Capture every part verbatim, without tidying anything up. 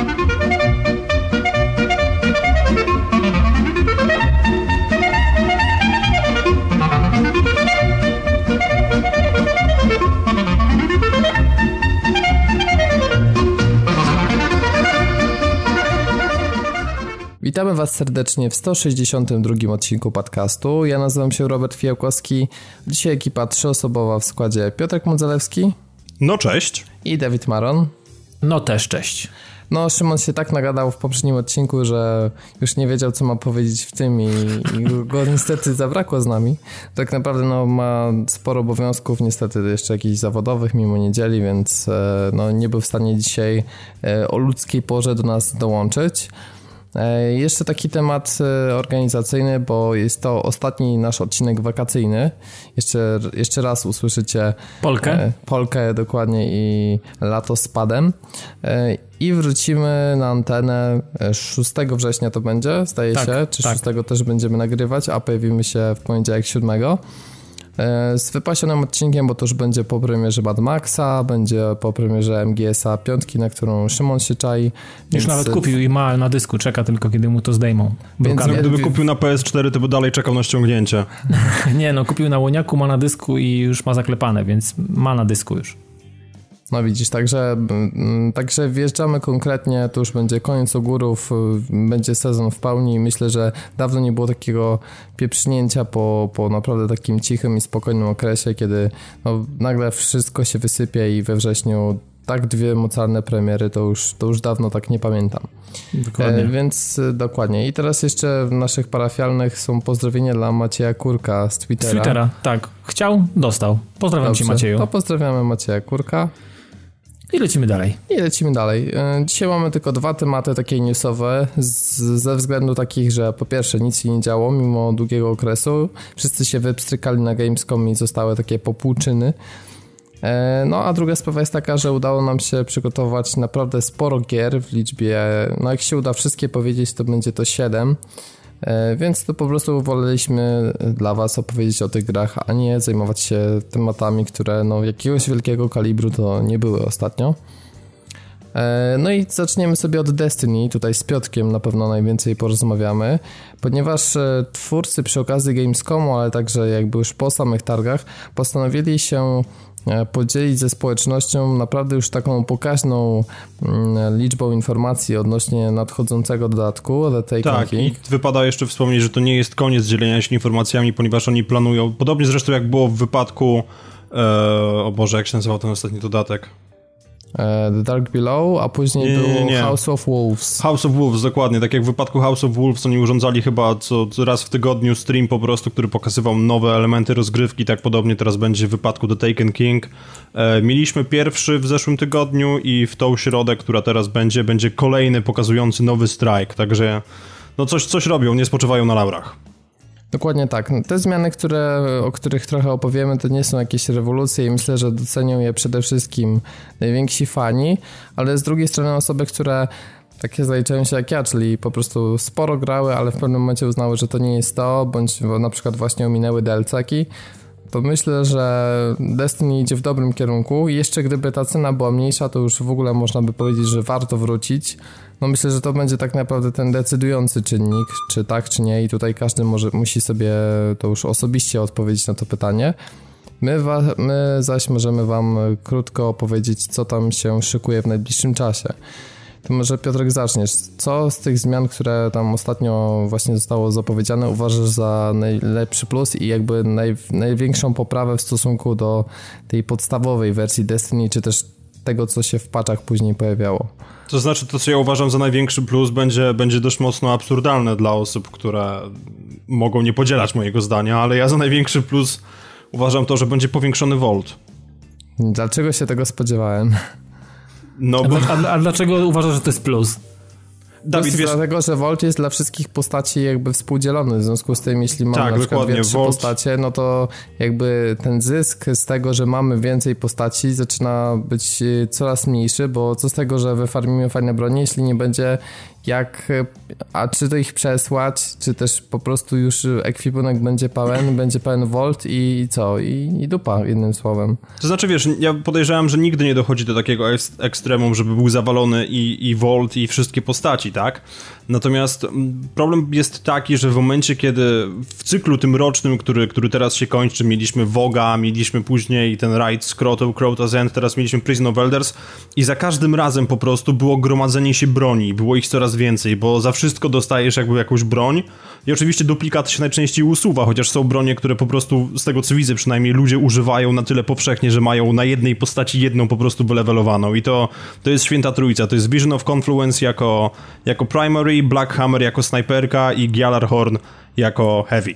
Witamy Was serdecznie w sto sześćdziesiątym drugim odcinku podcastu. Ja nazywam się Robert Fijałkowski. Dzisiaj ekipa trzyosobowa w składzie Piotrek Modzelewski. No cześć. I Dawid Maron. No też cześć. No Szymon się tak nagadał w poprzednim odcinku, że już nie wiedział, co ma powiedzieć w tym i, i go niestety zabrakło z nami. Tak naprawdę no, ma sporo obowiązków, niestety jeszcze jakichś zawodowych mimo niedzieli, więc no, nie był w stanie dzisiaj o ludzkiej porze do nas dołączyć. Jeszcze taki temat organizacyjny, bo jest to ostatni nasz odcinek wakacyjny. Jeszcze, jeszcze raz usłyszycie Polkę. Polkę dokładnie i lato z padem. I wrócimy na antenę szóstego września to będzie, zdaje tak, się, czy tak. szóstego też będziemy nagrywać, a pojawimy się w poniedziałek siódmego. Z wypasionym odcinkiem, bo to już będzie po premierze Mad Maxa, będzie po premierze M G S a pięć, na którą Szymon się czai. Już więc... nawet kupił i ma na dysku, czeka tylko kiedy mu to zdejmą. Więc gdyby kupił na P S cztery, to by dalej czekał na ściągnięcie. Nie, no kupił na łoniaku, ma na dysku i już ma zaklepane, więc ma na dysku już. No widzisz, także, także wjeżdżamy konkretnie, to już będzie koniec ogórów, będzie sezon w pełni. Myślę, że dawno nie było takiego pieprznięcia po, po naprawdę takim cichym i spokojnym okresie, kiedy no, nagle wszystko się wysypie i we wrześniu tak dwie mocarne premiery, to już, to już dawno tak nie pamiętam. Dokładnie. E, więc dokładnie. I teraz jeszcze w naszych parafialnych są pozdrowienia dla Macieja Kurka z Twittera. Z Twittera, tak. Chciał, dostał. Pozdrawiam Dobrze, Cię, Macieju. To pozdrawiamy Macieja Kurka. I lecimy dalej. I lecimy dalej. Dzisiaj mamy tylko dwa tematy takie newsowe, z, ze względu takich, że po pierwsze nic się nie działo mimo długiego okresu. Wszyscy się wypstrykali na Gamescom i zostały takie popłuczyny. No a druga sprawa jest taka, że udało nam się przygotować naprawdę sporo gier w liczbie, no jak się uda wszystkie powiedzieć, to będzie to siedem. Więc to po prostu woleliśmy dla Was opowiedzieć o tych grach, a nie zajmować się tematami, które no jakiegoś wielkiego kalibru to nie były ostatnio. No i zaczniemy sobie od Destiny, tutaj z Piotrkiem na pewno najwięcej porozmawiamy, ponieważ twórcy przy okazji Gamescomu, ale także jakby już po samych targach postanowili się podzielić ze społecznością naprawdę już taką pokaźną liczbą informacji odnośnie nadchodzącego dodatku The Taken Tak, King. i wypada jeszcze wspomnieć, że to nie jest koniec dzielenia się informacjami, ponieważ oni planują, podobnie zresztą jak było w wypadku e, o Boże, jak się nazywał ten ostatni dodatek? The Dark Below, a później nie, było nie, nie. House of Wolves. House of Wolves, dokładnie. Tak jak w wypadku House of Wolves oni urządzali chyba co, co raz w tygodniu stream po prostu, który pokazywał nowe elementy rozgrywki, tak podobnie teraz będzie w wypadku The Taken King. E, mieliśmy pierwszy w zeszłym tygodniu i w tą środę, która teraz będzie, będzie kolejny pokazujący nowy strike, także no coś, coś robią, nie spoczywają na laurach. Dokładnie tak. Te zmiany, które, o których trochę opowiemy, to nie są jakieś rewolucje i myślę, że docenią je przede wszystkim najwięksi fani, ale z drugiej strony osoby, które takie zaliczają się jak ja, czyli po prostu sporo grały, ale w pewnym momencie uznały, że to nie jest to, bądź na przykład właśnie ominęły D L C-ki, to myślę, że Destiny idzie w dobrym kierunku i jeszcze gdyby ta cena była mniejsza, to już w ogóle można by powiedzieć, że warto wrócić. No myślę, że to będzie tak naprawdę ten decydujący czynnik, czy tak, czy nie i tutaj każdy może, musi sobie to już osobiście odpowiedzieć na to pytanie. My, wa- my zaś możemy wam krótko opowiedzieć, co tam się szykuje w najbliższym czasie. To może Piotrek zaczniesz. Co z tych zmian, które tam ostatnio właśnie zostało zapowiedziane, uważasz za najlepszy plus i jakby naj, największą poprawę w stosunku do tej podstawowej wersji Destiny, czy też tego, co się w patchach później pojawiało? To znaczy, to co ja uważam za największy plus będzie, będzie dość mocno absurdalne dla osób, które mogą nie podzielać mojego zdania, ale ja za największy plus uważam to, że będzie powiększony Vault. Dlaczego się tego spodziewałem? No a, bo... a, a dlaczego uważasz, że to jest plus? Dawid, wiesz... Dlatego, że Volt jest dla wszystkich postaci jakby współdzielony, w związku z tym, jeśli mamy tak, na przykład dwie, trzy Volt... postacie, no to jakby ten zysk z tego, że mamy więcej postaci zaczyna być coraz mniejszy, bo co z tego, że wyfarmimy fajne bronie, jeśli nie będzie jak, a czy to ich przesłać, czy też po prostu już ekwipunek będzie pełen, będzie pełen Volt i, i co? I, I dupa, jednym słowem. To znaczy, wiesz, ja podejrzewam, że nigdy nie dochodzi do takiego ekstremum, żeby był zawalony i, i Volt i wszystkie postaci, tak? Natomiast problem jest taki, że w momencie, kiedy w cyklu tym rocznym, który, który teraz się kończy, mieliśmy Voga, mieliśmy później ten raid z Crota, Crota's End, teraz mieliśmy Prison of Elders i za każdym razem po prostu było gromadzenie się broni, było ich coraz więcej, bo za wszystko dostajesz jakby jakąś broń i oczywiście duplikat się najczęściej usuwa, chociaż są bronie, które po prostu, z tego co widzę przynajmniej, ludzie używają na tyle powszechnie, że mają na jednej postaci jedną po prostu wylevelowaną i to, to jest święta trójca, to jest Vision of Confluence jako, jako primary, Black Hammer jako snajperka i Gjallarhorn jako heavy.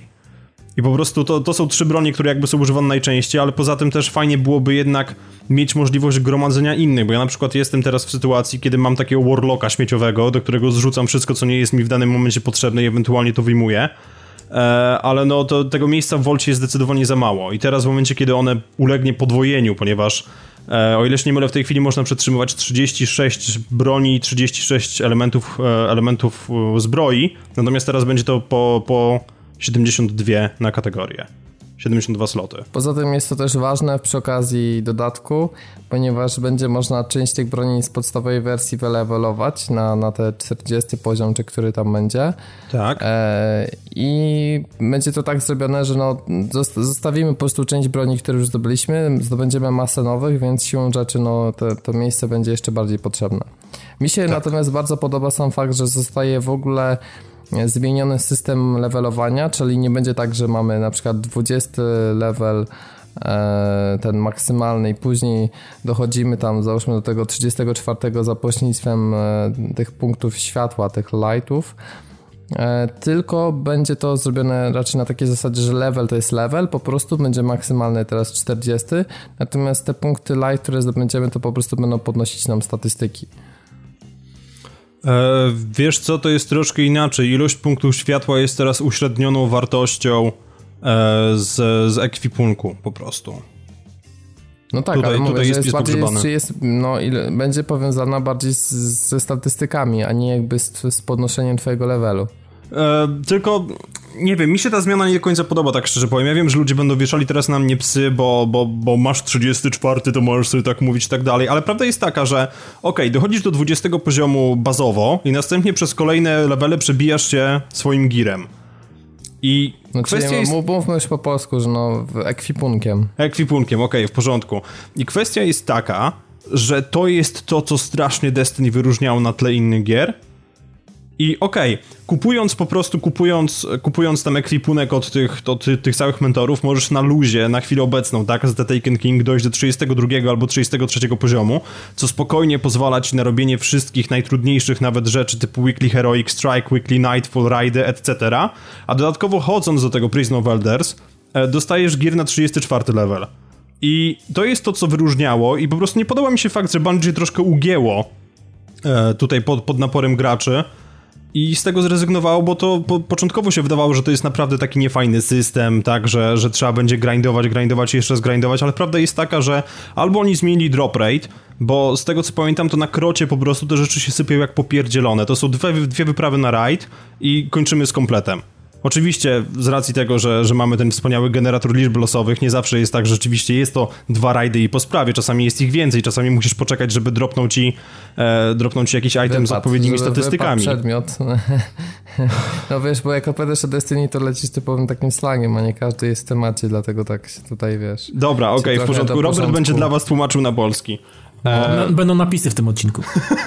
I po prostu to, to są trzy bronie, które jakby są używane najczęściej, ale poza tym też fajnie byłoby jednak mieć możliwość gromadzenia innych, bo ja na przykład jestem teraz w sytuacji, kiedy mam takiego Warlocka śmieciowego, do którego zrzucam wszystko, co nie jest mi w danym momencie potrzebne i ewentualnie to wyjmuję, e, ale no to tego miejsca w Volcie jest zdecydowanie za mało i teraz w momencie, kiedy one ulegnie podwojeniu, ponieważ e, o ile się nie mylę, w tej chwili można przetrzymywać trzydzieści sześć broni i trzydzieści sześć elementów, e, elementów e, zbroi, natomiast teraz będzie to po, po siedemdziesiąt dwa na kategorię. siedemdziesiąt dwa sloty. Poza tym jest to też ważne przy okazji dodatku, ponieważ będzie można część tych broni z podstawowej wersji wylevelować na, na te czterdziesty poziom, czy który tam będzie. Tak. E, I będzie to tak zrobione, że no, zostawimy po prostu część broni, które już zdobyliśmy, zdobędziemy masę nowych, więc siłą rzeczy no, to, to miejsce będzie jeszcze bardziej potrzebne. Mi się tak. natomiast bardzo podoba sam fakt, że zostaje w ogóle zmieniony system levelowania, czyli nie będzie tak, że mamy na przykład dwudziesty level ten maksymalny i później dochodzimy tam załóżmy do tego trzydziestego czwartego za pośrednictwem tych punktów światła, tych lightów, tylko będzie to zrobione raczej na takiej zasadzie, że level to jest level, po prostu będzie maksymalny teraz czterdziesty, natomiast te punkty light, które zdobędziemy, to po prostu będą podnosić nam statystyki. E, wiesz co, to jest troszkę inaczej. Ilość punktów światła jest teraz uśrednioną wartością e, z, z ekwipunku po prostu. No tak, tutaj, ale mówię, tutaj że jest, jest, jest bardziej, pogrzebane. jest, jest, no, ile, będzie powiązana bardziej z, ze statystykami, a nie jakby z, z podnoszeniem twojego levelu. E, tylko, nie wiem, mi się ta zmiana nie do końca podoba, tak szczerze powiem. Ja wiem, że ludzie będą wieszali teraz na mnie psy, bo, bo, bo masz trzydziesty czwarty, to możesz sobie tak mówić i tak dalej, ale prawda jest taka, że okej, okay, dochodzisz do dwudziestego poziomu bazowo i następnie przez kolejne levele przebijasz się swoim girem. I no, kwestia jest... Mówmy już po polsku, że no, ekwipunkiem. Ekwipunkiem, okej, okay, w porządku. I kwestia jest taka, że to jest to, co strasznie Destiny wyróżniało na tle innych gier. I okej, okay, kupując po prostu, kupując, kupując tam ekwipunek od tych, od tych, tych całych mentorów, możesz na luzie, na chwilę obecną, tak, z The Taken King dojść do trzydziestego drugiego albo trzydziestego trzeciego poziomu, co spokojnie pozwala ci na robienie wszystkich najtrudniejszych nawet rzeczy typu Weekly Heroic Strike, Weekly Nightfall, Raidy, et cetera. A dodatkowo chodząc do tego Prison of Elders, dostajesz gear na trzydziesty czwarty level. I to jest to, co wyróżniało i po prostu nie podoba mi się fakt, że Bungie troszkę ugięło tutaj pod, pod naporem graczy, i z tego zrezygnowało, bo to po, początkowo się wydawało, że to jest naprawdę taki niefajny system, tak, że, że trzeba będzie grindować, grindować i jeszcze raz grindować, ale prawda jest taka, że albo oni zmienili drop rate, bo z tego co pamiętam, to na krocie po prostu te rzeczy się sypią jak popierdzielone. To są dwie, dwie wyprawy na raid i kończymy z kompletem. Oczywiście z racji tego, że, że mamy ten wspaniały generator liczb losowych, nie zawsze jest tak, że rzeczywiście jest to dwa rajdy i po sprawie, czasami jest ich więcej, czasami musisz poczekać, żeby dropnął ci, e, dropnął ci jakiś item wypad, z odpowiednimi statystykami. Przedmiot. No wiesz, bo jak opowiadasz o Destiny, to lecisz typowym takim slangiem, a nie każdy jest w temacie, dlatego tak się tutaj, wiesz... Dobra, okej, okay, w porządku. Robert porządku. będzie dla was tłumaczył na polski. E... Będą napisy w tym odcinku.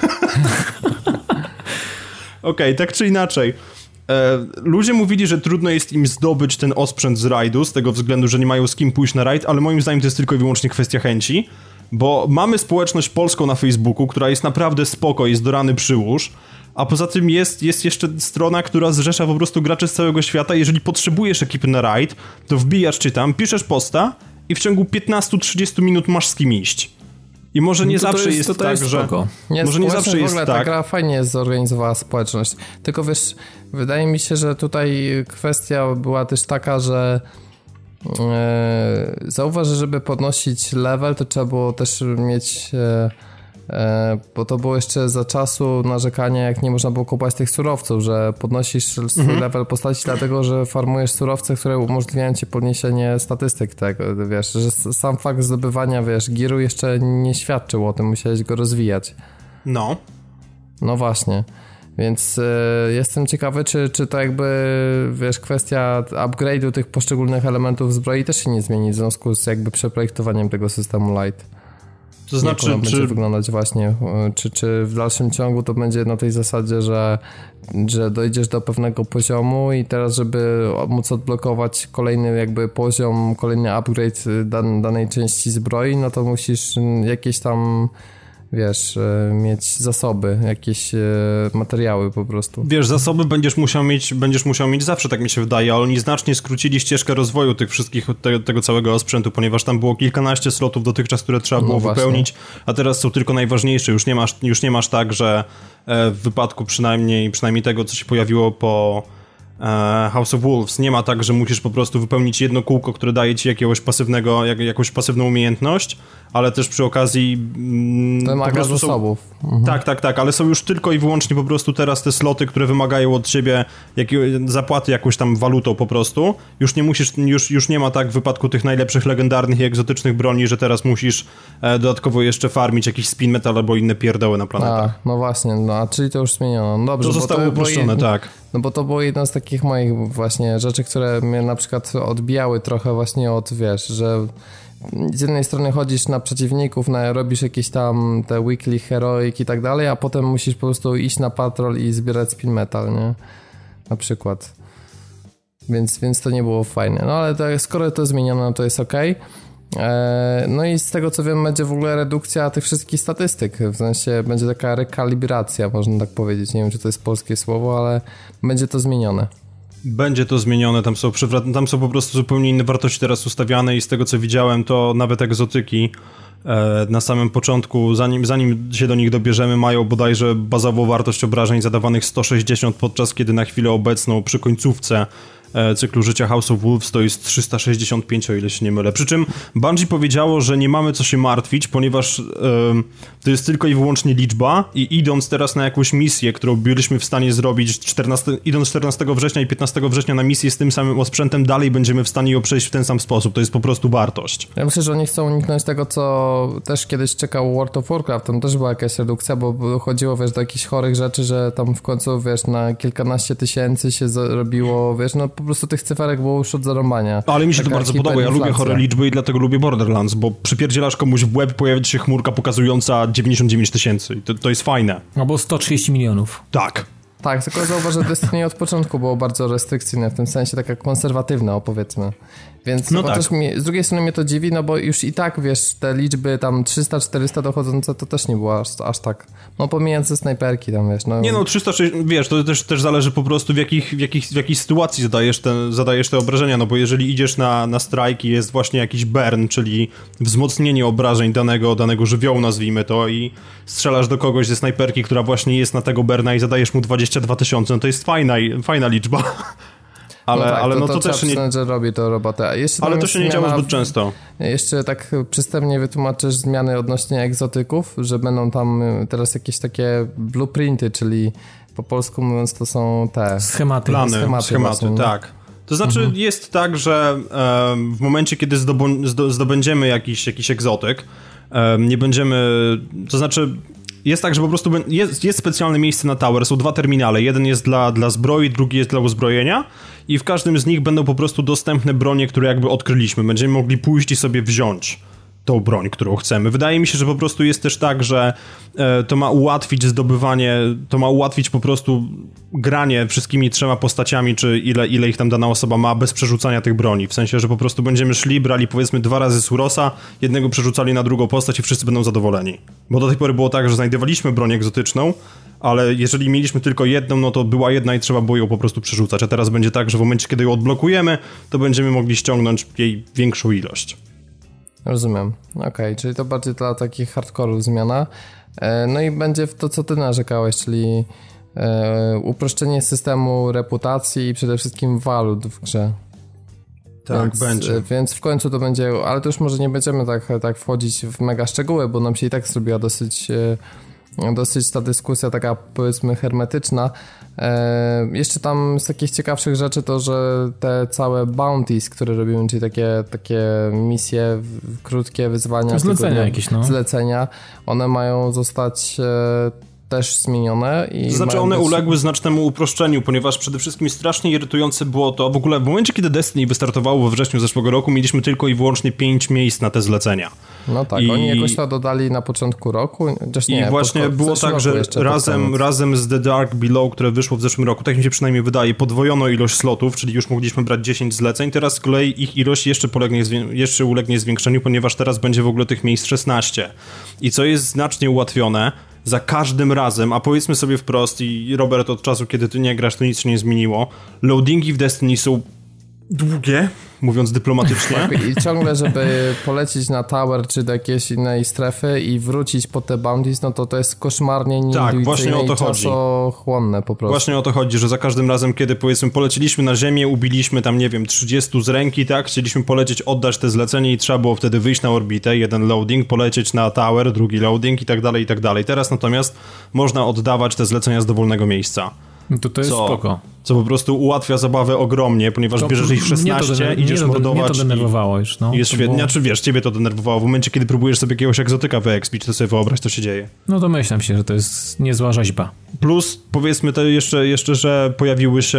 Okej, okay, tak czy inaczej. E, ludzie mówili, że trudno jest im zdobyć ten osprzęt z rajdu, z tego względu, że nie mają z kim pójść na rajd, ale moim zdaniem to jest tylko i wyłącznie kwestia chęci, bo mamy społeczność polską na Facebooku, która jest naprawdę spoko, jest do rany przyłóż, a poza tym jest, jest jeszcze strona, która zrzesza po prostu graczy z całego świata. Jeżeli potrzebujesz ekipy na rajd, to wbijasz czy tam, piszesz posta i w ciągu piętnaście do trzydziestu minut masz z kim iść. I może nie no to zawsze to jest, jest to to tak, jest że... Nie, może nie zawsze jest w ogóle tak. Ta gra fajnie jest zorganizowała społeczność. Tylko wiesz, wydaje mi się, że tutaj kwestia była też taka, że e, zauważ, że żeby podnosić level, to trzeba było też mieć... E, E, bo to było jeszcze za czasu narzekania, jak nie można było kupować tych surowców, że podnosisz swój mhm. level postaci dlatego, że farmujesz surowce, które umożliwiają ci podniesienie statystyk tego, wiesz, że sam fakt zdobywania, wiesz, giru jeszcze nie świadczył o tym, musiałeś go rozwijać. No. No właśnie. Więc e, jestem ciekawy, czy, czy to jakby, wiesz, kwestia upgrade'u tych poszczególnych elementów zbroi też się nie zmieni w związku z jakby przeprojektowaniem tego systemu Light. To znaczy, jak ona czy... będzie wyglądać właśnie, czy, czy w dalszym ciągu to będzie na tej zasadzie, że, że dojdziesz do pewnego poziomu i teraz, żeby móc odblokować kolejny jakby poziom, kolejny upgrade dan, danej części zbroi, no to musisz jakieś tam, wiesz, mieć zasoby, jakieś materiały po prostu. Wiesz, zasoby będziesz musiał mieć, będziesz musiał mieć zawsze, tak mi się wydaje, ale oni znacznie skrócili ścieżkę rozwoju tych wszystkich, te, tego całego sprzętu, ponieważ tam było kilkanaście slotów dotychczas, które trzeba było no wypełnić, a teraz są tylko najważniejsze. Już nie masz, już nie masz tak, że w wypadku przynajmniej, przynajmniej tego, co się pojawiło po House of Wolves, nie ma tak, że musisz po prostu wypełnić jedno kółko, które daje ci jakiegoś pasywnego, jak, jakąś pasywną umiejętność, ale też przy okazji mm, wymaga zasobów. Są, mhm. Tak, tak, tak, ale są już tylko i wyłącznie po prostu teraz te sloty, które wymagają od ciebie jakiej, zapłaty jakąś tam walutą po prostu. Już nie musisz, już, już nie ma tak w wypadku tych najlepszych, legendarnych i egzotycznych broni, że teraz musisz e, dodatkowo jeszcze farmić jakiś spin metal albo inne pierdoły na planetach. A, no właśnie, no a czyli to już zmieniono. No dobrze, to zostało bo to uproszczone, jed... tak. No bo to było jedno z takich moich właśnie rzeczy, które mnie na przykład odbijały trochę właśnie od, wiesz, że z jednej strony chodzisz na przeciwników, na, robisz jakieś tam te weekly heroic i tak dalej, a potem musisz po prostu iść na patrol i zbierać spin metal, nie? Na przykład. Więc, więc to nie było fajne. No ale to, skoro to zmieniono, to jest okej. Okay. No i z tego co wiem, będzie w ogóle redukcja tych wszystkich statystyk, w sensie będzie taka rekalibracja, można tak powiedzieć, nie wiem czy to jest polskie słowo, ale będzie to zmienione. Będzie to zmienione, tam są, tam są po prostu zupełnie inne wartości teraz ustawiane i z tego co widziałem, to nawet egzotyki e, na samym początku, zanim, zanim się do nich dobierzemy, mają bodajże bazową wartość obrażeń zadawanych sto sześćdziesiąt, podczas kiedy na chwilę obecną przy końcówce cyklu życia House of Wolves to jest trzysta sześćdziesiąt pięć, o ile się nie mylę. Przy czym Bungie powiedziało, że nie mamy co się martwić, ponieważ yy, to jest tylko i wyłącznie liczba i idąc teraz na jakąś misję, którą byliśmy w stanie zrobić czternastego, idąc czternastego września i piętnastego września na misję z tym samym osprzętem, dalej będziemy w stanie ją przejść w ten sam sposób. To jest po prostu wartość. Ja myślę, że oni chcą uniknąć tego, co też kiedyś czekał World of Warcraft. Tam też była jakaś redukcja, bo chodziło, wiesz, do jakichś chorych rzeczy, że tam w końcu, wiesz, na kilkanaście tysięcy się zrobiło, wiesz, no po prostu tych cyferek było już od zarąbania. Ale mi się to bardzo podoba, ja lubię chore liczby i dlatego lubię Borderlands, bo przypierdzielasz komuś w łeb, pojawia się chmurka pokazująca dziewięćdziesiąt dziewięć tysięcy. To, to jest fajne. Albo sto trzydzieści milionów. Tak. Tak, tylko zauważ, że Destiny od początku było bardzo restrykcyjne, w tym sensie taka konserwatywna, opowiedzmy. Więc no tak. mi, z drugiej strony mnie to dziwi, no bo już i tak, wiesz, te liczby tam trzysta czterysta dochodzące, to też nie było aż, aż tak. No pomijając te snajperki tam, wiesz. No. Nie no, trzysta sześćdziesiąt, wiesz, to też, też zależy po prostu w jakich, w jakich, w jakiej sytuacji zadajesz te, zadajesz te obrażenia, no bo jeżeli idziesz na, na strajk i jest właśnie jakiś burn, czyli wzmocnienie obrażeń danego, danego żywiołu, nazwijmy to, i strzelasz do kogoś ze snajperki, która właśnie jest na tego burna i zadajesz mu dwadzieścia dwa tysiące, no to jest fajna, fajna liczba. Ale, no, tak, ale no to, to, to też nie... że robi to robotę. A jeszcze ale to się nie działo zbyt często. Jeszcze tak przystępnie wytłumaczysz zmiany odnośnie egzotyków, że będą tam teraz jakieś takie blueprinty, czyli po polsku mówiąc to są te... Schematy. Plany, schematy, schematy właśnie, tak. To znaczy mhm. jest tak, że e, w momencie, kiedy zdobo- zdo- zdobędziemy jakiś, jakiś egzotyk, e, nie będziemy... To znaczy... Jest tak, że po prostu jest, jest specjalne miejsce na tower, są dwa terminale, jeden jest dla, dla zbroi, drugi jest dla uzbrojenia i w każdym z nich będą po prostu dostępne bronie, które jakby odkryliśmy. Będziemy mogli pójść i sobie wziąć tą broń, którą chcemy. Wydaje mi się, że po prostu jest też tak, że e, to ma ułatwić zdobywanie, to ma ułatwić po prostu granie wszystkimi trzema postaciami, czy ile, ile ich tam dana osoba ma, bez przerzucania tych broni. W sensie, że po prostu będziemy szli, brali powiedzmy dwa razy Surosa, jednego przerzucali na drugą postać i wszyscy będą zadowoleni. Bo do tej pory było tak, że znajdowaliśmy broń egzotyczną, ale jeżeli mieliśmy tylko jedną, no to była jedna i trzeba było ją po prostu przerzucać. A teraz będzie tak, że w momencie, kiedy ją odblokujemy, to będziemy mogli ściągnąć jej większą ilość. Rozumiem. Okej, okay, czyli to bardziej dla takich hardkorów zmiana. No i będzie w to, co ty narzekałeś, czyli uproszczenie systemu reputacji i przede wszystkim walut w grze. Tak, więc, będzie. Więc w końcu to będzie, ale to już może nie będziemy tak, tak wchodzić w mega szczegóły, bo nam się i tak zrobiła dosyć, dosyć ta dyskusja taka, powiedzmy, hermetyczna. E, jeszcze tam z takich ciekawszych rzeczy to, że te całe bounties, które robimy, czyli takie, takie misje, krótkie wyzwania, zlecenia jakieś, no. zlecenia, one mają zostać e, też zmienione. I to znaczy one być... uległy znacznemu uproszczeniu, ponieważ przede wszystkim strasznie irytujące było to, w ogóle w momencie, kiedy Destiny wystartowało we wrześniu zeszłego roku, mieliśmy tylko i wyłącznie pięć miejsc na te zlecenia. No tak, I... oni jakoś to dodali na początku roku. Nie, I właśnie po, było tak, że razem, razem z The Dark Below, które wyszło w zeszłym roku, tak mi się przynajmniej wydaje, podwojono ilość slotów, czyli już mogliśmy brać dziesięć zleceń, teraz z kolei ich ilość jeszcze, polegnie, jeszcze ulegnie zwiększeniu, ponieważ teraz będzie w ogóle tych miejsc szesnaście. I co jest znacznie ułatwione, za każdym razem, a powiedzmy sobie wprost, i Robert, od czasu, kiedy ty nie grasz, to nic się nie zmieniło, loadingi w Destiny są długie, mówiąc dyplomatycznie. I ciągle, żeby polecieć na tower, czy do jakiejś innej strefy i wrócić po te bounties, no to to jest koszmarnie nieintuicyjne tak, właśnie o to i czasochłonne po prostu. Właśnie o to chodzi, że za każdym razem, kiedy powiedzmy poleciliśmy na ziemię, ubiliśmy tam, nie wiem, trzydziestu z ręki, tak, chcieliśmy polecieć, oddać te zlecenie i trzeba było wtedy wyjść na orbitę, jeden loading, polecieć na tower, drugi loading i tak dalej, i tak dalej. Teraz natomiast można oddawać te zlecenia z dowolnego miejsca. No to to jest co, spoko. Co po prostu ułatwia zabawę ogromnie, ponieważ to, bierzesz ich szesnaście, dener- idziesz to, mordować. Mnie to denerwowało już, no. Jest świetnie, było... czy wiesz, ciebie to denerwowało. W momencie, kiedy próbujesz sobie jakiegoś egzotyka wyekspić, to sobie wyobraź, co się dzieje. No to myślę się, że to jest niezła rzeźba. Plus, powiedzmy to jeszcze, jeszcze, że pojawiły się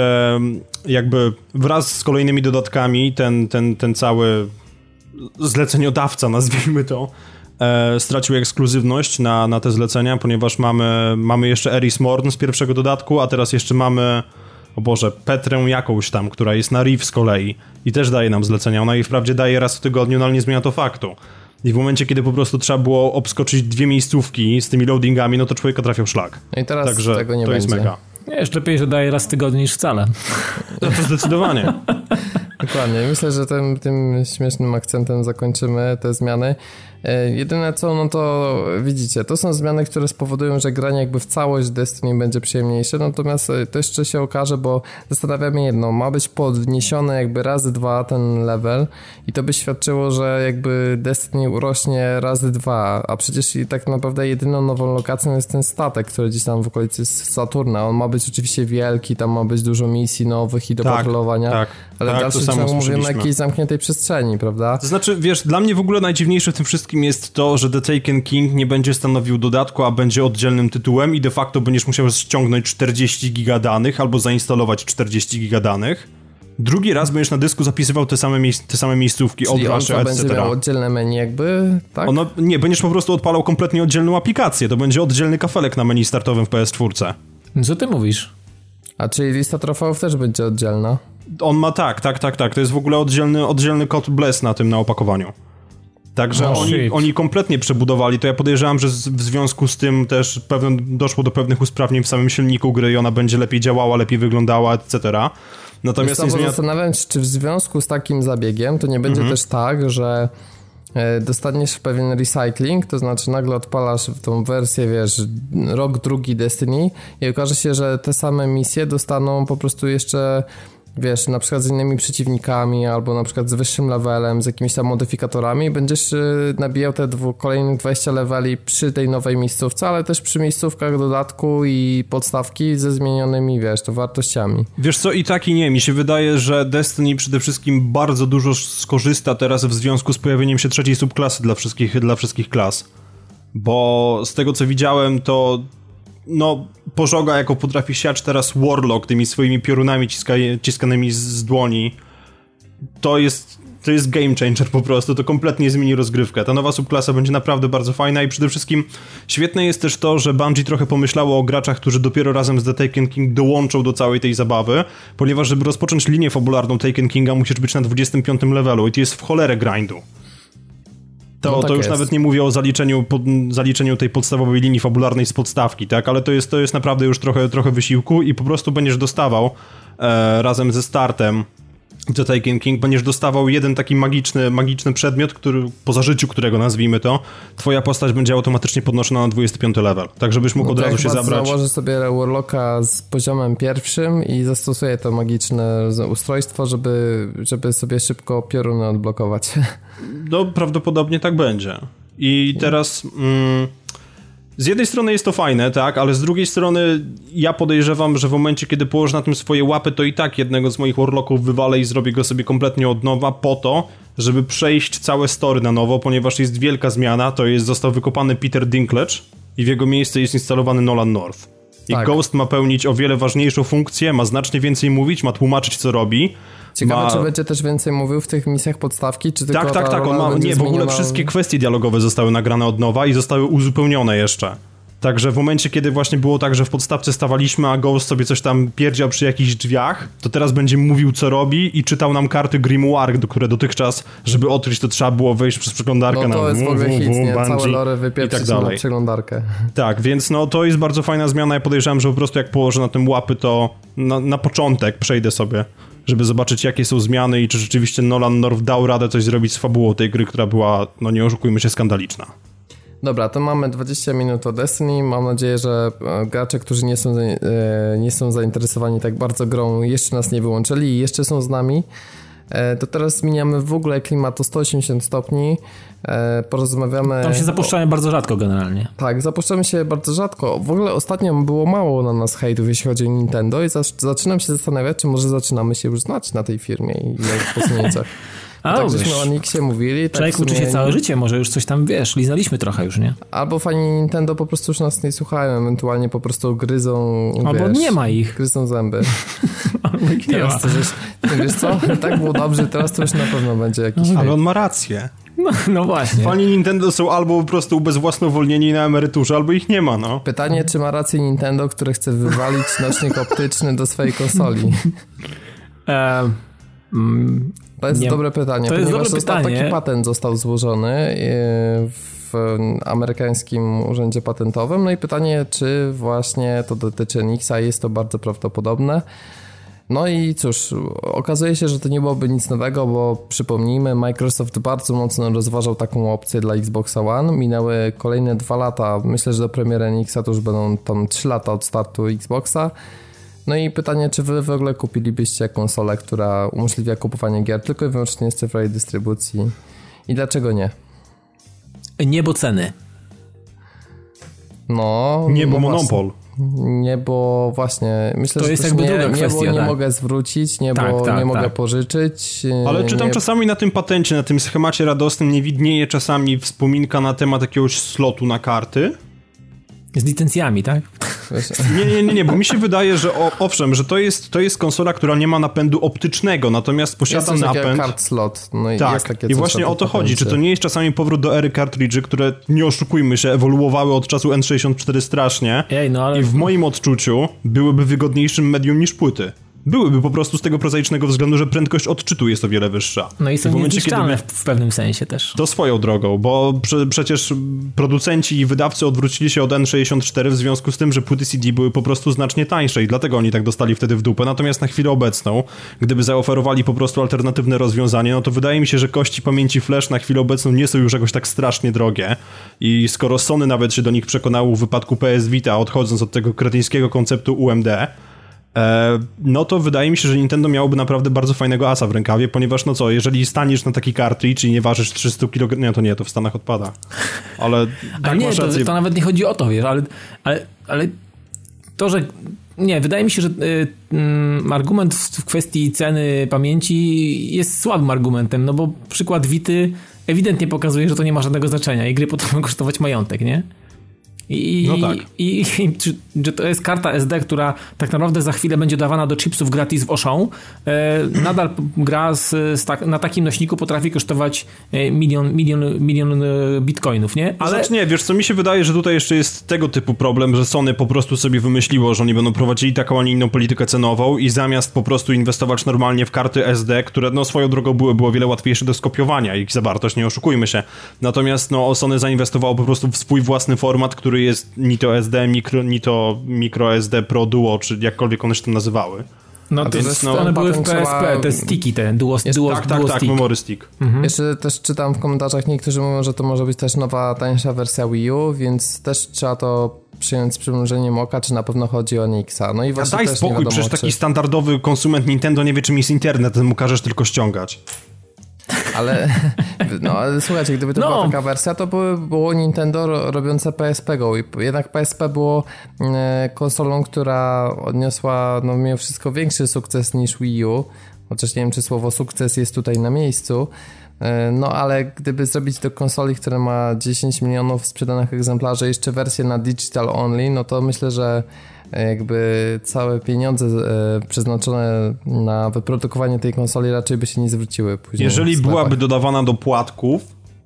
jakby wraz z kolejnymi dodatkami ten, ten, ten cały zleceniodawca, nazwijmy to, E, stracił ekskluzywność na, na te zlecenia, ponieważ mamy, mamy jeszcze Eris Morn z pierwszego dodatku, a teraz jeszcze mamy, o Boże, Petrę jakąś tam, która jest na Riv z kolei i też daje nam zlecenia. Ona jej wprawdzie daje raz w tygodniu, no ale nie zmienia to faktu. I w momencie, kiedy po prostu trzeba było obskoczyć dwie miejscówki z tymi loadingami, no to człowieka trafiał szlak. No i teraz Także tego nie to będzie. jest mega. Nie, jeszcze lepiej, że daje raz w tygodniu niż wcale. No to zdecydowanie. Dokładnie. Myślę, że tym, tym śmiesznym akcentem zakończymy te zmiany. Jedyne co, no to widzicie, to są zmiany, które spowodują, że granie jakby w całość Destiny będzie przyjemniejsze, natomiast to jeszcze się okaże, bo zastanawiamy jedno, ma być podniesiony jakby razy dwa ten level i to by świadczyło, że jakby Destiny urośnie razy dwa, a przecież tak naprawdę jedyną nową lokacją jest ten statek, który gdzieś tam w okolicy Saturna, on ma być oczywiście wielki, tam ma być dużo misji nowych i do tak, patrolowania, tak, ale tak, w dalszym ciągu mówimy o jakiejś zamkniętej przestrzeni, prawda? To znaczy, wiesz, dla mnie w ogóle najdziwniejsze w tym wszystkim jest to, że The Taken King nie będzie stanowił dodatku, a będzie oddzielnym tytułem i de facto będziesz musiał ściągnąć czterdzieści giga danych albo zainstalować czterdzieści giga danych. Drugi raz będziesz na dysku zapisywał te same, miejsc, te same miejscówki, Czyli on et cetera. Będzie miał oddzielne menu jakby, tak? Ono, nie, będziesz po prostu odpalał kompletnie oddzielną aplikację, to będzie oddzielny kafelek na menu startowym w P S cztery. Co ty mówisz? A czyli lista trofeów też będzie oddzielna? On ma tak, tak, tak, tak. To jest w ogóle oddzielny, oddzielny kod Bless na tym, na opakowaniu. Także oh, oni, oni kompletnie przebudowali to. Ja podejrzewam, że z, w związku z tym też pewien, doszło do pewnych usprawnień w samym silniku gry i ona będzie lepiej działała, lepiej wyglądała, et cetera. Natomiast nie zmienia... Zastanawiam się, czy w związku z takim zabiegiem to nie będzie mhm. też tak, że dostaniesz pewien recycling, to znaczy nagle odpalasz tą wersję, wiesz, rok drugi Destiny i okaże się, że te same misje dostaną po prostu jeszcze, wiesz, na przykład z innymi przeciwnikami albo na przykład z wyższym levelem, z jakimiś tam modyfikatorami, będziesz nabijał te dwu, kolejnych dwadzieścia leveli przy tej nowej miejscówce, ale też przy miejscówkach dodatku i podstawki ze zmienionymi, wiesz, to wartościami. Wiesz co, i tak i nie. Mi się wydaje, że Destiny przede wszystkim bardzo dużo skorzysta teraz w związku z pojawieniem się trzeciej subklasy dla wszystkich, dla wszystkich klas. Bo z tego co widziałem, to no, pożoga jako potrafi siać teraz Warlock tymi swoimi piorunami ciska, ciskanymi z, z dłoni, to jest, to jest game changer po prostu, to kompletnie zmieni rozgrywkę. Ta nowa subklasa będzie naprawdę bardzo fajna i przede wszystkim świetne jest też to, że Bungie trochę pomyślało o graczach, którzy dopiero razem z The Taken King dołączą do całej tej zabawy, ponieważ żeby rozpocząć linię fabularną Taken Kinga musisz być na dwudziestym piątym levelu i to jest w cholerę grindu. To, no, tak to już jest. Nawet nie mówię o zaliczeniu, pod, zaliczeniu tej podstawowej linii fabularnej z podstawki, tak? Ale to jest, to jest naprawdę już trochę, trochę wysiłku i po prostu będziesz dostawał e, razem ze startem The Taken King, będziesz dostawał jeden taki magiczny, magiczny przedmiot, który po zażyciu którego, nazwijmy to, twoja postać będzie automatycznie podnoszona na dwudziesty piąty level. Tak, żebyś mógł no od razu się zabrać. Założę sobie Warlocka z poziomem pierwszym i zastosuję to magiczne ustrojstwo, żeby, żeby sobie szybko pioruny odblokować. No, prawdopodobnie tak będzie. I teraz... Mm, z jednej strony jest to fajne, tak, ale z drugiej strony ja podejrzewam, że w momencie, kiedy położę na tym swoje łapy, to i tak jednego z moich Warlocków wywalę i zrobię go sobie kompletnie od nowa po to, żeby przejść całe story na nowo, ponieważ jest wielka zmiana, to jest został wykopany Peter Dinklage i w jego miejsce jest instalowany Nolan North. I tak. Ghost ma pełnić o wiele ważniejszą funkcję, ma znacznie więcej mówić, ma tłumaczyć, co robi. Ciekawe, ma... czy będzie też więcej mówił w tych misjach podstawki, czy tylko Tak, tak, tak, on ma... Nie, zmieniona... w ogóle wszystkie kwestie dialogowe zostały nagrane od nowa i zostały uzupełnione jeszcze. Także w momencie, kiedy właśnie było tak, że w podstawce stawaliśmy, a Ghost sobie coś tam pierdział przy jakichś drzwiach, to teraz będzie mówił, co robi i czytał nam karty Grimoire, do które dotychczas, żeby odkryć, to trzeba było wejść przez przeglądarkę. No to na jest w ogóle hit, nie? Całe lore wypieprzyć tak na przeglądarkę. Tak, więc no to jest bardzo fajna zmiana. Ja podejrzewam, że po prostu jak położę na tym łapy, to na, na początek przejdę sobie, żeby zobaczyć, jakie są zmiany i czy rzeczywiście Nolan North dał radę coś zrobić z fabułą tej gry, która była, no nie oszukujmy się, skandaliczna. Dobra, to mamy dwadzieścia minut o Destiny. Mam nadzieję, że gracze, którzy nie są, nie są zainteresowani tak bardzo grą, jeszcze nas nie wyłączyli i jeszcze są z nami. To teraz zmieniamy w ogóle klimat o sto osiemdziesiąt stopni. Porozmawiamy... Tam się zapuszczamy o... bardzo rzadko generalnie. Tak, zapuszczamy się bardzo rzadko. W ogóle ostatnio było mało na nas hejtów, jeśli chodzi o Nintendo i zaczynam się zastanawiać, czy może zaczynamy się już znać na tej firmie i na ich posunięciach. A, tak żeśmy o Nixie mówili. Człowiek uczy się całe życie, może już coś tam, wiesz, liznaliśmy trochę już, nie? Albo fani Nintendo po prostu już nas nie słuchają, ewentualnie po prostu gryzą, albo wiesz, nie ma ich. Gryzą zęby. Albo ich nie teraz ma. To już, wiesz co, tak było dobrze, teraz to już na pewno będzie jakiś Ale hejt. on ma rację. No, no właśnie. Fani Nintendo są albo po prostu ubezwłasnowolnieni na emeryturze, albo ich nie ma, no. Pytanie, czy ma rację Nintendo, które chce wywalić nośnik optyczny do swojej konsoli? Ehm... Mm, to jest nie. dobre pytanie, to jest ponieważ dobre został pytanie. taki patent został złożony w amerykańskim urzędzie patentowym. No i pytanie, czy właśnie to dotyczy Nixa, jest to bardzo prawdopodobne. No i cóż, okazuje się, że to nie byłoby nic nowego, bo przypomnijmy, Microsoft bardzo mocno rozważał taką opcję dla Xboxa One. Minęły kolejne dwa lata, myślę, że do premiery Nixa to już będą tam trzy lata od startu Xboxa. No i pytanie, czy wy w ogóle kupilibyście konsolę, która umożliwia kupowanie gier tylko i wyłącznie z cyfrowej dystrybucji? I dlaczego nie? Nie, bo ceny. No... Nie, bo no monopol. Nie, bo właśnie... Myślę, to że jest też jakby nie, druga kwestia, nie, bo nie tak. mogę zwrócić, nie, tak, bo tak, nie tak. mogę pożyczyć. Ale czytam nie... czasami na tym patencie, na tym schemacie radosnym nie widnieje czasami wspominka na temat jakiegoś slotu na karty. Z licencjami, tak? Nie, nie, nie, nie, bo mi się wydaje, że o, owszem, że to jest, to jest konsola, która nie ma napędu optycznego, natomiast posiada jest napęd... card slot. No i tak, jest takie i właśnie o to chodzi, czy to nie jest czasami powrót do ery cartridge'y, które, nie oszukujmy się, ewoluowały od czasu N sześćdziesiąt cztery strasznie. Ej, no ale... I w moim odczuciu byłyby wygodniejszym medium niż płyty. Byłyby po prostu z tego prozaicznego względu, że prędkość odczytu jest o wiele wyższa. No i są w niezniszczalne kiedy... w pewnym sensie też. To swoją drogą, bo prze, przecież producenci i wydawcy odwrócili się od N sześćdziesiąt cztery w związku z tym, że płyty C D były po prostu znacznie tańsze i dlatego oni tak dostali wtedy w dupę. Natomiast na chwilę obecną, gdyby zaoferowali po prostu alternatywne rozwiązanie, no to wydaje mi się, że kości pamięci flash na chwilę obecną nie są już jakoś tak strasznie drogie i skoro Sony nawet się do nich przekonało w wypadku P S Vita, odchodząc od tego kretyńskiego konceptu U M D, no to wydaje mi się, że Nintendo miałoby naprawdę bardzo fajnego asa w rękawie, ponieważ no co, jeżeli staniesz na taki cartridge i nie ważysz trzysta kilogramów, nie, to nie, to w Stanach odpada. Ale tak, ale nie, to, to nawet nie chodzi o to, wiesz, ale, ale, ale to, że nie, wydaje mi się, że y, y, argument w kwestii ceny pamięci jest słabym argumentem, no bo przykład Vity ewidentnie pokazuje, że to nie ma żadnego znaczenia i gry potrafią kosztować majątek, nie? I, no tak. i, i czy, że to jest karta S D, która tak naprawdę za chwilę będzie dawana do chipsów gratis w Auchan. E, nadal gra z, z tak, na takim nośniku potrafi kosztować milion, milion, milion bitcoinów, nie? Ale znaczy nie, wiesz co, mi się wydaje, że tutaj jeszcze jest tego typu problem, że Sony po prostu sobie wymyśliło, że oni będą prowadzili taką, a nie inną politykę cenową i zamiast po prostu inwestować normalnie w karty S D, które no swoją drogą były, było wiele łatwiejsze do skopiowania, ich zawartość, nie oszukujmy się. Natomiast no Sony zainwestowało po prostu w swój własny format, który jest ni to S D, mikro, ni to micro S D Pro Duo, czy jakkolwiek one się tam nazywały. No to jest, no, one były w P S P, trzeba... te sticky, te duo, jest, duo, tak, duo tak, stick. tak, memory stick. Mhm. Jeszcze też czytam w komentarzach, niektórzy mówią, że to może być też nowa, tańsza wersja Wii U, więc też trzeba to przyjąć z przymrużeniem oka, czy na pewno chodzi o N X-a. No i właśnie daj też spokój, wiadomo, przecież czy... taki standardowy konsument Nintendo nie wie, czym jest internet, ten mu każesz tylko ściągać. Ale, no, ale słuchajcie, gdyby to no. była taka wersja, to by było Nintendo ro, robiące P S P Go. I jednak P S P było e, konsolą, która odniosła no, mimo wszystko większy sukces niż Wii U. Chociaż nie wiem, czy słowo sukces jest tutaj na miejscu. E, no ale gdyby zrobić do konsoli, która ma dziesięć milionów sprzedanych egzemplarzy, jeszcze wersję na digital only, no to myślę, że jakby całe pieniądze e, przeznaczone na wyprodukowanie tej konsoli raczej by się nie zwróciły później. Jeżeli byłaby dodawana do płatków,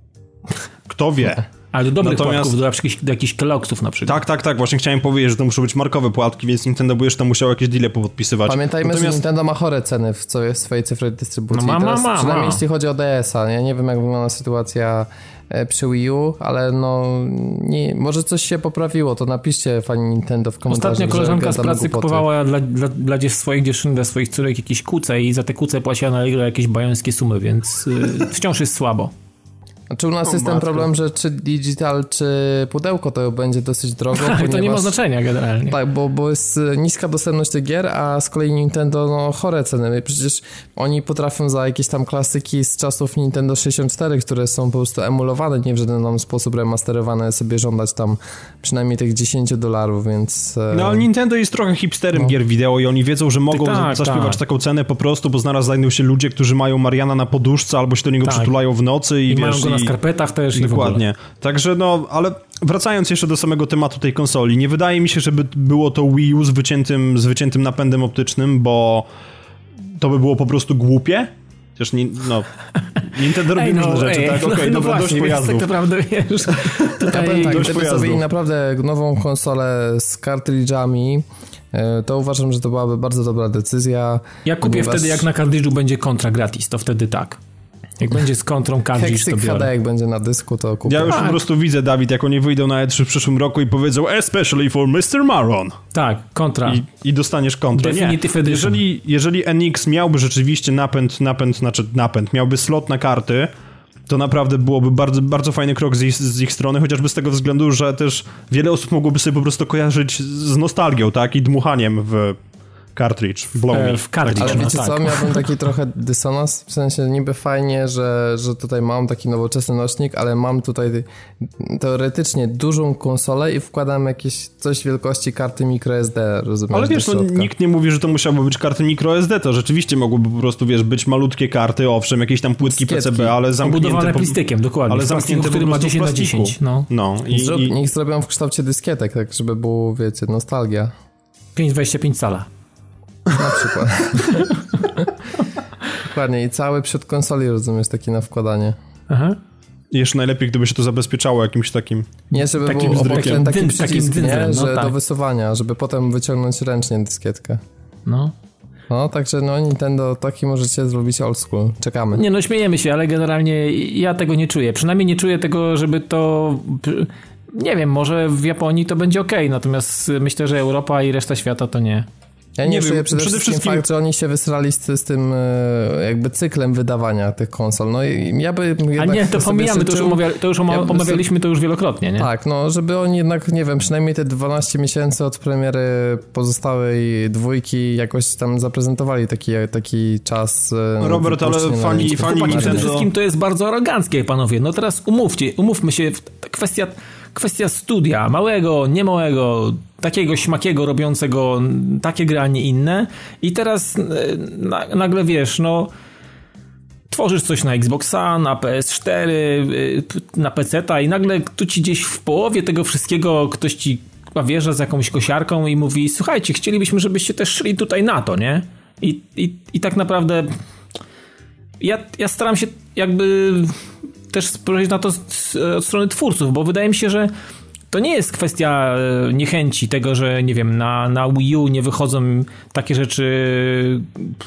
kto wie. Ale do dobrych Natomiast... płatków, do jakichś, do jakichś Kellogg'sów na przykład. Tak, tak, tak. Właśnie chciałem powiedzieć, że to muszą być markowe płatki, więc Nintendo by jeszcze musiało jakieś deale podpisywać. Pamiętajmy, Natomiast... że Nintendo ma chore ceny w swojej cyfrowej dystrybucji. No ma, ma, Teraz, ma, przynajmniej ma. jeśli chodzi o D S a. Ja nie wiem, jak wygląda sytuacja przy Wii U, ale no nie, może coś się poprawiło, to napiszcie fani Nintendo w komentarzach. Ostatnio koleżanka z pracy głupoty. kupowała dla, dla, dla swoich dziewczyn, dla swoich córek jakieś kuce i za te kuce płaciła na Allegro jakieś bajońskie sumy, więc yy, wciąż jest słabo. Znaczy u nas o, jest matko. ten problem, że czy digital, czy pudełko to będzie dosyć drogo. ponieważ... To nie ma znaczenia generalnie. Tak, bo, bo jest niska dostępność tych gier, a z kolei Nintendo no chore ceny. Przecież oni potrafią za jakieś tam klasyki z czasów Nintendo sześćdziesiąt cztery, które są po prostu emulowane, nie w żaden tam sposób remasterowane, sobie żądać tam przynajmniej tych dziesięć dolarów, więc... No ale Nintendo jest trochę hipsterem no. gier wideo i oni wiedzą, że mogą tak, zaśpiewać tak. taką cenę po prostu, bo zaraz znajdą się ludzie, którzy mają Mariana na poduszce albo się do niego tak. przytulają w nocy i, I wiesz... mają go na skarpetach też. Dokładnie. Także no, ale wracając jeszcze do samego tematu tej konsoli, nie wydaje mi się, żeby było to Wii U z wyciętym, z wyciętym napędem optycznym, bo to by było po prostu głupie. Chociaż nie, no, Nintendo robi różne no, rzeczy, ej, tak? Okej, okay, no, dobra, no dość pojazdów. Tak naprawdę, wiesz, tutaj tak, dość gdyby zrobili naprawdę nową konsolę z kartridżami, to uważam, że to byłaby bardzo dobra decyzja. Ja kupię ponieważ... wtedy, jak na kartridżu będzie kontra gratis, to wtedy tak. Jak będzie z kontrą kartridż, to biorę. H D jak będzie na dysku, to kupię. Ja już tak. po prostu widzę, Dawid, jak oni wyjdą na E trzy w przyszłym roku i powiedzą especially for mister Maron. Tak, kontra. I, i dostaniesz kontrę. Definitive Nie. Edition. Jeżeli, jeżeli N X miałby rzeczywiście napęd, napęd, znaczy napęd, miałby slot na karty, to naprawdę byłoby bardzo, bardzo fajny krok z ich, z ich strony, chociażby z tego względu, że też wiele osób mogłoby sobie po prostu kojarzyć z nostalgią, tak? I dmuchaniem w cartridge, blow me. W cartridge, ale no wiecie tak. co, miałbym taki trochę dysonans, w sensie niby fajnie, że, że tutaj mam taki nowoczesny nośnik, ale mam tutaj teoretycznie dużą konsolę i wkładam jakieś coś wielkości karty microSD, rozumiesz? Ale wiesz, no, nikt nie mówi, że to musiałoby być karty microSD, to rzeczywiście mogłyby po prostu, wiesz, być malutkie karty, owszem, jakieś tam płytki Skietki. P C B, ale zamknięte... Obudowane plastykiem, dokładnie. Ale zamknięte który ma dziesięć na dziesięć. No. no i, Zrób, i... Niech zrobią w kształcie dyskietek, tak żeby było, wiecie, nostalgia. pięć dwadzieścia pięć cala. Na przykład. Dokładnie. I cały przód konsoli, rozumiesz, taki na wkładanie. Aha. Jeszcze najlepiej, gdyby się to zabezpieczało jakimś takim... Nie, żeby takim był obok ten taki Dyn, przycisk, takim nie? no, że tak. do wysuwania, żeby potem wyciągnąć ręcznie dyskietkę. No. No, także no Nintendo taki możecie zrobić old school. Czekamy. Nie no, śmiejemy się, ale generalnie ja tego nie czuję. Przynajmniej nie czuję tego, żeby to... Nie wiem, może w Japonii to będzie okej, okay, natomiast myślę, że Europa i reszta świata to nie. Ja nie, nie czuję wiem, przede, przede wszystkim, wszystkim fakt, że oni się wysrali z, z tym jakby cyklem wydawania tych konsol. No i ja by A nie, to pomijamy, to już, omawia, to już oma, omawialiśmy to już wielokrotnie, nie? Tak, no żeby oni jednak, nie wiem, przynajmniej te dwanaście miesięcy od premiery pozostałej dwójki jakoś tam zaprezentowali taki, taki czas. Robert, ale fani, fani Nintendo... Przede wszystkim to jest bardzo aroganckie, panowie. No teraz umówcie, umówmy się, kwestia... Kwestia studia, małego, niemałego, takiego śmakiego, robiącego takie gry, a nie inne. I teraz na, nagle wiesz, no tworzysz coś na Xboxa, na P S cztery, na peceta i nagle tu ci gdzieś w połowie tego wszystkiego ktoś ci wjeżdża z jakąś kosiarką i mówi, słuchajcie, chcielibyśmy, żebyście też szli tutaj na to, nie? I, i, i tak naprawdę ja, ja staram się jakby... też spojrzeć na to z, od strony twórców, bo wydaje mi się, że to nie jest kwestia niechęci tego, że nie wiem, na, na Wii U nie wychodzą takie rzeczy,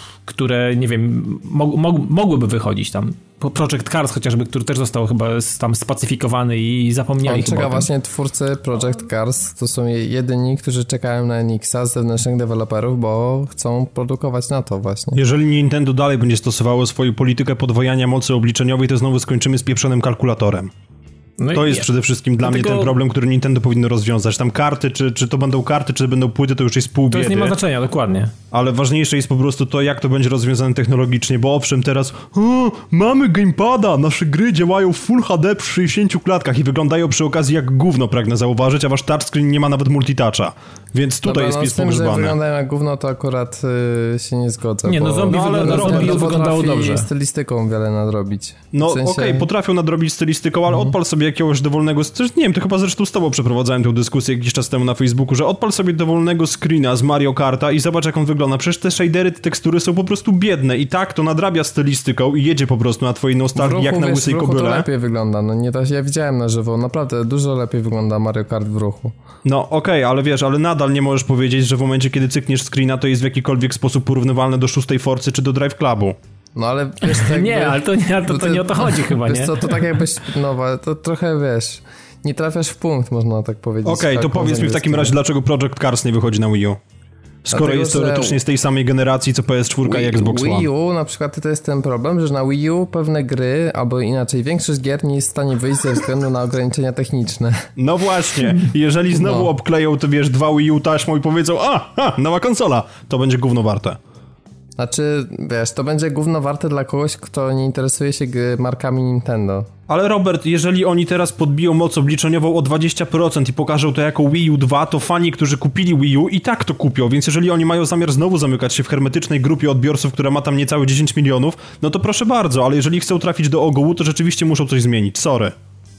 które nie wiem, mog, mog, mogłyby wychodzić tam. Project Cars chociażby, który też został chyba tam spacyfikowany i zapomnieli On chyba czeka o tym. właśnie twórcy Project Cars, to są jedyni, którzy czekają na N X a z zewnętrznych deweloperów, bo chcą produkować na to właśnie. Jeżeli Nintendo dalej będzie stosowało swoją politykę podwajania mocy obliczeniowej, to znowu skończymy z pieprzonym kalkulatorem. No to jest ja. przede wszystkim dla Dlatego... mnie ten problem, który Nintendo powinno rozwiązać. Tam karty, czy, czy to będą karty, czy będą płyty, to już jest pół biedy. To już nie ma znaczenia, dokładnie. Ale ważniejsze jest po prostu to, jak to będzie rozwiązane technologicznie, bo owszem, teraz o, mamy gamepada, nasze gry działają w Full H D przy sześćdziesięciu klatkach i wyglądają przy okazji jak gówno, pragnę zauważyć, a wasz touchscreen nie ma nawet multitoucha. Więc tutaj Dobra, jest no, pies z tym, pogrzebany. że wyglądają jak gówno, to akurat yy, się nie zgodzę. Nie, no zombie, no, ale wygląda, zombie no, wyglądało dobrze. stylistyką wiele nadrobić. No w sensie... okej, okay, potrafią nadrobić stylistyką, ale mhm. odpal sobie jakiegoś dowolnego, nie wiem, to chyba zresztą z tobą przeprowadzałem tę dyskusję jakiś czas temu na Facebooku, że odpal sobie dowolnego screena z Mario Karta i zobacz, jak on wygląda. Przecież te shadery, te tekstury są po prostu biedne i tak to nadrabia stylistyką i jedzie po prostu na twojej nostalgii ruchu, jak na wiesz, łysej w ruchu kobyle. To lepiej wygląda, no nie da się, ja widziałem na żywo, naprawdę dużo lepiej wygląda Mario Kart w ruchu. No okej, okay, ale wiesz, ale nadal nie możesz powiedzieć, że w momencie, kiedy cykniesz screena, to jest w jakikolwiek sposób porównywalne do szóstej Forcy czy do Drive Clubu. No ale wiesz, to jakby, nie, ale to nie, to, to nie o to chodzi chyba, wiesz nie? Co, to tak jakbyś, no to trochę wiesz, nie trafiasz w punkt, można tak powiedzieć. Okej, okay, to powiedz mi w takim razie, dlaczego Project Cars nie wychodzi na Wii U? Skoro Dlatego, jest teoretycznie z tej samej generacji co P S cztery Wii, i Xbox One. Wii U na przykład to jest ten problem, że na Wii U pewne gry, albo inaczej większość gier nie jest w stanie wyjść ze względu na ograniczenia techniczne. No właśnie, jeżeli znowu no. obkleją to wiesz dwa Wii U taśmą i powiedzą a, a, nowa konsola, to będzie gówno warte. Znaczy, wiesz, to będzie gówno warte dla kogoś, kto nie interesuje się markami Nintendo. Ale Robert, jeżeli oni teraz podbiją moc obliczeniową o dwadzieścia procent i pokażą to jako Wii U dwa, to fani, którzy kupili Wii U i tak to kupią, więc jeżeli oni mają zamiar znowu zamykać się w hermetycznej grupie odbiorców, która ma tam niecałe dziesięć milionów, no to proszę bardzo, ale jeżeli chcą trafić do ogółu, to rzeczywiście muszą coś zmienić, sorry.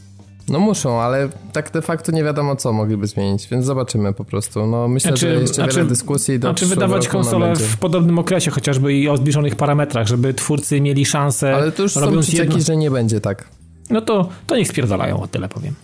No muszą, ale tak de facto nie wiadomo, co mogliby zmienić, więc zobaczymy po prostu. No myślę, znaczy, że jeszcze znaczy, wiele dyskusji do Znaczy wydawać konsolę w podobnym okresie chociażby i o zbliżonych parametrach, żeby twórcy mieli szansę. Ale to już są przecieki, jedno... że nie będzie tak. No to, to niech spierdalają, o tyle powiem.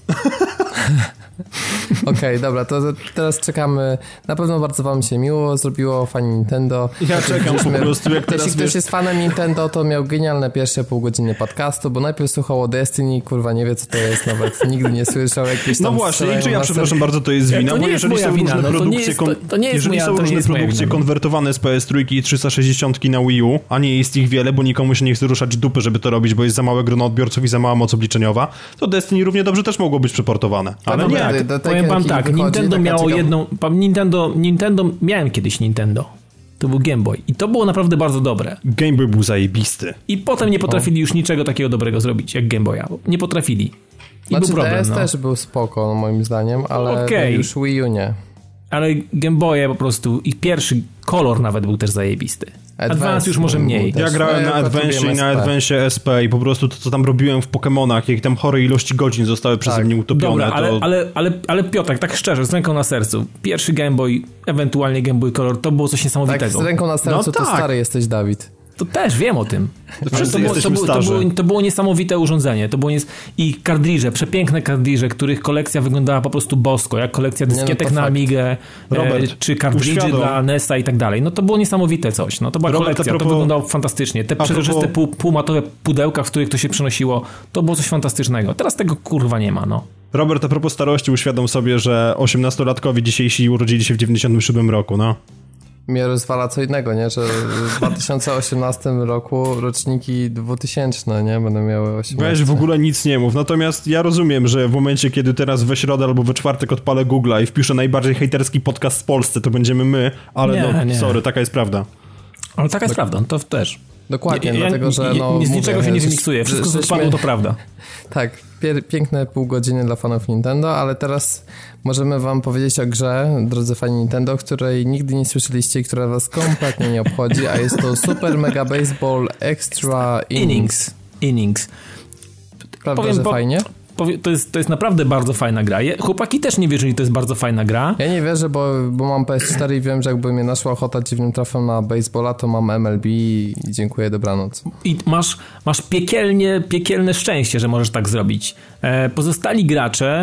Okej, okay, dobra, to teraz czekamy. Na pewno bardzo wam się miło zrobiło, fani Nintendo. Ja czekam po prostu, jak teraz Jeśli ktoś wiesz... jest fanem Nintendo, to miał genialne pierwsze pół godziny podcastu, bo najpierw słuchał o Destiny, kurwa nie wie co to jest nawet, nigdy nie słyszał jakichś tam... No właśnie, i czy ja przepraszam bardzo, to jest wina, to bo jeżeli są wina, różne no, produkcje, jest, to, to nie jest jeżeli moja, są to różne jest produkcje konwertowane z P S trzy i trzysta sześćdziesiąt na Wii U, a nie jest ich wiele, bo nikomu się nie chce ruszać dupy, żeby to robić, bo jest za małe grono odbiorców i za mała moc obliczeniowa, to Destiny równie dobrze też mogło być przeportowane. Ale no, nie. Ja, to, powiem wam tak, Nintendo miało ciekawa... jedną... Nintendo, Nintendo... Miałem kiedyś Nintendo. To był Game Boy. I to było naprawdę bardzo dobre. Game Boy był zajebisty. I potem nie potrafili o. już niczego takiego dobrego zrobić, jak Game Boya. Nie potrafili. I znaczy, był problem, D S no. też był spoko, no, moim zdaniem, ale okay. już Wii U nie. Ale Game Boye po prostu... I pierwszy kolor nawet był też zajebisty. Advance, Advance już może mniej. Ja grałem no, ja na Advance i na Advance S P i po prostu to, co tam robiłem w Pokemonach, jak tam chore ilości godzin zostały przeze tak. mnie utopione. Dobra, ale, to... ale, ale, ale Piotrek, tak szczerze, z ręką na sercu, pierwszy Game Boy, ewentualnie Game Boy Color, to było coś niesamowitego. Tak, z ręką na sercu no to tak. stary jesteś, Dawid. To też wiem o tym. To, to, było, to, było, to, było, to było niesamowite urządzenie. To było nies... I kardriże, przepiękne kardriże, których kolekcja wyglądała po prostu bosko, jak kolekcja dyskietek no na Amigę, e, czy kardriży dla N E S a i tak dalej. No to było niesamowite coś. No to była Robert, kolekcja, propos... to wyglądało fantastycznie. Te przezroczyste propos... pół, półmatowe pudełka, w których to się przenosiło, to było coś fantastycznego. Teraz tego kurwa nie ma, no. Robert, a propos starości, uświadom sobie, że osiemnastolatkowie dzisiejsi urodzili się w dziewięćdziesiątym siódmym roku, no. Mnie rozwala co innego, nie? Że w dwa tysiące osiemnastym roku roczniki dwutysięczne, nie? Będą miały osiemnaście. Weź w ogóle nic nie mów. Natomiast ja rozumiem, że w momencie, kiedy teraz we środę albo we czwartek odpalę Google'a i wpiszę najbardziej hejterski podcast w Polsce, to będziemy my, ale nie, no, nie. sorry, taka jest prawda. Ale taka jest Dok- prawda, to też. Dokładnie, ja, dlatego, że no... Z niczego się nie wymiksuje, wszystko co odpadło to prawda. Tak, pier- piękne pół godziny dla fanów Nintendo, ale teraz możemy wam powiedzieć o grze, drodzy fani Nintendo, której nigdy nie słyszeliście i która was kompletnie nie obchodzi, a jest to Super Mega Baseball Extra Innings. Innings. Prawda, Powiem, że po... fajnie? To jest, to jest naprawdę bardzo fajna gra. Chłopaki też nie wierzą, że to jest bardzo fajna gra. Ja nie wierzę, bo, bo mam P S cztery i wiem, że jakby mnie naszła ochota dziwnym trafem na baseballa, to mam M L B i dziękuję, dobranoc. I masz, masz piekielnie, piekielne szczęście, że możesz tak zrobić. E, pozostali gracze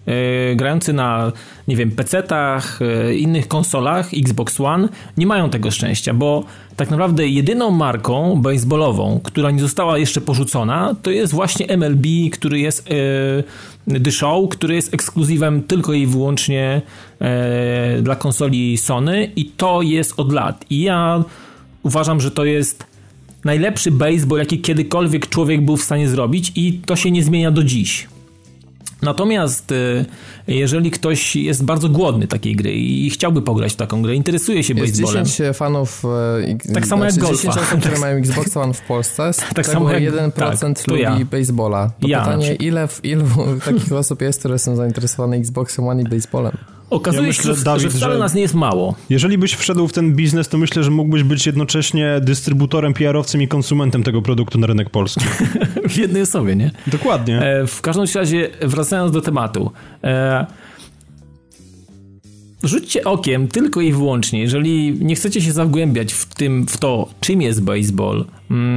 yy, grający na, nie wiem, pecetach, yy, innych konsolach, Xbox One, nie mają tego szczęścia, bo tak naprawdę jedyną marką baseballową, która nie została jeszcze porzucona, to jest właśnie M L B, który jest yy, The Show, który jest ekskluzywem tylko i wyłącznie yy, dla konsoli Sony i to jest od lat. I ja uważam, że to jest najlepszy baseball, jaki kiedykolwiek człowiek był w stanie zrobić i to się nie zmienia do dziś. Natomiast jeżeli ktoś jest bardzo głodny takiej gry i chciałby pograć w taką grę, interesuje się jest baseballem. dziesięć fanów, tak samo znaczy jak golfa. dziesięć osób, które mają Xbox One w Polsce, z tak tego samo jak, jeden procent tak, lubi ja. baseballa. To ja pytanie, ile, ilu takich osób jest, które są zainteresowane Xboxem One i baseballem? Okazuje ja się, myślę, że, Dawid, że wcale że nas nie jest mało. Jeżeli byś wszedł w ten biznes, to myślę, że mógłbyś być jednocześnie dystrybutorem, P R-owcem i konsumentem tego produktu na rynek polski. W jednej osobie, nie? Dokładnie. E, w każdym razie, wracając do tematu. E, rzućcie okiem tylko i wyłącznie, jeżeli nie chcecie się zagłębiać w tym, w to, czym jest baseball,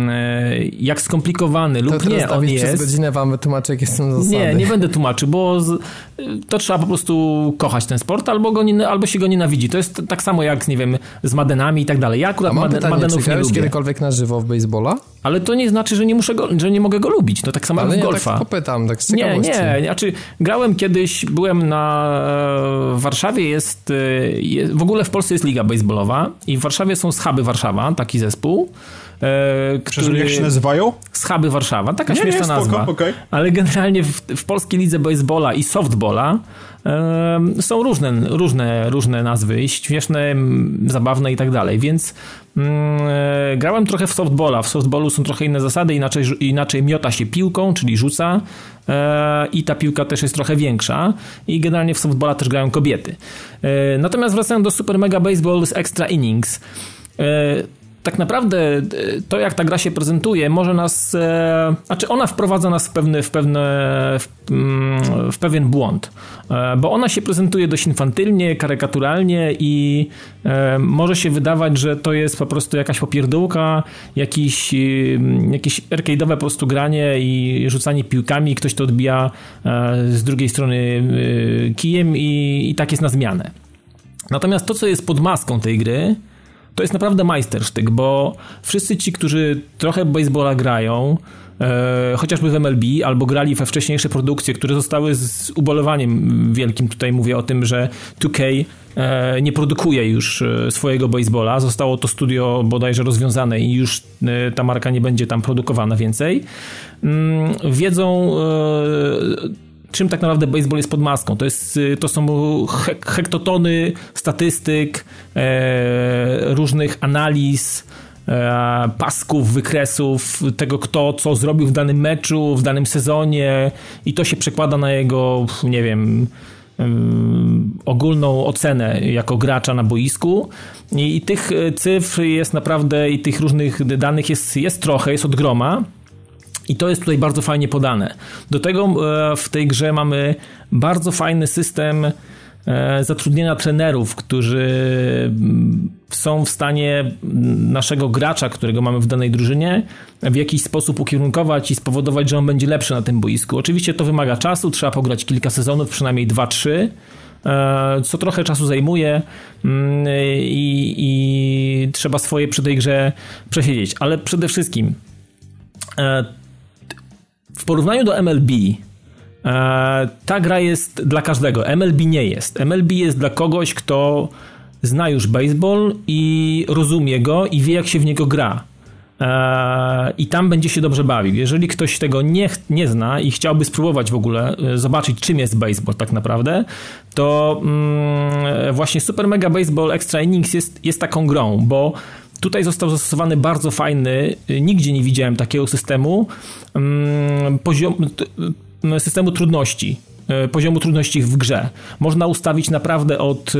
jak skomplikowany lub to nie on Dawid jest. Przez godzinę wam wytłumaczę, jakie są zasady. Nie, nie będę tłumaczył, bo z, to trzeba po prostu kochać ten sport, albo, go nie, albo się go nienawidzi. To jest tak samo jak, nie wiem, z Madenami i tak dalej. Ja akurat A mam Maden, pytanie, Madenów czy nie grałeś lubię. kiedykolwiek na żywo w baseballa? Ale to nie znaczy, że nie muszę go, że nie mogę go lubić. To tak samo Ale jak w nie, golfa. tak popytam, tak z Nie, ciekawości. nie, znaczy grałem kiedyś, byłem na w Warszawie jest, jest w ogóle w Polsce jest liga baseballowa i w Warszawie są Schaby Warszawa, taki zespół. E, który... Jak się nazywają? Schaby Warszawa, taka nie, śmieszna nie, spoko, nazwa. okay. Ale generalnie w, w polskiej lidze baseballa i softballa e, są różne, różne, różne nazwy, śmieszne, zabawne i tak dalej, więc e, grałem trochę w softballa. W softballu są trochę inne zasady, inaczej, inaczej miota się piłką, czyli rzuca e, i ta piłka też jest trochę większa i generalnie w softballa też grają kobiety. E, natomiast wracając do Super Mega Baseball z Extra Innings, e, tak naprawdę to, jak ta gra się prezentuje, może nas, e, znaczy ona wprowadza nas w, pewne, w, pewne, w, w pewien błąd, e, bo ona się prezentuje dość infantylnie, karykaturalnie i e, może się wydawać, że to jest po prostu jakaś popierdółka, jakiś, e, jakieś arcade'owe po prostu granie i rzucanie piłkami, ktoś to odbija e, z drugiej strony e, kijem i, i tak jest na zmianę. Natomiast to, co jest pod maską tej gry, to jest naprawdę majstersztyk, bo wszyscy ci, którzy trochę baseballa grają, e, chociażby w M L B, albo grali we wcześniejsze produkcje, które zostały z ubolewaniem wielkim, tutaj mówię o tym, że two K e, nie produkuje już swojego baseballa, zostało to studio bodajże rozwiązane i już e, ta marka nie będzie tam produkowana więcej, mm, wiedzą e, czym tak naprawdę baseball jest pod maską. To, jest, to są hek- hektotony statystyk, e, różnych analiz, e, pasków, wykresów tego, kto co zrobił w danym meczu, w danym sezonie i to się przekłada na jego, nie wiem, um, ogólną ocenę jako gracza na boisku. I, i tych cyfr jest naprawdę i tych różnych danych jest, jest trochę, jest od groma. I to jest tutaj bardzo fajnie podane. Do tego w tej grze mamy bardzo fajny system zatrudnienia trenerów, którzy są w stanie naszego gracza, którego mamy w danej drużynie, w jakiś sposób ukierunkować i spowodować, że on będzie lepszy na tym boisku. Oczywiście to wymaga czasu, trzeba pograć kilka sezonów, przynajmniej dwa trzy, co trochę czasu zajmuje i, i trzeba swoje przy tej grze przesiedzieć. Ale przede wszystkim w porównaniu do M L B ta gra jest dla każdego. M L B nie jest. M L B jest dla kogoś, kto zna już baseball i rozumie go i wie, jak się w niego gra. I tam będzie się dobrze bawił. Jeżeli ktoś tego nie, nie zna i chciałby spróbować w ogóle zobaczyć, czym jest baseball tak naprawdę, to mm, właśnie Super Mega Baseball Extra Innings jest, jest taką grą, bo tutaj został zastosowany bardzo fajny, nigdzie nie widziałem takiego systemu, poziom, systemu trudności, poziomu trudności w grze. Można ustawić naprawdę od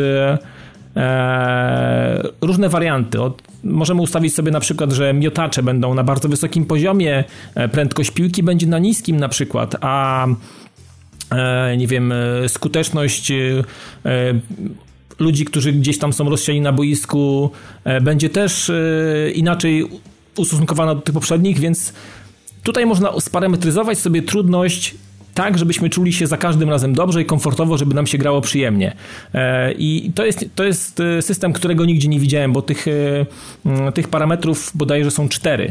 e, różne warianty. Od, możemy ustawić sobie na przykład, że miotacze będą na bardzo wysokim poziomie, prędkość piłki będzie na niskim na przykład, a e, nie wiem, skuteczność e, ludzi, którzy gdzieś tam są rozsiani na boisku, będzie też inaczej ustosunkowana do tych poprzednich, więc tutaj można sparametryzować sobie trudność tak, żebyśmy czuli się za każdym razem dobrze i komfortowo, żeby nam się grało przyjemnie. I to jest, to jest system, którego nigdzie nie widziałem, bo tych, tych parametrów bodajże są cztery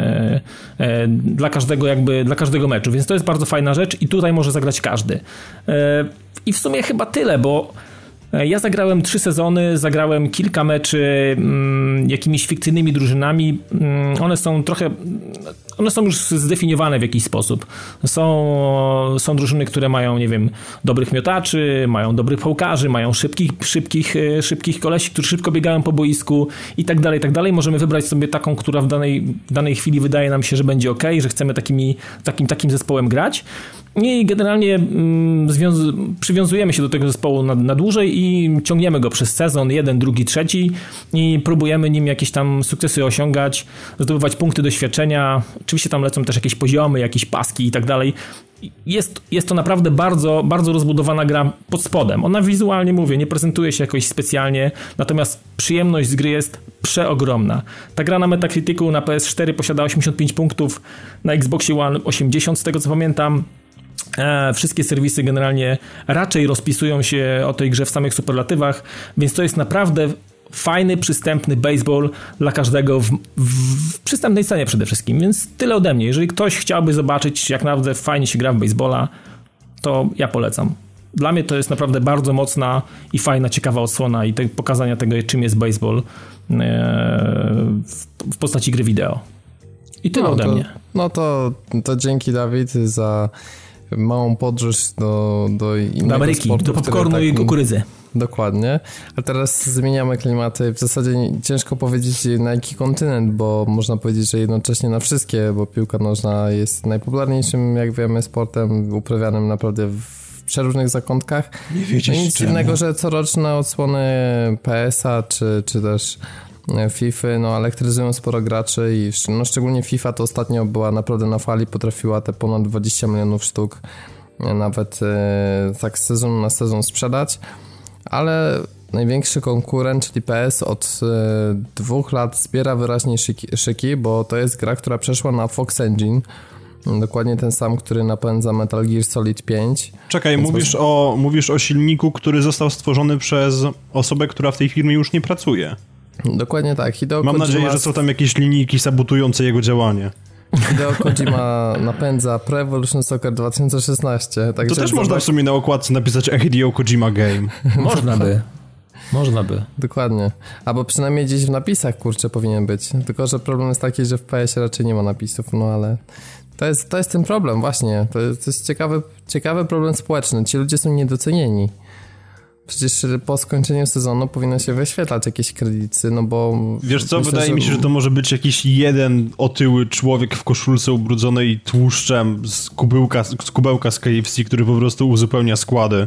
dla każdego jakby, dla każdego meczu, więc to jest bardzo fajna rzecz i tutaj może zagrać każdy. I w sumie chyba tyle, bo ja zagrałem trzy sezony, zagrałem kilka meczy mm, jakimiś fikcyjnymi drużynami. Mm, one są trochę, one są już zdefiniowane w jakiś sposób. Są, są drużyny, które mają, nie wiem, dobrych miotaczy, mają dobrych pałkarzy, mają szybkich, szybkich, szybkich kolesi, którzy szybko biegają po boisku i tak dalej, i tak dalej. Możemy wybrać sobie taką, która w danej, w danej chwili wydaje nam się, że będzie ok, że chcemy takimi, takim, takim zespołem grać. I generalnie mm, związ- przywiązujemy się do tego zespołu na, na dłużej i ciągniemy go przez sezon, jeden, drugi, trzeci i próbujemy nim jakieś tam sukcesy osiągać, zdobywać punkty doświadczenia. Oczywiście tam lecą też jakieś poziomy, jakieś paski i tak dalej. Jest, jest to naprawdę bardzo, bardzo rozbudowana gra pod spodem. Ona wizualnie, mówię, nie prezentuje się jakoś specjalnie, natomiast przyjemność z gry jest przeogromna. Ta gra na Metacriticu na P S cztery posiada osiemdziesiąt pięć punktów, na Xboxie One osiemdziesiąt z tego co pamiętam. E, wszystkie serwisy generalnie raczej rozpisują się o tej grze w samych superlatywach, więc to jest naprawdę fajny, przystępny baseball dla każdego w, w, w przystępnej cenie przede wszystkim, więc tyle ode mnie. Jeżeli ktoś chciałby zobaczyć, jak naprawdę fajnie się gra w baseballa, to ja polecam. Dla mnie to jest naprawdę bardzo mocna i fajna, ciekawa odsłona i te, pokazania tego, czym jest baseball e, w, w postaci gry wideo. I tyle no, ode to, mnie. No to, to dzięki, Dawid, za małą podróż do, do innego do Ameryki, sportu, do popcornu tak, i kukurydzy. Dokładnie. A teraz zmieniamy klimaty. W zasadzie ciężko powiedzieć na jaki kontynent, bo można powiedzieć, że jednocześnie na wszystkie, bo piłka nożna jest najpopularniejszym, jak wiemy, sportem uprawianym naprawdę w przeróżnych zakątkach. Nie wiedzieć no nic czemu. dziwnego, że coroczne odsłony P S a czy, czy też FIFA no elektryzują sporo graczy i no, szczególnie FIFA to ostatnio była naprawdę na fali, potrafiła te ponad dwadzieścia milionów sztuk nawet e, tak z sezonu na sezon sprzedać, ale największy konkurent, czyli P S od e, dwóch lat zbiera wyraźnie szyki, szyki, bo to jest gra, która przeszła na Fox Engine, dokładnie ten sam, który napędza Metal Gear Solid pięć. Czekaj, mówisz, może... o, mówisz o silniku, który został stworzony przez osobę, która w tej firmie już nie pracuje. Dokładnie tak. Hideo Mam Kojima... nadzieję, że są tam jakieś linijki sabotujące jego działanie. Hideo Kojima napędza Pro Evolution Soccer dwa tysiące szesnaście. To też można w sumie na okładce napisać a Hideo Kojima Game. Można by. Można by. Dokładnie. Albo przynajmniej gdzieś w napisach, kurczę, powinien być. Tylko że problem jest taki, że w P S ie raczej nie ma napisów, no ale to jest, to jest ten problem właśnie. To jest, to jest ciekawy, ciekawy problem społeczny. Ci ludzie są niedocenieni. Przecież po skończeniu sezonu powinno się wyświetlać jakieś kredyty, no bo... Wiesz co, myślę, wydaje że... mi się, że to może być jakiś jeden otyły człowiek w koszulce ubrudzonej tłuszczem z kubełka z, kubełka z K F C, który po prostu uzupełnia składy.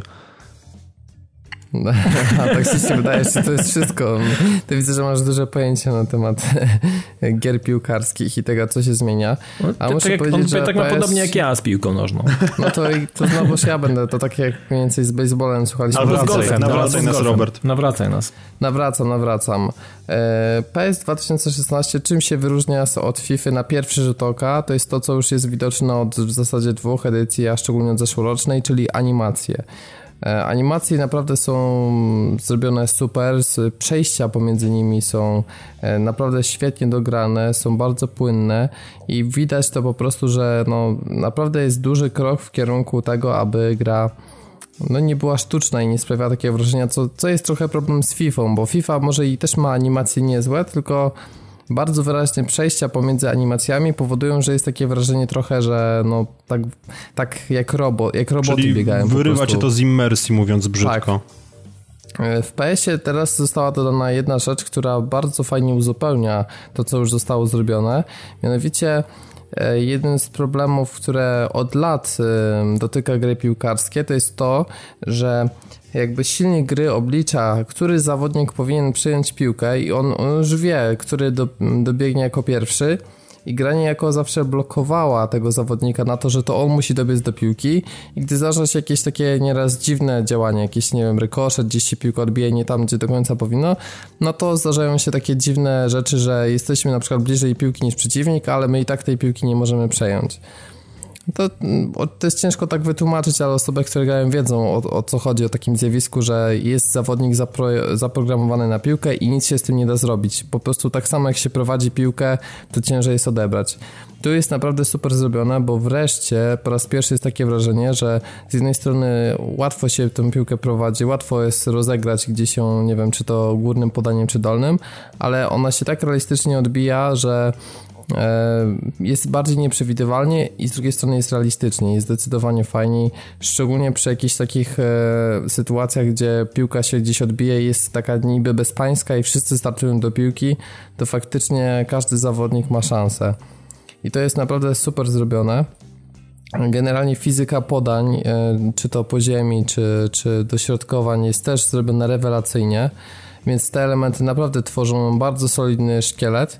A tak się wydaje, że to jest wszystko. Ty widzę, że masz duże pojęcie na temat gier piłkarskich i tego, co się zmienia. A to, muszę tak powiedzieć, on że tak P S... ma podobnie jak ja z piłką nożną. No to, to znowuż ja będę, to tak jak mniej więcej z baseballem słuchaliśmy. Nawracaj, golfem, nawracaj nas, Robert. Nawracaj nas. Nawracam, nawracam. P S dwa tysiące szesnaście czym się wyróżnia od FIFA na pierwszy rzut oka? To jest to, co już jest widoczne od w zasadzie dwóch edycji, a szczególnie od zeszłorocznej, czyli animacje. Animacje naprawdę są zrobione super, przejścia pomiędzy nimi są naprawdę świetnie dograne, są bardzo płynne i widać to po prostu, że no, naprawdę jest duży krok w kierunku tego, aby gra no, nie była sztuczna i nie sprawiała takiego wrażenia, co, co jest trochę problem z FIFA, bo FIFA może i też ma animacje niezłe, tylko bardzo wyraźne przejścia pomiędzy animacjami powodują, że jest takie wrażenie trochę, że no tak, tak jak, robo, jak roboty Czyli biegają. wyrywa cię to z immersji, mówiąc brzydko. Tak. W P S ie teraz została dodana jedna rzecz, która bardzo fajnie uzupełnia to, co już zostało zrobione. Mianowicie jeden z problemów, które od lat dotyka gry piłkarskie, to jest to, że jakby silnik gry oblicza, który zawodnik powinien przyjąć piłkę i on, on już wie, który do, dobiegnie jako pierwszy i gra niejako zawsze blokowała tego zawodnika na to, że to on musi dobiec do piłki i gdy zdarza się jakieś takie nieraz dziwne działanie, jakieś nie wiem, rykoszet, gdzieś się piłka odbije nie tam, gdzie do końca powinno, no to zdarzają się takie dziwne rzeczy, że jesteśmy na przykład bliżej piłki niż przeciwnik, ale my i tak tej piłki nie możemy przejąć. To, to jest ciężko tak wytłumaczyć, ale osoby, które grają, wiedzą o, o co chodzi, o takim zjawisku, że jest zawodnik zapro, zaprogramowany na piłkę i nic się z tym nie da zrobić. Po prostu tak samo jak się prowadzi piłkę, to ciężej jest odebrać. Tu jest naprawdę super zrobione, bo wreszcie po raz pierwszy jest takie wrażenie, że z jednej strony łatwo się tę piłkę prowadzi, łatwo jest rozegrać gdzieś ją, nie wiem, czy to górnym podaniem, czy dolnym, ale ona się tak realistycznie odbija, że jest bardziej nieprzewidywalnie i z drugiej strony jest realistycznie, jest zdecydowanie fajniej, szczególnie przy jakichś takich e, sytuacjach, gdzie piłka się gdzieś odbije, jest taka niby bezpańska i wszyscy startują do piłki, to faktycznie każdy zawodnik ma szansę i to jest naprawdę super zrobione. Generalnie fizyka podań, e, czy to po ziemi, czy, czy dośrodkowań jest też zrobiona rewelacyjnie, więc te elementy naprawdę tworzą bardzo solidny szkielet.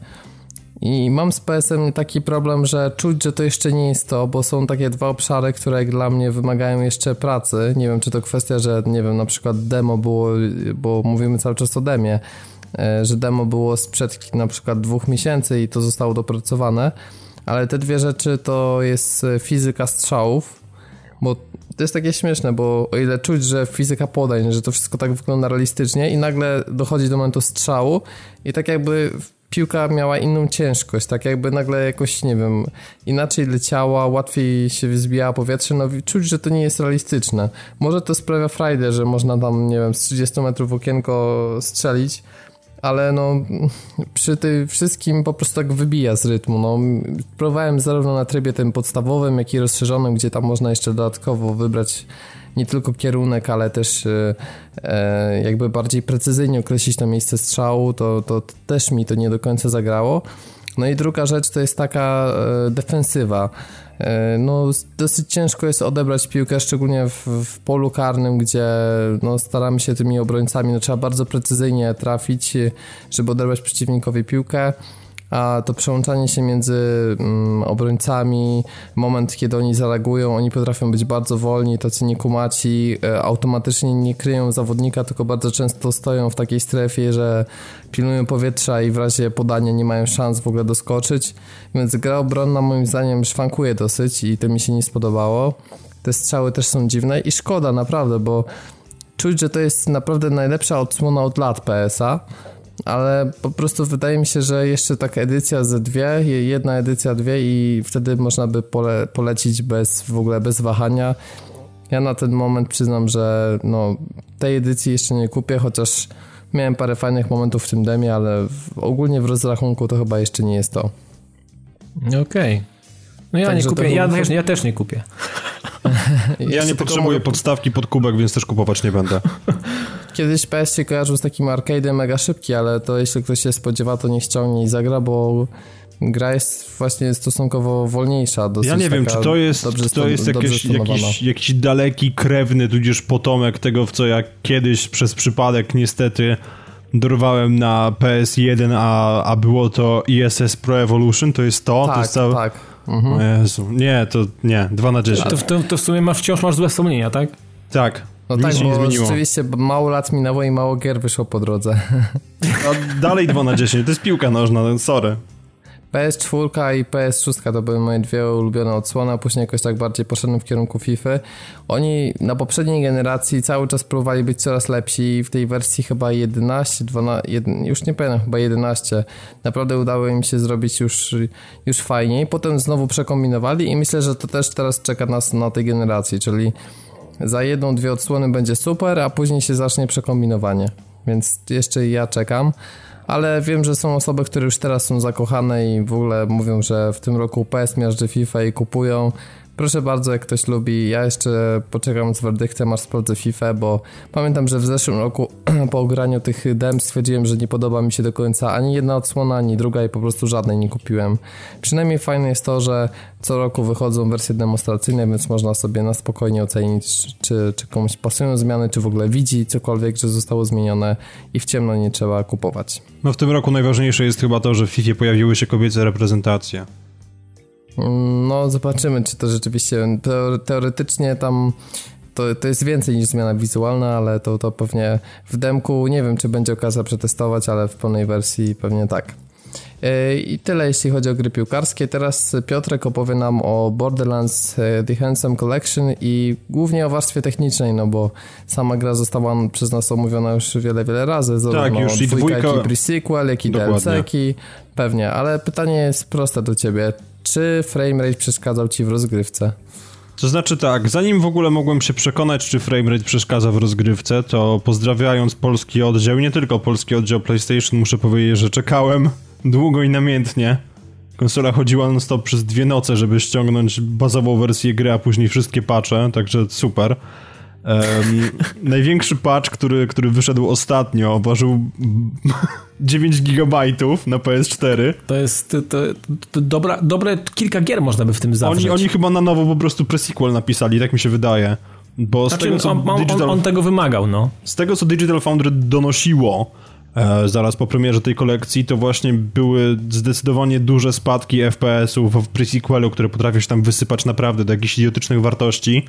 I mam z P S em taki problem, że czuć, że to jeszcze nie jest to, bo są takie dwa obszary, które jak dla mnie wymagają jeszcze pracy. Nie wiem, czy to kwestia, że nie wiem, na przykład demo było, bo mówimy cały czas o demie, że demo było sprzed na przykład dwóch miesięcy i to zostało dopracowane, ale te dwie rzeczy to jest fizyka strzałów, bo to jest takie śmieszne, bo o ile czuć, że fizyka podań, że to wszystko tak wygląda realistycznie i nagle dochodzi do momentu strzału i tak jakby piłka miała inną ciężkość, tak jakby nagle jakoś, nie wiem, inaczej leciała, łatwiej się wzbijała powietrze, no czuć, że to nie jest realistyczne. Może to sprawia frajdę, że można tam, nie wiem, z trzydziestu metrów okienko strzelić, ale no przy tym wszystkim po prostu tak wybija z rytmu. No, próbowałem zarówno na trybie tym podstawowym, jak i rozszerzonym, gdzie tam można jeszcze dodatkowo wybrać nie tylko kierunek, ale też e, jakby bardziej precyzyjnie określić to miejsce strzału, to, to, to też mi to nie do końca zagrało. No i druga rzecz to jest taka e, defensywa. E, no dosyć ciężko jest odebrać piłkę, szczególnie w, w polu karnym, gdzie no, staramy się tymi obrońcami, no trzeba bardzo precyzyjnie trafić, żeby odebrać przeciwnikowi piłkę. A to przełączanie się między mm, obrońcami, moment kiedy oni zareagują, oni potrafią być bardzo wolni, tacy niekumaci, e, automatycznie nie kryją zawodnika, tylko bardzo często stoją w takiej strefie, że pilnują powietrza i w razie podania nie mają szans w ogóle doskoczyć, więc gra obronna moim zdaniem szwankuje dosyć i to mi się nie spodobało. Te strzały też są dziwne i szkoda naprawdę, bo czuć, że to jest naprawdę najlepsza odsłona od lat P S a, ale po prostu wydaje mi się, że jeszcze taka edycja ze dwie, jedna edycja, dwie i wtedy można by pole, polecić bez, w ogóle bez wahania. Ja na ten moment przyznam, że no, tej edycji jeszcze nie kupię, chociaż miałem parę fajnych momentów w tym demie, ale w, ogólnie w rozrachunku to chyba jeszcze nie jest to. Okej. Okay. No ja Także nie kupię, ja, też, ja też nie kupię. Ja nie potrzebuję mogę... podstawki pod kubek, więc też kupować nie będę. Kiedyś P S się kojarzył z takim arcade'em mega szybki, ale to jeśli ktoś się spodziewa, to nie ściągnie i zagra, bo gra jest właśnie stosunkowo wolniejsza. Ja nie wiem, czy to jest, dobrze, to jest jakieś, jakiś, jakiś daleki, krewny, tudzież potomek tego, w co ja kiedyś przez przypadek niestety dorwałem na P S jeden, a, a było to I S S Pro Evolution, to jest to? Tak, to jest całe... tak. Mhm. O Jezu, nie, to nie, dwa na dziesięć. To, to, to w sumie masz, wciąż masz złe wspomnienia, tak? Tak. No Nic tak, się bo nie zmieniło. Rzeczywiście mało lat minęło i mało gier wyszło po drodze. No, dalej dwa na dziesięć, to jest piłka nożna, sorry. P S cztery i P S sześć to były moje dwie ulubione odsłony, a później jakoś tak bardziej poszedłem w kierunku FIFA. Oni na poprzedniej generacji cały czas próbowali być coraz lepsi. W tej wersji chyba jedenaście, dwanaście, jeden, już nie pamiętam, chyba jedenaście. Naprawdę udało im się zrobić już, już fajniej. Potem znowu przekombinowali i myślę, że to też teraz czeka nas na tej generacji, czyli za jedną, dwie odsłony będzie super, a później się zacznie przekombinowanie. Więc jeszcze ja czekam. Ale wiem, że są osoby, które już teraz są zakochane i w ogóle mówią, że w tym roku P S miażdży FIFA i kupują. Proszę bardzo, jak ktoś lubi, ja jeszcze poczekam z werdyktem, aż sprawdzę FIFA, bo pamiętam, że w zeszłym roku po ograniu tych dem stwierdziłem, że nie podoba mi się do końca ani jedna odsłona, ani druga i po prostu żadnej nie kupiłem. Przynajmniej fajne jest to, że co roku wychodzą wersje demonstracyjne, więc można sobie na spokojnie ocenić, czy, czy komuś pasują zmiany, czy w ogóle widzi cokolwiek, że zostało zmienione i w ciemno nie trzeba kupować. No w tym roku najważniejsze jest chyba to, że w FIFA pojawiły się kobiece reprezentacje. No zobaczymy, czy to rzeczywiście teoretycznie tam to, to jest więcej niż zmiana wizualna, ale to, to pewnie w demku nie wiem, czy będzie okazja przetestować, ale w pełnej wersji pewnie tak. I tyle jeśli chodzi o gry piłkarskie. Teraz Piotrek opowie nam o Borderlands The Handsome Collection i głównie o warstwie technicznej, no bo sama gra została przez nas omówiona już wiele, wiele razy. Tak, już i dwójka, dwójka, jak i pre-sequel, jak i D L C-ki. Pewnie, ale pytanie jest proste do ciebie. Czy framerate przeszkadzał ci w rozgrywce? To znaczy tak, zanim w ogóle mogłem się przekonać, czy framerate przeszkadza w rozgrywce, to pozdrawiając polski oddział, i nie tylko polski oddział PlayStation, muszę powiedzieć, że czekałem długo i namiętnie. Konsola chodziła non-stop przez dwie noce, żeby ściągnąć bazową wersję gry, a później wszystkie patche, także super. Um, największy patch, który, który wyszedł ostatnio, ważył dziewięć gigabajtów na P S cztery. To jest to, to, to dobra, dobre kilka gier można by w tym zawrzeć. Oni, oni chyba na nowo po prostu pre-sequel napisali, tak mi się wydaje. Bo znaczy, z tego, co on, on, Digital, on tego wymagał, no. Z tego, co Digital Foundry donosiło e, zaraz po premierze tej kolekcji, to właśnie były zdecydowanie duże spadki F P S-ów w pre-sequelu, które potrafią się tam wysypać naprawdę do jakichś idiotycznych wartości.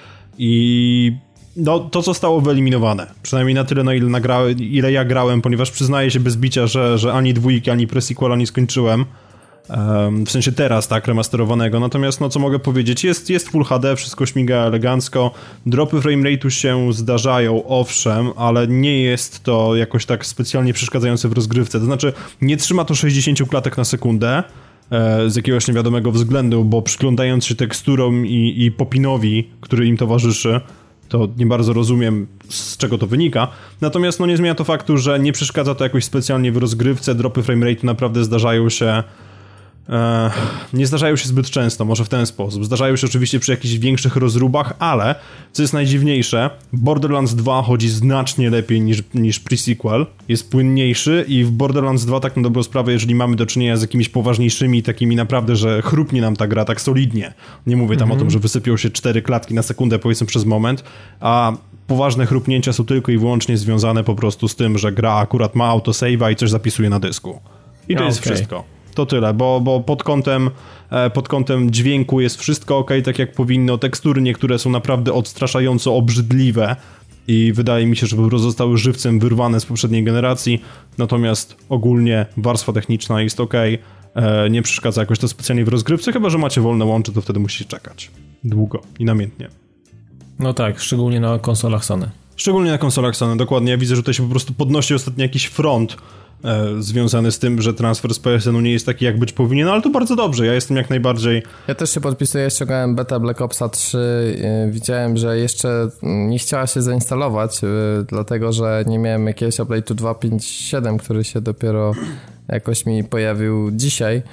I no, to zostało wyeliminowane. Przynajmniej na tyle, na ile, nagra... ile ja grałem, ponieważ przyznaję się bez bicia, że, że ani dwójki, ani pre-sequela nie skończyłem. Um, w sensie teraz, tak, remasterowanego. Natomiast, no co mogę powiedzieć, jest, jest Full H D, wszystko śmiga elegancko. Dropy framerate'u się zdarzają, owszem, ale nie jest to jakoś tak specjalnie przeszkadzające w rozgrywce. To znaczy, nie trzyma to sześćdziesiąt klatek na sekundę, z jakiegoś niewiadomego względu, bo przyglądając się teksturom i, i popinowi, który im towarzyszy, to nie bardzo rozumiem, z czego to wynika. Natomiast no nie zmienia to faktu, że nie przeszkadza to jakoś specjalnie w rozgrywce. Dropy framerate'u naprawdę zdarzają się e, nie zdarzają się zbyt często, może w ten sposób. Zdarzają się oczywiście przy jakichś większych rozróbach, ale co jest najdziwniejsze, Borderlands dwa chodzi znacznie lepiej niż, niż pre-sequel, jest płynniejszy i w Borderlands dwa tak na dobrą sprawę, jeżeli mamy do czynienia z jakimiś poważniejszymi, takimi naprawdę, że chrupnie nam ta gra tak solidnie. Nie mówię tam mm-hmm. o tym, że wysypią się cztery klatki na sekundę, powiedzmy przez moment, a poważne chrupnięcia są tylko i wyłącznie związane po prostu z tym, że gra akurat ma autosave'a i coś zapisuje na dysku. I to a, jest okay. wszystko. To tyle, bo, bo pod kątem pod kątem dźwięku jest wszystko ok, tak jak powinno. Tekstury niektóre są naprawdę odstraszająco obrzydliwe i wydaje mi się, że po prostu zostały żywcem wyrwane z poprzedniej generacji, natomiast ogólnie warstwa techniczna jest ok, nie przeszkadza jakoś to specjalnie w rozgrywce, chyba że macie wolne łącze, to wtedy musicie czekać długo i namiętnie. No tak, szczególnie na konsolach Sony. Szczególnie na konsolach Sony, dokładnie. Ja widzę, że tutaj się po prostu podnosi ostatnio jakiś front e, związany z tym, że transfer z P S N-u nie jest taki, jak być powinien, ale to bardzo dobrze. Ja jestem jak najbardziej... Ja też się podpisuję, ściągałem beta Black Opsa trzy. Yy, widziałem, że jeszcze nie chciała się zainstalować, yy, dlatego, że nie miałem jakiegoś update'u dwa pięć siedem, który się dopiero jakoś mi pojawił dzisiaj.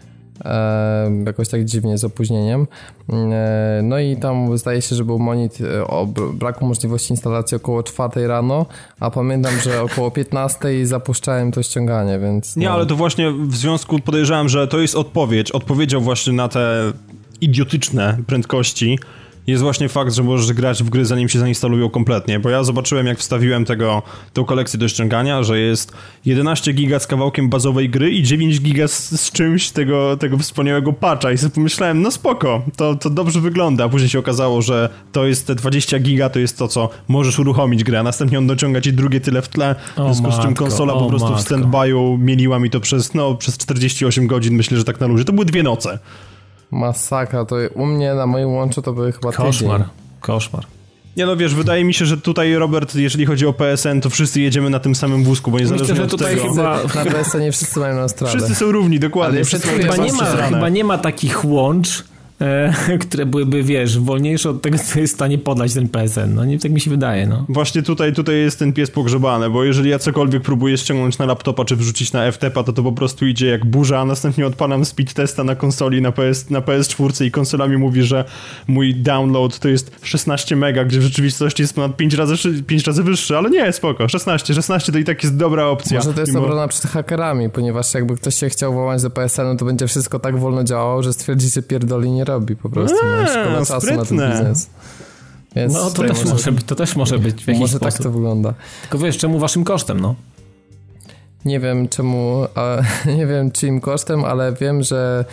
E, jakoś tak dziwnie z opóźnieniem. E, no i tam zdaje się, że był monit o braku możliwości instalacji około czwartej rano, a pamiętam, że około piętnastej zapuszczałem to ściąganie, więc... No. Nie, ale to właśnie w związku podejrzewam, że to jest odpowiedź. Odpowiedzią właśnie na te idiotyczne prędkości jest właśnie fakt, że możesz grać w gry, zanim się zainstalują kompletnie, bo ja zobaczyłem, jak wstawiłem tego, tą kolekcję do ściągania, że jest jedenaście giga z kawałkiem bazowej gry i dziewięć giga z, z czymś tego, tego wspaniałego patcha i sobie pomyślałem, no spoko, to, to dobrze wygląda, a później się okazało, że to jest te dwadzieścia giga, to jest to, co możesz uruchomić grę, a następnie on dociąga ci drugie tyle w tle, w związku z czym konsola po prostu matko. w stand-by'u mieliła mi to przez, no, przez czterdzieści osiem godzin, myślę, że tak na luzie, to były dwie noce. Masakra, to u mnie na moim łączu to były chyba koszmar, tydzień. koszmar. Nie no wiesz, wydaje mi się, że tutaj Robert, jeżeli chodzi o P S N, to wszyscy jedziemy na tym samym wózku, bo niezależnie Myślę, że od tutaj tego... chyba... Na P S N nie wszyscy mają Australię. Wszyscy są równi, dokładnie. Ale wszyscy chyba, nie ma, chyba nie ma takich łącz, e, które byłyby, wiesz, wolniejsze od tego, co jest w stanie podać ten P S N. No nie, tak mi się wydaje, no. Właśnie tutaj, tutaj jest ten pies pogrzebany, bo jeżeli ja cokolwiek próbuję ściągnąć na laptopa, czy wrzucić na F T P-a, to to po prostu idzie jak burza, a następnie odpalam speed testa na konsoli, na, P S, na P S cztery i konsola mi mówi, że mój download to jest szesnaście mega, gdzie w rzeczywistości jest ponad pięć razy, pięć razy wyższy, ale nie, spoko, szesnaście, szesnaście to i tak jest dobra opcja. Może to jest Mimo... obrona przed hakerami, ponieważ jakby ktoś się chciał włamać do P S N-u, to będzie wszystko tak wolno działało, że stwierdzi, że pierdoli nie robi po prostu. Eee, szkoda czasu na ten biznes. Więc no to też, może, to też może być w jakiś może sposób. Tak to wygląda. Tylko wiesz, czemu waszym kosztem, no? Nie wiem czemu, a, nie wiem czyim kosztem, ale wiem, że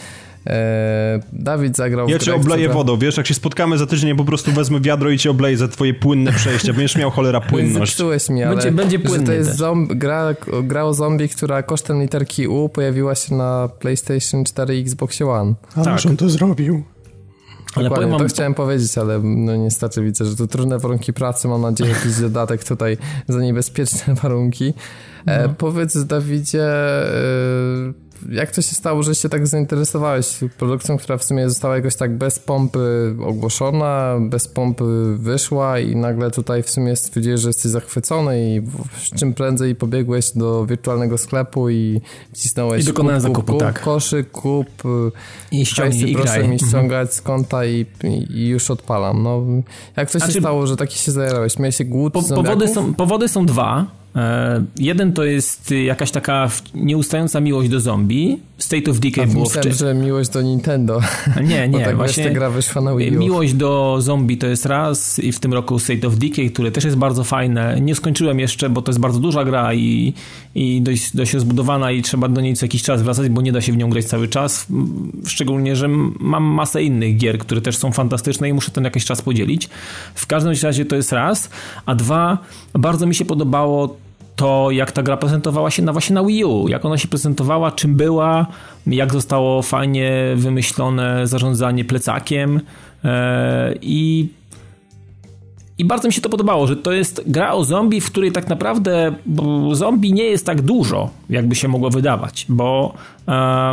E, Dawid zagrał Ja w cię grę, obleję która... wodą, wiesz, jak się spotkamy za tydzień, ja po prostu wezmę wiadro i cię obleję za twoje płynne przejścia. Będziesz miał cholera płynność. Zepsułeś mi, ale będzie, będzie płynny to jest też. zomb- gra, gra o zombie, która kosztem literki U pojawiła się na PlayStation cztery i Xbox One. Ależ on to zrobił. Ale powiem to wam... chciałem powiedzieć, ale no niestety widzę, że to trudne warunki pracy. Mam nadzieję, jakiś dodatek tutaj za niebezpieczne warunki. E, no. Powiedz, Dawidzie, e, jak to się stało, że się tak zainteresowałeś produkcją, która w sumie została jakoś tak bez pompy ogłoszona, bez pompy wyszła i nagle tutaj w sumie stwierdziłeś, że jesteś zachwycony i czym prędzej pobiegłeś do wirtualnego sklepu i wcisnąłeś I dokonałem kup, kup, zakupu, kup, tak. koszyk, kup i ściągnij, i proszę graj. mi ściągać z konta i, i, i już odpalam. No, jak to się znaczy, stało, że taki się zajarałeś? Miałeś głód po, powody, są, powody są dwa. E, jeden to jest jakaś taka nieustająca miłość do zombie. State of Decay A było myślałem, wcześniej. że miłość do Nintendo. Nie, nie. Bo tak właśnie ta gra wyszła na Wii U. Miłość do zombie to jest raz i w tym roku State of Decay, które też jest bardzo fajne. Nie skończyłem jeszcze, bo to jest bardzo duża gra i, i dość, dość rozbudowana i trzeba do niej co jakiś czas wracać, bo nie da się w nią grać cały czas. Szczególnie, że mam masę innych gier, które też są fantastyczne i muszę ten jakiś czas podzielić. W każdym razie to jest raz. A dwa, bardzo mi się podobało to, jak ta gra prezentowała się na właśnie na Wii U, jak ona się prezentowała, czym była, jak zostało fajnie wymyślone zarządzanie plecakiem yy, i i bardzo mi się to podobało, że to jest gra o zombie, w której tak naprawdę zombie nie jest tak dużo, jakby się mogło wydawać, bo yy,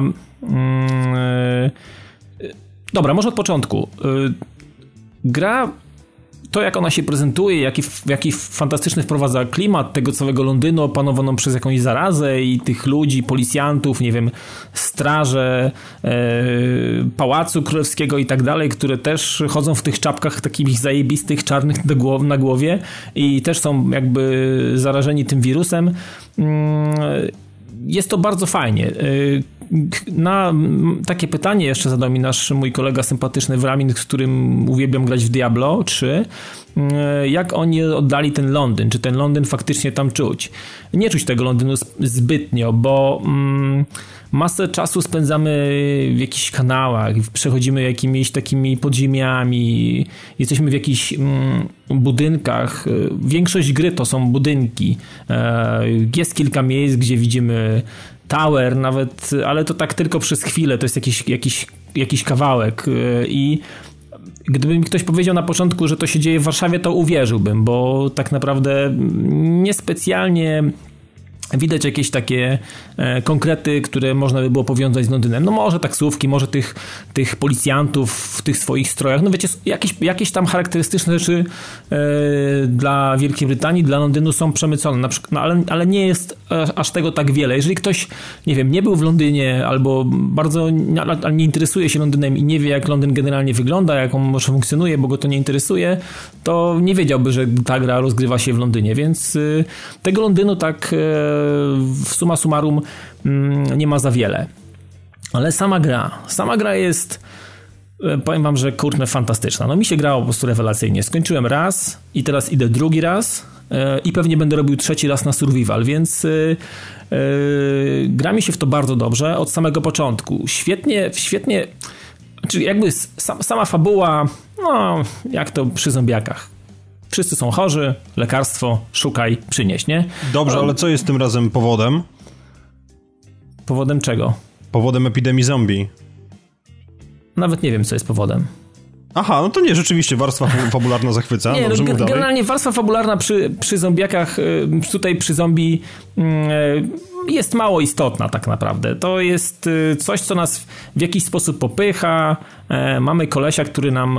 yy, dobra, może od początku. Yy, gra to, jak ona się prezentuje, jaki, jaki fantastyczny wprowadza klimat tego całego Londynu opanowaną przez jakąś zarazę i tych ludzi, policjantów, nie wiem, straże, e, pałacu królewskiego i tak dalej, które też chodzą w tych czapkach takich zajebistych, czarnych do głow, na głowie i też są jakby zarażeni tym wirusem. Jest to bardzo fajnie. Na takie pytanie jeszcze zadał mi nasz mój kolega sympatyczny Wramin, z którym uwielbiam grać w Diablo trzy. Jak oni oddali ten Londyn? Czy ten Londyn faktycznie tam czuć? Nie czuć tego Londynu zbytnio, bo mm, masę czasu spędzamy w jakichś kanałach, przechodzimy jakimiś takimi podziemiami, jesteśmy w jakichś mm, budynkach. Większość gry to są budynki. Jest kilka miejsc, gdzie widzimy tower nawet, ale to tak tylko przez chwilę, to jest jakiś, jakiś, jakiś kawałek i gdyby mi ktoś powiedział na początku, że to się dzieje w Warszawie, to uwierzyłbym, bo tak naprawdę niespecjalnie widać jakieś takie e, konkrety, które można by było powiązać z Londynem. No może taksówki, może tych, tych policjantów w tych swoich strojach. No wiecie, jakieś, jakieś tam charakterystyczne rzeczy e, dla Wielkiej Brytanii, dla Londynu są przemycone. Na przykład, no ale, ale nie jest aż tego tak wiele. Jeżeli ktoś, nie wiem, nie był w Londynie albo bardzo nie, nie interesuje się Londynem i nie wie, jak Londyn generalnie wygląda, jak on może funkcjonuje, bo go to nie interesuje, to nie wiedziałby, że ta gra rozgrywa się w Londynie. Więc y, tego Londynu tak y, w summa summarum nie ma za wiele. Ale sama gra, sama gra jest, powiem wam, że kurczę, fantastyczna. No mi się grało po prostu rewelacyjnie. Skończyłem raz i teraz idę drugi raz i pewnie będę robił trzeci raz na survival, więc yy, yy, gra mi się w to bardzo dobrze od samego początku. Świetnie, świetnie, znaczy jakby sam, sama fabuła, no jak to przy zombiakach. Wszyscy są chorzy, lekarstwo, szukaj, przynieś, nie? Dobrze, ale co jest tym razem powodem? Powodem czego? Powodem epidemii zombie. Nawet nie wiem, co jest powodem. Aha, no to nie, rzeczywiście warstwa fabularna zachwyca. Nie, Dobrze, no, mów generalnie warstwa fabularna przy, przy zombiakach, tutaj przy zombie jest mało istotna tak naprawdę. To jest coś, co nas w jakiś sposób popycha. Mamy kolesia, który nam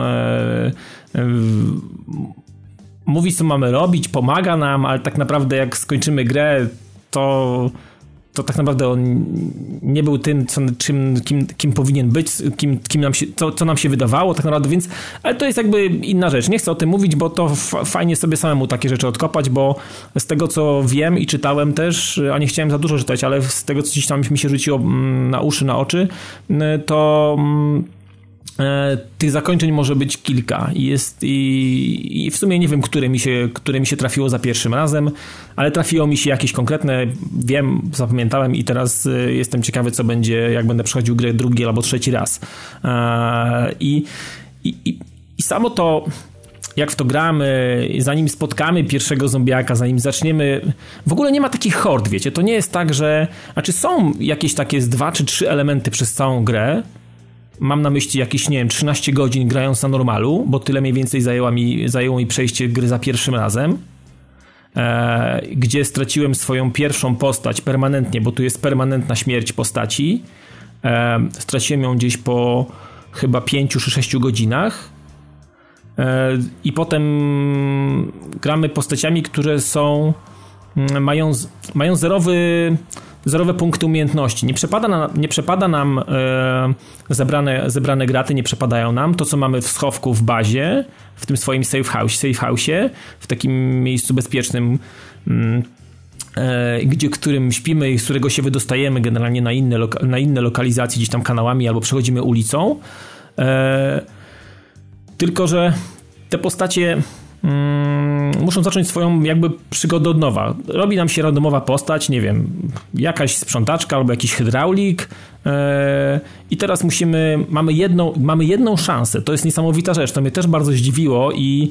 mówi, co mamy robić, pomaga nam, ale tak naprawdę jak skończymy grę, to, to tak naprawdę on nie był tym, co, czym, kim, kim powinien być, kim, kim nam się, co, co nam się wydawało tak naprawdę, więc, ale to jest jakby inna rzecz. Nie chcę o tym mówić, bo to f- fajnie sobie samemu takie rzeczy odkopać, bo z tego, co wiem i czytałem też, a nie chciałem za dużo czytać, ale z tego, co gdzieś tam mi się rzuciło na uszy, na oczy, to tych zakończeń może być kilka i jest i, i w sumie nie wiem, które mi, się, które mi się trafiło za pierwszym razem, ale trafiło mi się jakieś konkretne, wiem, zapamiętałem i teraz jestem ciekawy, co będzie, jak będę przechodził grę drugi albo trzeci raz. I, i, i, i samo to, jak w to gramy, zanim spotkamy pierwszego zombiaka, zanim zaczniemy, w ogóle nie ma takich hord, wiecie, to nie jest tak, że, znaczy są jakieś takie z dwa czy trzy elementy przez całą grę. Mam na myśli jakieś, nie wiem, trzynaście godzin grając na normalu, bo tyle mniej więcej zajęło mi, zajęło mi przejście gry za pierwszym razem, e, gdzie straciłem swoją pierwszą postać permanentnie, bo tu jest permanentna śmierć postaci. E, straciłem ją gdzieś po chyba pięciu czy sześciu godzinach. E, I potem gramy postaciami, które są, mają, mają zerowy... zerowe punkty umiejętności. Nie przepada, na, nie przepada nam e, zebrane, zebrane graty, nie przepadają nam. To, co mamy w schowku w bazie, w tym swoim safe house, safe house'ie, w takim miejscu bezpiecznym, mm, e, gdzie, którym śpimy i z którego się wydostajemy generalnie na inne, loka, na inne lokalizacje, gdzieś tam kanałami albo przechodzimy ulicą. E, tylko, że te postacie Hmm, muszą zacząć swoją jakby przygodę od nowa. Robi nam się randomowa postać, nie wiem, jakaś sprzątaczka albo jakiś hydraulik yy, i teraz musimy, mamy jedną, mamy jedną szansę. To jest niesamowita rzecz, to mnie też bardzo zdziwiło i,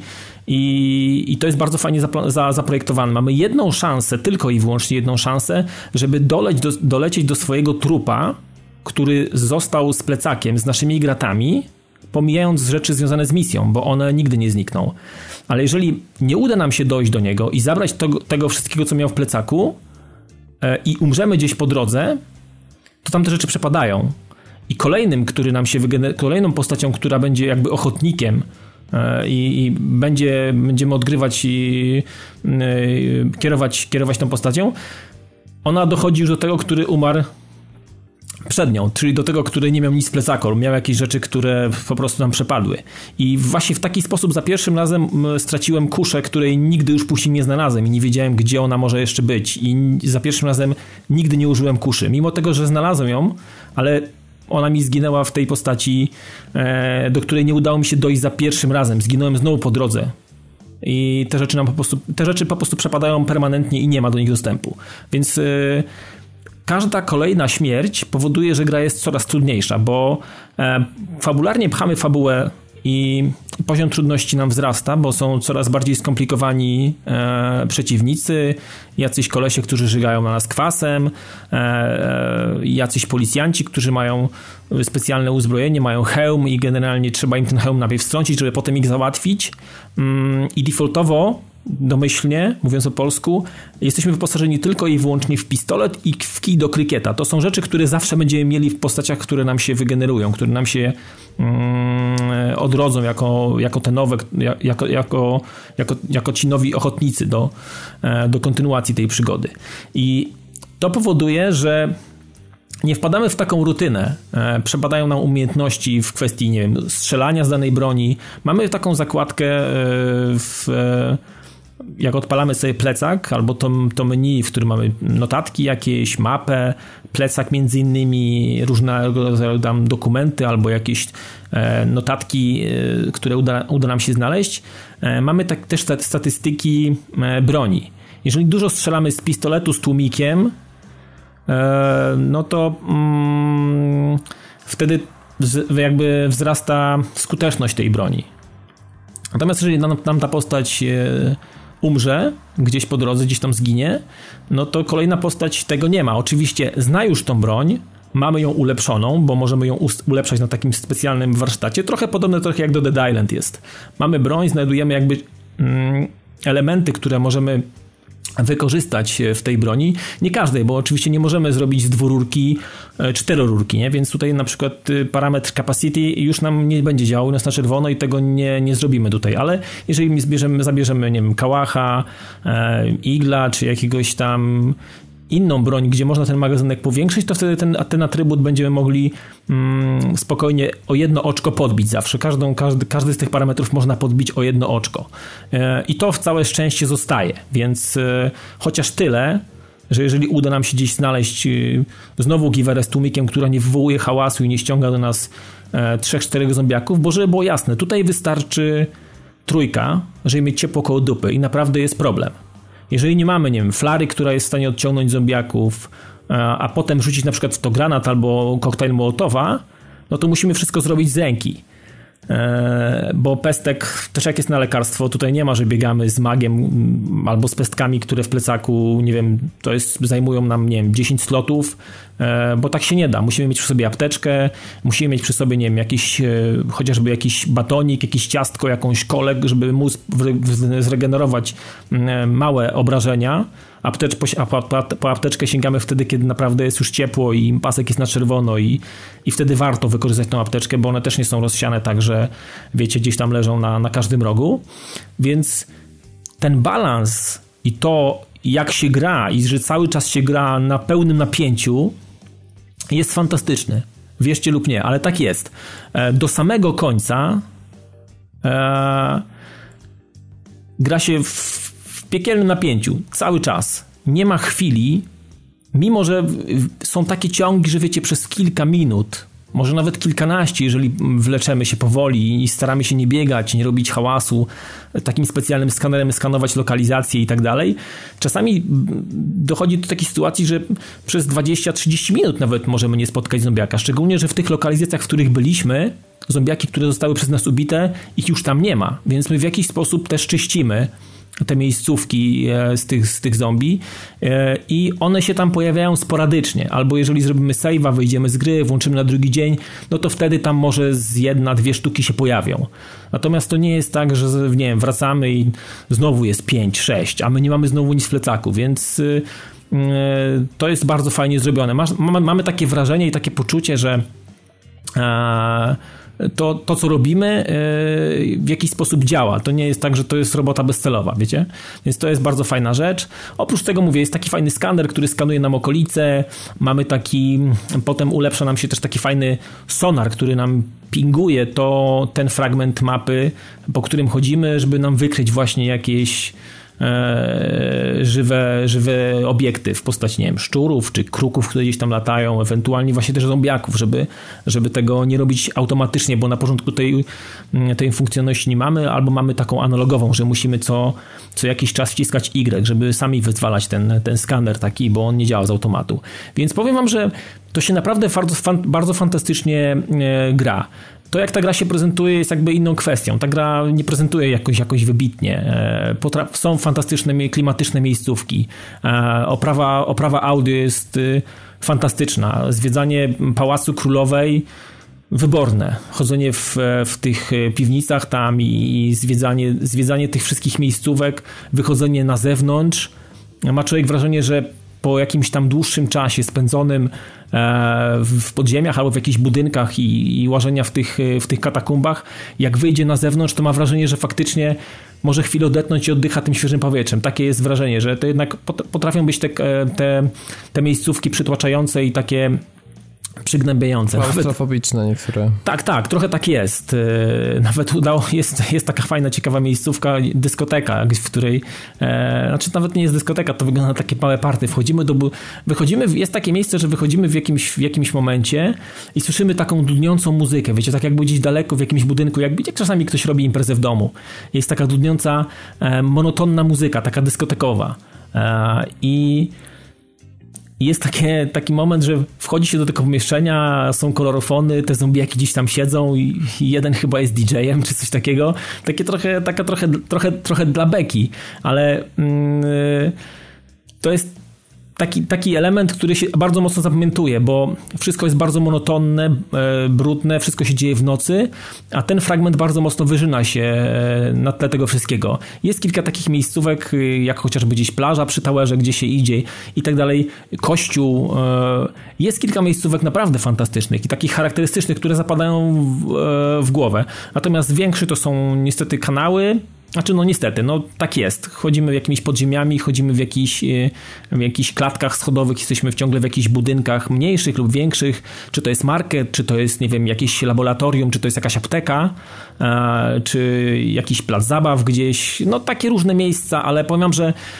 i, i to jest bardzo fajnie zapl- za, zaprojektowane. Mamy jedną szansę, tylko i wyłącznie jedną szansę, żeby doleć do, dolecieć do swojego trupa, który został z plecakiem, z naszymi gratami, pomijając rzeczy związane z misją, bo one nigdy nie znikną. Ale jeżeli nie uda nam się dojść do niego i zabrać tego, tego wszystkiego, co miał w plecaku e, i umrzemy gdzieś po drodze, to tamte rzeczy przepadają. I kolejnym, który nam się wygener- kolejną postacią, która będzie jakby ochotnikiem e, i, i będzie, będziemy odgrywać i e, kierować, kierować tą postacią, ona dochodzi już do tego, który umarł przed nią, czyli do tego, który nie miał nic w plecaku, miał jakieś rzeczy, które po prostu nam przepadły. I właśnie w taki sposób za pierwszym razem straciłem kuszę, której nigdy już później nie znalazłem i nie wiedziałem, gdzie ona może jeszcze być. I za pierwszym razem nigdy nie użyłem kuszy. Mimo tego, że znalazłem ją, ale ona mi zginęła w tej postaci, do której nie udało mi się dojść za pierwszym razem. Zginąłem znowu po drodze. I te rzeczy nam po prostu, te rzeczy po prostu przepadają permanentnie i nie ma do nich dostępu. Więc każda kolejna śmierć powoduje, że gra jest coraz trudniejsza, bo e, fabularnie pchamy fabułę i poziom trudności nam wzrasta, bo są coraz bardziej skomplikowani e, przeciwnicy, jacyś kolesie, którzy żygają na nas kwasem, e, e, jacyś policjanci, którzy mają specjalne uzbrojenie, mają hełm i generalnie trzeba im ten hełm najpierw strącić, żeby potem ich załatwić. Mm, i defaultowo domyślnie, mówiąc po polsku, jesteśmy wyposażeni tylko i wyłącznie w pistolet i w kij do krykieta. To są rzeczy, które zawsze będziemy mieli w postaciach, które nam się wygenerują, które nam się mm, odrodzą jako, jako te nowe, jako, jako, jako, jako ci nowi ochotnicy do, do kontynuacji tej przygody. I to powoduje, że nie wpadamy w taką rutynę. E, przepadają nam umiejętności w kwestii, nie wiem, strzelania z danej broni. Mamy taką zakładkę e, w... E, jak odpalamy sobie plecak albo to, to menu, w którym mamy notatki jakieś, mapę, plecak między innymi, różnego rodzaju tam dokumenty albo jakieś e, notatki, e, które uda, uda nam się znaleźć. E, mamy tak, też statystyki e, broni. Jeżeli dużo strzelamy z pistoletu z tłumikiem, e, no to mm, wtedy wz, jakby wzrasta skuteczność tej broni. Natomiast jeżeli nam, nam ta postać e, umrze gdzieś po drodze, gdzieś tam zginie, no to kolejna postać tego nie ma. Oczywiście zna już tą broń, mamy ją ulepszoną, bo możemy ją ulepszać na takim specjalnym warsztacie. Trochę podobne trochę jak do Dead Island jest. Mamy broń, znajdujemy jakby mm, elementy, które możemy wykorzystać w tej broni. Nie każdej, bo oczywiście nie możemy zrobić z dwururki czterorurki, nie? Więc tutaj na przykład parametr capacity już nam nie będzie działał, nas na czerwono i tego nie, nie zrobimy tutaj, ale jeżeli zbierzemy, zabierzemy, nie wiem, kałacha, e, igla, czy jakiegoś tam inną broń, gdzie można ten magazynek powiększyć, to wtedy ten, ten atrybut będziemy mogli mm, spokojnie o jedno oczko podbić zawsze. Każdą, każdy, każdy z tych parametrów można podbić o jedno oczko. E, I to w całe szczęście zostaje, więc e, chociaż tyle, że jeżeli uda nam się gdzieś znaleźć e, znowu giwerę z tłumikiem, która nie wywołuje hałasu i nie ściąga do nas trzech, czterech zombiaków, bo żeby było jasne, tutaj wystarczy trójka, żeby mieć ciepło koło dupy i naprawdę jest problem. Jeżeli nie mamy, nie wiem, flary, która jest w stanie odciągnąć zombiaków, a, a potem rzucić na przykład w to granat albo koktajl Mołotowa, no to musimy wszystko zrobić z ręki. E, bo pestek, też jak jest na lekarstwo, tutaj nie ma, że biegamy z magiem albo z pestkami, które w plecaku, nie wiem, to jest, zajmują nam, nie wiem, dziesięć slotów, e, bo tak się nie da. Musimy mieć przy sobie apteczkę, musimy mieć przy sobie, nie wiem, jakiś, e, chociażby jakiś batonik, jakieś ciastko, jakąś kolę, żeby móc zregenerować e, małe obrażenia. Aptecz, po, po, po apteczkę sięgamy wtedy, kiedy naprawdę jest już ciepło i pasek jest na czerwono i, i wtedy warto wykorzystać tą apteczkę, bo one też nie są rozsiane tak, że wiecie, gdzieś tam leżą na, na każdym rogu. Więc ten balans i to, jak się gra i że cały czas się gra na pełnym napięciu, jest fantastyczny. Wierzcie lub nie, ale tak jest. Do samego końca e, gra się w, w piekielnym napięciu. Cały czas. Nie ma chwili, mimo że są takie ciągi, że wiecie, przez kilka minut, może nawet kilkanaście, jeżeli wleczemy się powoli i staramy się nie biegać, nie robić hałasu, takim specjalnym skanerem skanować lokalizację i tak dalej. Czasami dochodzi do takiej sytuacji, że przez dwadzieścia trzydzieści minut nawet możemy nie spotkać zombiaka. Szczególnie, że w tych lokalizacjach, w których byliśmy, zombiaki, które zostały przez nas ubite, ich już tam nie ma. Więc my w jakiś sposób też czyścimy te miejscówki z tych, z tych zombie i one się tam pojawiają sporadycznie, albo jeżeli zrobimy save'a, wyjdziemy z gry, włączymy na drugi dzień, no to wtedy tam może z jedna, dwie sztuki się pojawią. Natomiast to nie jest tak, że nie wiem, wracamy i znowu jest pięć, sześć, a my nie mamy znowu nic w plecaku, więc to jest bardzo fajnie zrobione. Mamy takie wrażenie i takie poczucie, że To, to, co robimy, w jakiś sposób działa. To nie jest tak, że to jest robota bezcelowa, wiecie? Więc to jest bardzo fajna rzecz. Oprócz tego, mówię, jest taki fajny skaner, który skanuje nam okolice. Mamy taki, potem ulepsza nam się też taki fajny sonar, który nam pinguje to ten fragment mapy, po którym chodzimy, żeby nam wykryć właśnie jakieś E, żywe, żywe obiekty w postaci, nie wiem, szczurów czy kruków, które gdzieś tam latają, ewentualnie właśnie też zombiaków, żeby, żeby tego nie robić automatycznie, bo na początku tej, tej funkcjonalności nie mamy, albo mamy taką analogową, że musimy co, co jakiś czas wciskać Y, żeby sami wyzwalać ten, ten skaner taki, bo on nie działa z automatu. Więc powiem wam, że to się naprawdę bardzo, bardzo fantastycznie gra. To, jak ta gra się prezentuje, jest jakby inną kwestią. Ta gra nie prezentuje jakoś, jakoś wybitnie. Potra- są fantastyczne, klimatyczne miejscówki. Oprawa, oprawa audio jest fantastyczna. Zwiedzanie Pałacu Królowej wyborne. Chodzenie w, w tych piwnicach tam i zwiedzanie, zwiedzanie tych wszystkich miejscówek, wychodzenie na zewnątrz. Ma człowiek wrażenie, że po jakimś tam dłuższym czasie spędzonym w podziemiach albo w jakichś budynkach i, i łażenia w tych, w tych katakumbach, jak wyjdzie na zewnątrz, to ma wrażenie, że faktycznie może chwilę odetchnąć i oddycha tym świeżym powietrzem. Takie jest wrażenie, że to jednak potrafią być te, te, te miejscówki przytłaczające i takie przygnębiające. Klaustrofobiczne niektóre. Tak, tak, trochę tak jest. Nawet udało, jest, jest taka fajna, ciekawa miejscówka, dyskoteka, w której, e, znaczy nawet nie jest dyskoteka, to wygląda na takie małe party. Wchodzimy do, wychodzimy, jest takie miejsce, że wychodzimy w jakimś, w jakimś momencie i słyszymy taką dudniącą muzykę, wiecie, tak jakby gdzieś daleko w jakimś budynku, jak, jak czasami ktoś robi imprezę w domu. Jest taka dudniąca, e, monotonna muzyka, taka dyskotekowa. E, I jest takie, taki moment, że wchodzi się do tego pomieszczenia, są kolorofony, te zombiaki gdzieś tam siedzą i, i jeden chyba jest D J-em czy coś takiego. Takie trochę, taka trochę, trochę, trochę dla beki, ale yy, to jest taki, taki element, który się bardzo mocno zapamiętuje, bo wszystko jest bardzo monotonne, e, brudne, wszystko się dzieje w nocy, a ten fragment bardzo mocno wyżyna się na tle tego wszystkiego. Jest kilka takich miejscówek, jak chociażby gdzieś plaża przy Towerze, gdzie się idzie i tak dalej, kościół. E, jest kilka miejscówek naprawdę fantastycznych i takich charakterystycznych, które zapadają w, e, w głowę. Natomiast większe to są niestety kanały. Znaczy, no niestety, no tak jest. Chodzimy jakimiś podziemiami, chodzimy w jakichś, w jakichś klatkach schodowych, jesteśmy ciągle w jakichś budynkach mniejszych lub większych, czy to jest market, czy to jest, nie wiem, jakieś laboratorium, czy to jest jakaś apteka, czy jakiś plac zabaw gdzieś, no takie różne miejsca, ale powiem, że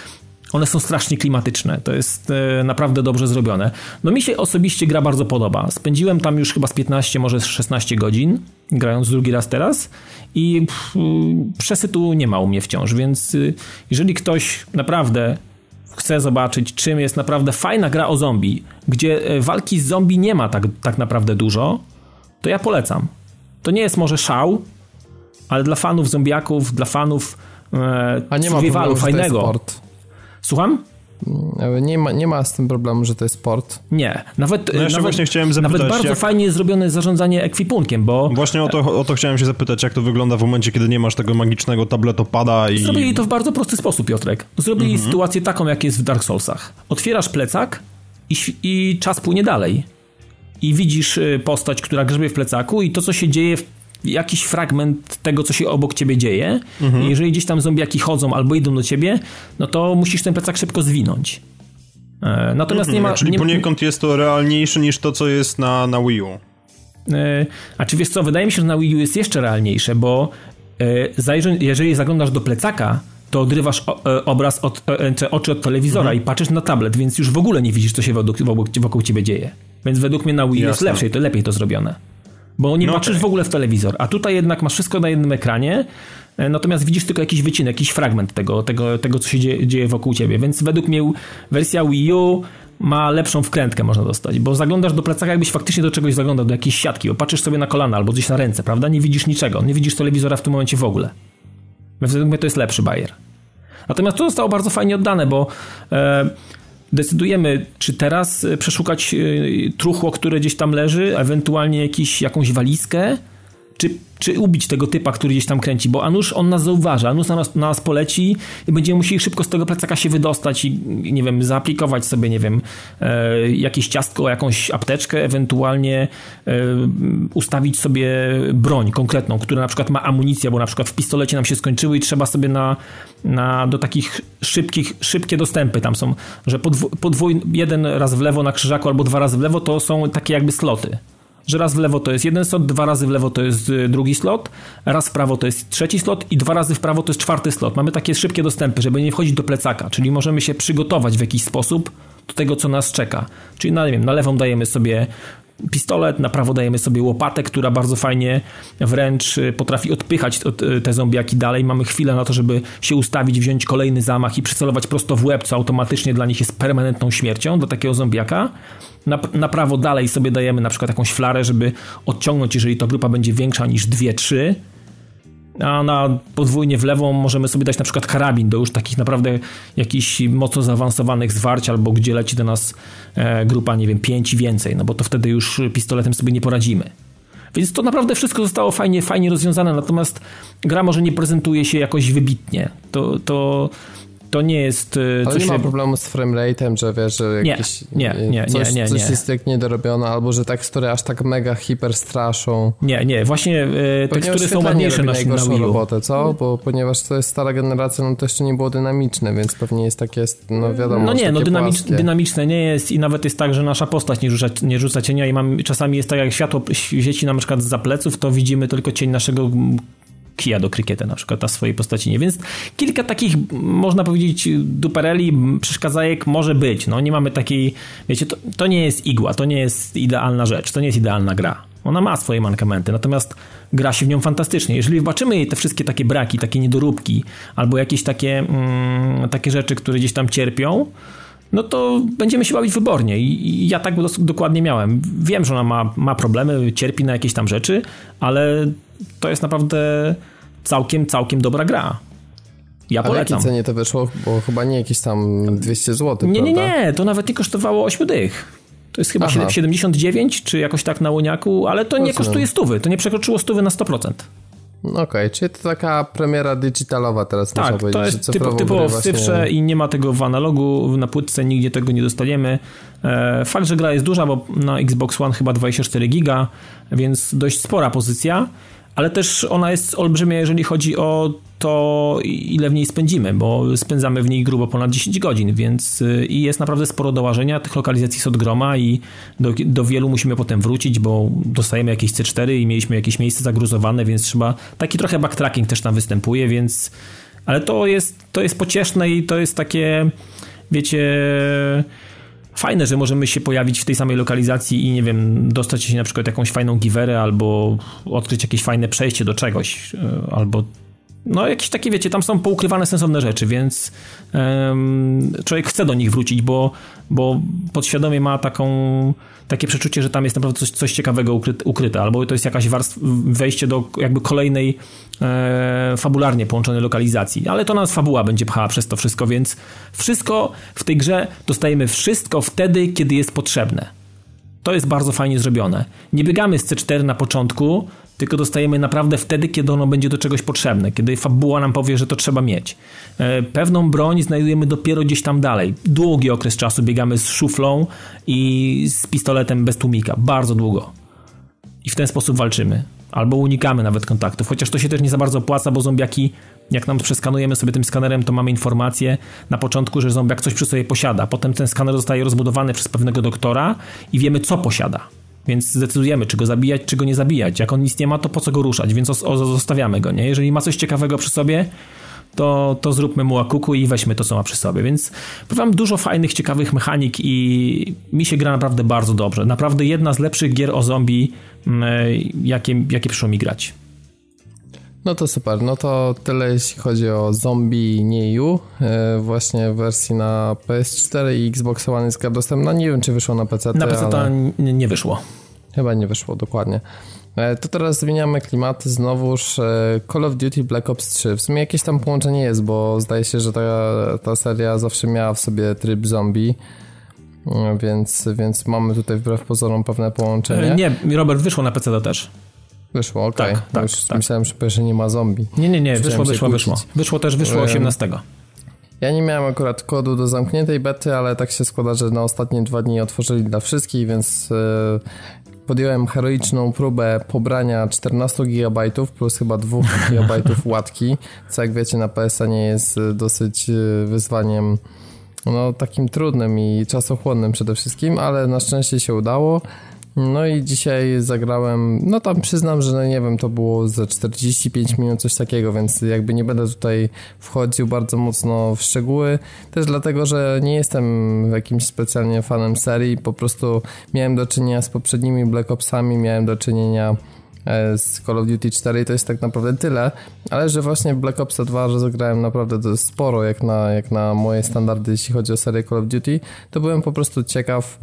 One są strasznie klimatyczne. To jest e, naprawdę dobrze zrobione. No mi się osobiście gra bardzo podoba. Spędziłem tam już chyba z piętnaście, może szesnaście godzin, grając drugi raz teraz i pff, przesytu nie ma u mnie wciąż, więc y, jeżeli ktoś naprawdę chce zobaczyć, czym jest naprawdę fajna gra o zombie, gdzie walki z zombie nie ma tak, tak naprawdę dużo, to ja polecam. To nie jest może szał, ale dla fanów zombiaków, dla fanów e, A nie ma survivalu problemu, fajnego. Że to jest sport. Słucham? Nie ma, nie ma z tym problemu, że to jest sport. Nie. Nawet, no ja nawet, właśnie chciałem zapytać, nawet bardzo jak... fajnie jest zrobione zarządzanie ekwipunkiem, bo... Właśnie o to, o to chciałem się zapytać, jak to wygląda w momencie, kiedy nie masz tego magicznego tabletopada i... Zrobili to w bardzo prosty sposób, Piotrek. Zrobili mhm. sytuację taką, jak jest w Dark Soulsach. Otwierasz plecak i, i czas płynie dalej. I widzisz postać, która grzebie w plecaku i to, co się dzieje, jakiś fragment tego, co się obok ciebie dzieje. Mhm. I jeżeli gdzieś tam zombiaki chodzą albo idą do ciebie, no to musisz ten plecak szybko zwinąć. Natomiast mhm, nie ma... Czyli nie, poniekąd jest to realniejsze niż to, co jest na, na Wii U. A czy wiesz co, wydaje mi się, że na Wii U jest jeszcze realniejsze, bo jeżeli zaglądasz do plecaka, to odrywasz obraz od, czy oczy od telewizora mhm. i patrzysz na tablet, więc już w ogóle nie widzisz, co się wokół, wokół ciebie dzieje. Więc według mnie na Wii U jest lepsze, to lepiej to zrobione. Bo nie no patrzysz okay. w ogóle w telewizor, a tutaj jednak masz wszystko na jednym ekranie, natomiast widzisz tylko jakiś wycinek, jakiś fragment tego, tego, tego co się dzieje, dzieje wokół ciebie, więc według mnie wersja Wii U ma lepszą wkrętkę, można dostać, bo zaglądasz do plecaka, jakbyś faktycznie do czegoś zaglądał, do jakiejś siatki, bo patrzysz sobie na kolana albo gdzieś na ręce, prawda? Nie widzisz niczego, nie widzisz telewizora w tym momencie w ogóle. Według mnie to jest lepszy bajer. Natomiast to zostało bardzo fajnie oddane, bo e, decydujemy, czy teraz przeszukać truchło, które gdzieś tam leży, ewentualnie jakiś, jakąś walizkę, czy, czy ubić tego typa, który gdzieś tam kręci, bo a nuż on nas zauważa, a nuż na nas, na nas poleci i będziemy musieli szybko z tego plecaka się wydostać i, nie wiem, zaaplikować sobie, nie wiem, e, jakieś ciastko, jakąś apteczkę, ewentualnie e, ustawić sobie broń konkretną, która na przykład ma amunicję, bo na przykład w pistolecie nam się skończyły i trzeba sobie na, na do takich szybkich, szybkie dostępy tam są, że podwój, podwój, jeden raz w lewo na krzyżaku albo dwa razy w lewo to są takie jakby sloty. Że raz w lewo to jest jeden slot, dwa razy w lewo to jest drugi slot, raz w prawo to jest trzeci slot i dwa razy w prawo to jest czwarty slot. Mamy takie szybkie dostępy, żeby nie wchodzić do plecaka, czyli możemy się przygotować w jakiś sposób do tego, co nas czeka. Czyli na, nie wiem, na lewą dajemy sobie pistolet, na prawo dajemy sobie łopatę, która bardzo fajnie wręcz potrafi odpychać te zombiaki dalej. Mamy chwilę na to, żeby się ustawić, wziąć kolejny zamach i przycelować prosto w łeb, co automatycznie dla nich jest permanentną śmiercią do takiego zombiaka. Na, na prawo dalej sobie dajemy na przykład jakąś flarę, żeby odciągnąć, jeżeli to grupa będzie większa niż dwie trzy. A na podwójnie w lewą możemy sobie dać na przykład karabin do już takich naprawdę jakichś mocno zaawansowanych zwarć, albo gdzie leci do nas e, grupa, nie wiem, pięć i więcej, no bo to wtedy już pistoletem sobie nie poradzimy. Więc to naprawdę wszystko zostało fajnie, fajnie rozwiązane, natomiast gra może nie prezentuje się jakoś wybitnie. To... to To nie jest... Ale coś nie ma się... problemu z frame-rate'em, że wiesz, że jakieś... Nie, nie, nie, coś, nie, nie, coś nie. jest jak niedorobione, albo że tekstury aż tak mega hiper straszą. Nie, nie, właśnie e, tekstury są ładniejsze na, na Wii U. robotę, co? Bo ponieważ to jest stara generacja, no to jeszcze nie było dynamiczne, więc pewnie jest takie, no wiadomo, no nie, no dynamicz, płaskie. dynamiczne nie jest i nawet jest tak, że nasza postać nie rzuca, nie rzuca cienia i mam, czasami jest tak, jak światło świeci nam na przykład zza pleców, to widzimy tylko cień naszego kija do krykieta na przykład, a swojej postaci nie. Więc kilka takich, można powiedzieć, dupereli, przeszkadzajek może być. No nie mamy takiej, wiecie, to, to nie jest igła, to nie jest idealna rzecz, to nie jest idealna gra. Ona ma swoje mankamenty, natomiast gra się w nią fantastycznie. Jeżeli zobaczymy jej te wszystkie takie braki, takie niedoróbki, albo jakieś takie, mm, takie rzeczy, które gdzieś tam cierpią, no to będziemy się bawić wybornie i, i ja tak dokładnie miałem. Wiem, że ona ma, ma problemy, cierpi na jakieś tam rzeczy, ale to jest naprawdę całkiem, całkiem dobra gra. Ja ale polecam. Ale jakie cenie to wyszło? Bo chyba nie jakieś tam dwieście złotych, Nie, prawda? nie, nie, to nawet nie kosztowało osiem dych. To jest chyba Aha. siedemdziesiąt dziewięć, czy jakoś tak na łoniaku, ale to nie Rozumiem. kosztuje stówy, to nie przekroczyło stówy na sto procent. Okej, okay, czyli to taka premiera digitalowa teraz, tak, można powiedzieć. Tak, to jest typo, typowo w cyfrze i nie ma tego w analogu, na płytce nigdzie tego nie dostaniemy. Fakt, że gra jest duża, bo na Xbox One chyba dwadzieścia cztery giga, więc dość spora pozycja, ale też ona jest olbrzymia, jeżeli chodzi o to, ile w niej spędzimy, bo spędzamy w niej grubo ponad dziesięć godzin, więc i jest naprawdę sporo do łażenia, tych lokalizacji jest od groma i do, do wielu musimy potem wrócić, bo dostajemy jakieś C cztery i mieliśmy jakieś miejsce zagruzowane, więc trzeba, taki trochę backtracking też tam występuje, więc ale to jest, to jest pocieszne i to jest takie wiecie, fajne, że możemy się pojawić w tej samej lokalizacji i nie wiem, dostać się na przykład jakąś fajną giwerę albo odkryć jakieś fajne przejście do czegoś, albo no jakieś takie, wiecie, tam są poukrywane sensowne rzeczy, więc um, człowiek chce do nich wrócić, bo, bo podświadomie ma taką, takie przeczucie, że tam jest naprawdę coś, coś ciekawego ukryte, ukryte, albo to jest jakaś warstwa, wejście do jakby kolejnej e, fabularnie połączonej lokalizacji, ale to nas fabuła będzie pchała przez to wszystko, więc wszystko w tej grze dostajemy wszystko wtedy, kiedy jest potrzebne. To jest bardzo fajnie zrobione. Nie biegamy z C cztery na początku, tylko dostajemy naprawdę wtedy, kiedy ono będzie do czegoś potrzebne, kiedy fabuła nam powie, że to trzeba mieć. Pewną broń znajdujemy dopiero gdzieś tam dalej. Długi okres czasu biegamy z szuflą i z pistoletem bez tłumika. Bardzo długo. I w ten sposób walczymy. Albo unikamy nawet kontaktów. Chociaż to się też nie za bardzo opłaca, bo zombiaki, jak nam przeskanujemy sobie tym skanerem, to mamy informację na początku, że zombiak coś przy sobie posiada. Potem ten skaner zostaje rozbudowany przez pewnego doktora i wiemy, co posiada. Więc zdecydujemy, czy go zabijać, czy go nie zabijać. Jak on nic nie ma, to po co go ruszać? Więc os- os- zostawiamy go, nie? Jeżeli ma coś ciekawego przy sobie, to, to zróbmy mu akuku i weźmy to, co ma przy sobie. Więc powiem, dużo fajnych, ciekawych mechanik i mi się gra naprawdę bardzo dobrze. Naprawdę jedna z lepszych gier o zombie, jakie, jakie przyszło mi grać. No to super, no to tyle jeśli chodzi o Zombie New, właśnie w wersji na P S cztery i Xbox One jest dostępna. Nie wiem, czy wyszło na P C. Na P C ale... nie wyszło. Chyba nie wyszło, dokładnie. To teraz zmieniamy klimaty, znowuż Call of Duty Black Ops trzy. W sumie jakieś tam połączenie jest, bo zdaje się, że ta, ta seria zawsze miała w sobie tryb zombie, więc, więc mamy tutaj wbrew pozorom pewne połączenie. Nie, Robert, wyszło na P C też. Wyszło, okej. Okay. Tak, tak, Już tak. Myślałem, że nie ma zombie. Nie, nie, nie, wyszło, wyszło, wyszło. Wyszło też, wyszło osiemnastego. Ja nie miałem akurat kodu do zamkniętej bety, ale tak się składa, że na ostatnie dwa dni otworzyli dla wszystkich, więc yy, podjąłem heroiczną próbę pobrania czternaście gigabajtów plus chyba dwa gigabajtów łatki, co jak wiecie na P S a nie jest dosyć wyzwaniem no takim trudnym i czasochłonnym przede wszystkim, ale na szczęście się udało. No i dzisiaj zagrałem, no tam przyznam, że no nie wiem, to było za czterdzieści pięć minut, coś takiego, więc jakby nie będę tutaj wchodził bardzo mocno w szczegóły, też dlatego, że nie jestem jakimś specjalnie fanem serii, po prostu miałem do czynienia z poprzednimi Black Opsami, miałem do czynienia z Call of Duty cztery i to jest tak naprawdę tyle, ale że właśnie w Black Opsa dwa, że zagrałem naprawdę sporo jak na, jak na moje standardy, jeśli chodzi o serię Call of Duty, to byłem po prostu ciekaw,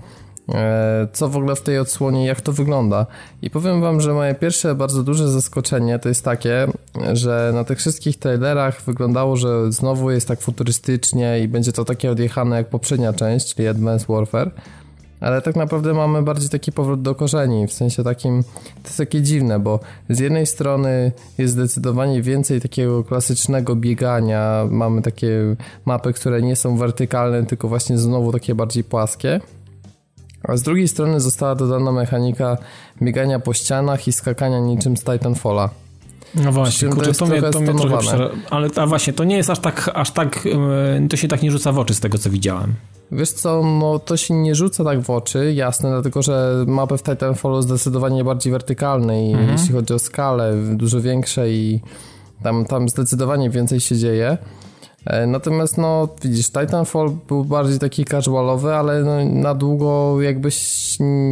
co w ogóle w tej odsłonie, jak to wygląda. I powiem wam, że moje pierwsze bardzo duże zaskoczenie to jest takie, że na tych wszystkich trailerach wyglądało, że znowu jest tak futurystycznie i będzie to takie odjechane jak poprzednia część, czyli Advanced Warfare, ale tak naprawdę mamy bardziej taki powrót do korzeni, w sensie takim, to jest takie dziwne, bo z jednej strony jest zdecydowanie więcej takiego klasycznego biegania, mamy takie mapy, które nie są wertykalne, tylko właśnie znowu takie bardziej płaskie, a z drugiej strony została dodana mechanika biegania po ścianach i skakania niczym z Titanfalla. No właśnie, kurczę, to, to mnie, to mnie trochę przera... Ale a właśnie, to nie jest aż tak, aż tak, to się tak nie rzuca w oczy z tego, co widziałem. Wiesz co, no to się nie rzuca tak w oczy, jasne, dlatego że mapy w Titanfallu zdecydowanie bardziej wertykalne i mhm. jeśli chodzi o skalę, dużo większe i tam, tam zdecydowanie więcej się dzieje. Natomiast no widzisz, Titanfall był bardziej taki casualowy, ale no, na długo jakbyś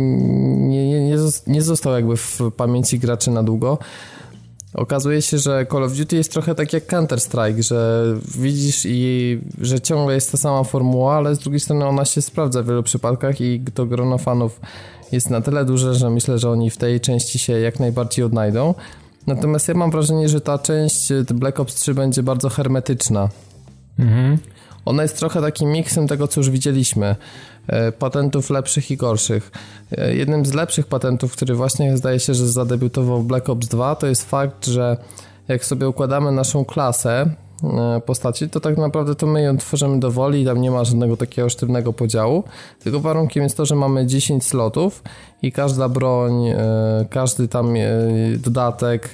nie, nie, nie został jakby w pamięci graczy na długo. Okazuje się, że Call of Duty jest trochę tak jak Counter-Strike, że widzisz i że ciągle jest ta sama formuła, ale z drugiej strony ona się sprawdza w wielu przypadkach i to grono fanów jest na tyle duże, że myślę, że oni w tej części się jak najbardziej odnajdą. Natomiast ja mam wrażenie, że ta część Black Ops trzy będzie bardzo hermetyczna. Mhm. Ona jest trochę takim miksem tego, co już widzieliśmy. Patentów lepszych i gorszych. Jednym z lepszych patentów, który właśnie zdaje się, że zadebiutował w Black Ops dwa, to jest fakt, że jak sobie układamy naszą klasę postaci, to tak naprawdę to my ją tworzymy do woli i tam nie ma żadnego takiego sztywnego podziału, tylko warunkiem jest to, że mamy dziesięć slotów i każda broń, każdy tam dodatek,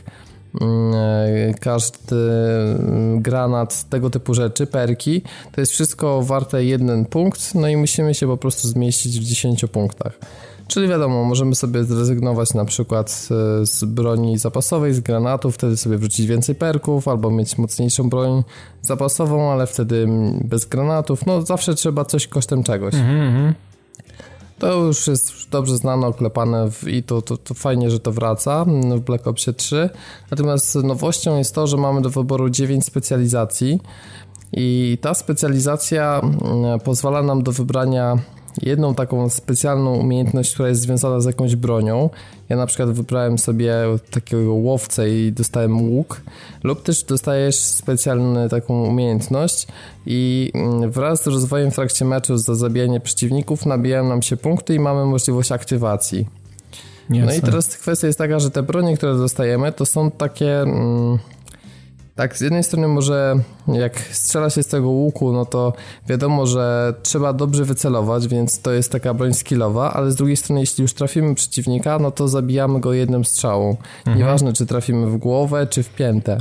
każdy granat, tego typu rzeczy, perki, to jest wszystko warte jeden punkt, no i musimy się po prostu zmieścić w dziesięciu punktach. Czyli wiadomo, możemy sobie zrezygnować na przykład z broni zapasowej, z granatów, wtedy sobie wrzucić więcej perków, albo mieć mocniejszą broń zapasową, ale wtedy bez granatów. No zawsze trzeba coś kosztem czegoś. Mm-hmm. To już jest dobrze znane, oklepane w, i to, to, to fajnie, że to wraca w Black Opsie trzy. Natomiast nowością jest to, że mamy do wyboru dziewięć specjalizacji i ta specjalizacja pozwala nam do wybrania jedną taką specjalną umiejętność, która jest związana z jakąś bronią. Ja na przykład wybrałem sobie takiego łowcę i dostałem łuk, lub też dostajesz specjalną taką umiejętność i wraz z rozwojem w trakcie meczu za zabijanie przeciwników nabijają nam się punkty i mamy możliwość aktywacji. Jasne. No i teraz kwestia jest taka, że te bronie, które dostajemy, to są takie... Mm, tak, z jednej strony może jak strzela się z tego łuku, no to wiadomo, że trzeba dobrze wycelować, więc to jest taka broń skillowa, ale z drugiej strony jeśli już trafimy przeciwnika, no to zabijamy go jednym strzałą. Mhm. Nieważne, czy trafimy w głowę, czy w piętę.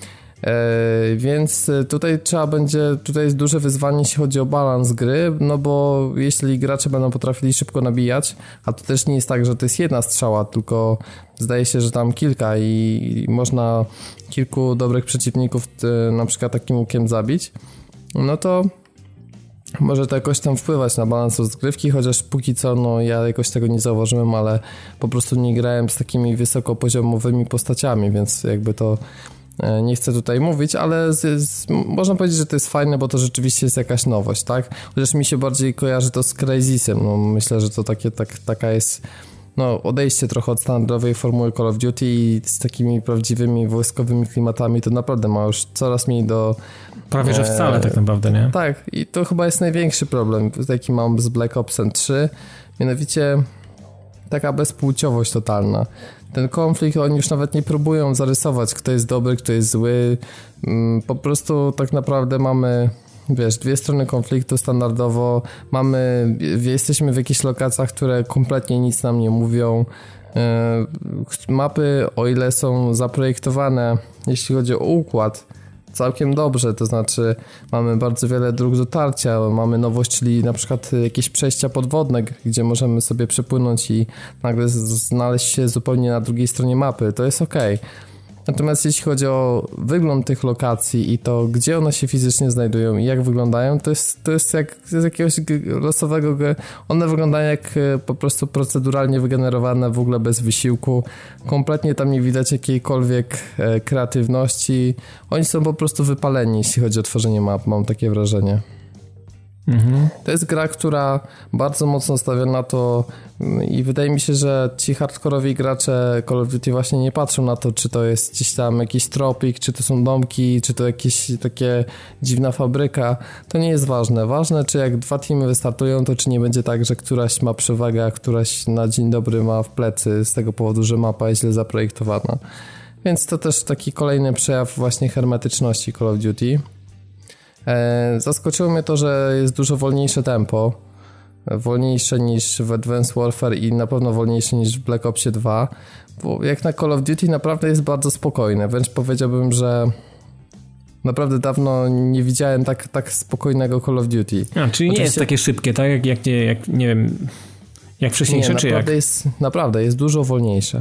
Yy, więc tutaj trzeba będzie, tutaj jest duże wyzwanie, jeśli chodzi o balans gry, no bo jeśli gracze będą potrafili szybko nabijać, a to też nie jest tak, że to jest jedna strzała, tylko zdaje się, że tam kilka i można kilku dobrych przeciwników na przykład takim łukiem zabić, no to może to jakoś tam wpływać na balans rozgrywki, chociaż póki co no ja jakoś tego nie zauważyłem, ale po prostu nie grałem z takimi wysokopoziomowymi postaciami, więc jakby to nie chcę tutaj mówić, ale z, z, można powiedzieć, że to jest fajne, bo to rzeczywiście jest jakaś nowość, tak? Chociaż mi się bardziej kojarzy to z Crysisem, no myślę, że to takie, tak, taka jest no odejście trochę od standardowej formuły Call of Duty i z takimi prawdziwymi wojskowymi klimatami to naprawdę ma już coraz mniej do... Prawie, że wcale e, tak naprawdę, nie? Tak, i to chyba jest największy problem, jaki mam z Black Opsem trzy, mianowicie taka bezpłciowość totalna. Ten konflikt, oni już nawet nie próbują zarysować, kto jest dobry, kto jest zły. Po prostu tak naprawdę mamy, wiesz, dwie strony konfliktu standardowo. Mamy, jesteśmy w jakichś lokacjach, które kompletnie nic nam nie mówią. Mapy, o ile są zaprojektowane, jeśli chodzi o układ, całkiem dobrze, to znaczy mamy bardzo wiele dróg dotarcia, mamy nowość, czyli na przykład jakieś przejścia podwodne, gdzie możemy sobie przepłynąć i nagle znaleźć się zupełnie na drugiej stronie mapy, to jest okej. Natomiast jeśli chodzi o wygląd tych lokacji i to, gdzie one się fizycznie znajdują i jak wyglądają, to jest, to jest jak z jakiegoś losowego... One wyglądają jak po prostu proceduralnie wygenerowane, w ogóle bez wysiłku. Kompletnie tam nie widać jakiejkolwiek kreatywności. Oni są po prostu wypaleni, jeśli chodzi o tworzenie map, mam takie wrażenie. Mhm. To jest gra, która bardzo mocno stawia na to i wydaje mi się, że ci hardkorowi gracze Call of Duty właśnie nie patrzą na to, czy to jest gdzieś tam jakiś tropik, czy to są domki, czy to jakieś takie dziwna fabryka. To nie jest ważne. Ważne, czy jak dwa teamy wystartują, to czy nie będzie tak, że któraś ma przewagę, a któraś na dzień dobry ma w plecy z tego powodu, że mapa jest źle zaprojektowana. Więc to też taki kolejny przejaw właśnie hermetyczności Call of Duty. Zaskoczyło mnie to, że jest dużo wolniejsze tempo, wolniejsze niż w Advanced Warfare i na pewno wolniejsze niż w Black Opsie dwa, bo jak na Call of Duty naprawdę jest bardzo spokojne, wręcz powiedziałbym, że naprawdę dawno nie widziałem tak, tak spokojnego Call of Duty. A, czyli Oczywiście... nie jest takie szybkie, tak? Jak, jak, nie, jak nie wiem, jak wcześniejsze, nie, czy naprawdę jak? Jest, naprawdę jest dużo wolniejsze.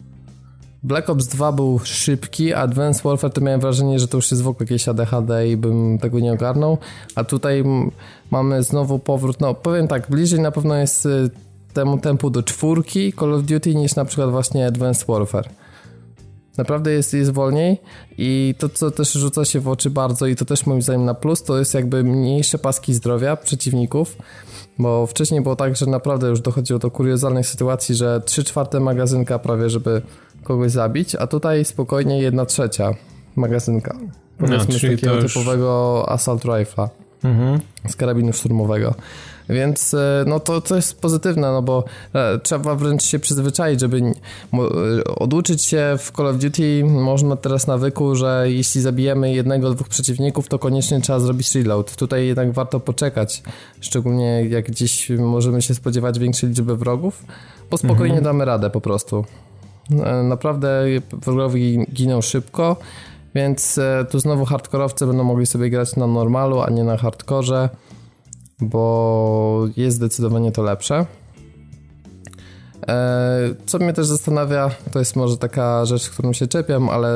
Black Ops dwa był szybki, a Advanced Warfare to miałem wrażenie, że to już jest w ogóle jakieś A D H D i bym tego nie ogarnął, a tutaj mamy znowu powrót, no powiem tak, bliżej na pewno jest temu tempu do czwórki Call of Duty niż na przykład właśnie Advanced Warfare. Naprawdę jest, jest wolniej i to, co też rzuca się w oczy bardzo i to też moim zdaniem na plus, to jest jakby mniejsze paski zdrowia przeciwników, bo wcześniej było tak, że naprawdę już dochodziło do kuriozalnych sytuacji, że trzy czwarte magazynka prawie, żeby kogoś zabić, a tutaj spokojnie jedna trzecia magazynka. Powiedzmy no, z takiego już... typowego assault rifle'a. Mhm. Z karabinu szturmowego. Więc no to, to jest pozytywne, no bo e, trzeba wręcz się przyzwyczaić, żeby mo, oduczyć się w Call of Duty. Można teraz nawyku, że jeśli zabijemy jednego, dwóch przeciwników, to koniecznie trzeba zrobić reload. Tutaj jednak warto poczekać, szczególnie jak gdzieś możemy się spodziewać większej liczby wrogów, bo spokojnie mhm. damy radę po prostu. E, naprawdę wrogowie giną szybko, więc e, tu znowu hardkorowcy będą mogli sobie grać na normalu, a nie na hardkorze, bo jest zdecydowanie to lepsze. Co mnie też zastanawia, to jest może taka rzecz, którą się czepiam, ale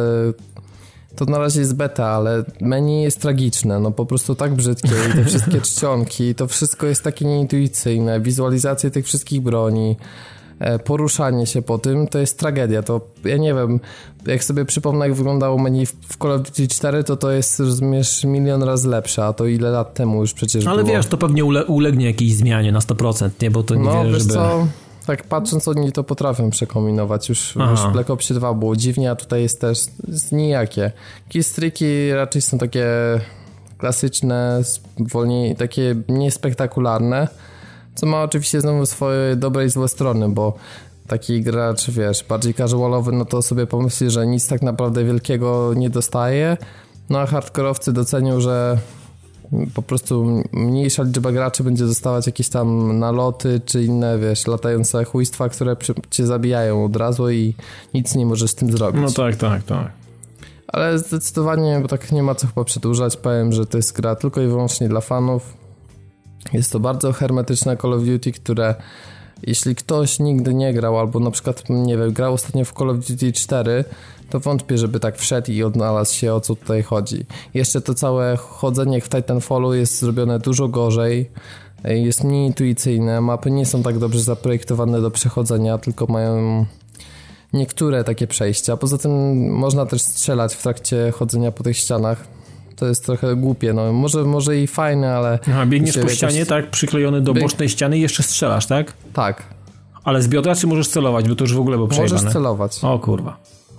to na razie jest beta, ale menu jest tragiczne, no po prostu tak brzydkie i te wszystkie czcionki, to wszystko jest takie nieintuicyjne, wizualizacje tych wszystkich broni, poruszanie się po tym, to jest tragedia, to ja nie wiem, jak sobie przypomnę, jak wyglądało menu w Call of Duty cztery, to to jest, rozumiesz, milion razy lepsze, a to ile lat temu już przecież ale było. wiesz, to pewnie ule- ulegnie jakiejś zmianie na sto procent, nie, bo to nie no, wiesz, wiesz żeby... co, tak patrząc, oni to potrafią przekombinować, już, już w Black Opsie dwa było dziwnie, a tutaj jest też jest nijakie. Killstreaki raczej są takie klasyczne, wolniej, takie niespektakularne, co ma oczywiście znowu swoje dobre i złe strony, bo taki gracz, wiesz, bardziej casualowy, no to sobie pomyśli, że nic tak naprawdę wielkiego nie dostaje, no a hardkorowcy docenią, że po prostu mniejsza liczba graczy będzie dostawać jakieś tam naloty, czy inne, wiesz, latające chujstwa, które cię zabijają od razu i nic nie możesz z tym zrobić. No tak, tak, tak. Ale zdecydowanie, bo tak nie ma co chyba przedłużać, powiem, że to jest gra tylko i wyłącznie dla fanów. Jest to bardzo hermetyczne Call of Duty, które jeśli ktoś nigdy nie grał, albo na przykład, nie wiem, grał ostatnio w Call of Duty cztery, to wątpię, żeby tak wszedł i odnalazł się, o co tutaj chodzi. Jeszcze to całe chodzenie w Titanfallu jest zrobione dużo gorzej, jest mniej intuicyjne, mapy nie są tak dobrze zaprojektowane do przechodzenia, tylko mają niektóre takie przejścia. Poza tym można też strzelać w trakcie chodzenia po tych ścianach. To jest trochę głupie, no może, może i fajne, ale... Aha, biegniesz po jakoś... ścianie, tak, przyklejony do Bieg... bocznej ściany i jeszcze strzelasz, tak? Tak. Ale z biodra czy możesz celować, bo to już w ogóle było przejebane? Możesz celować. O kurwa.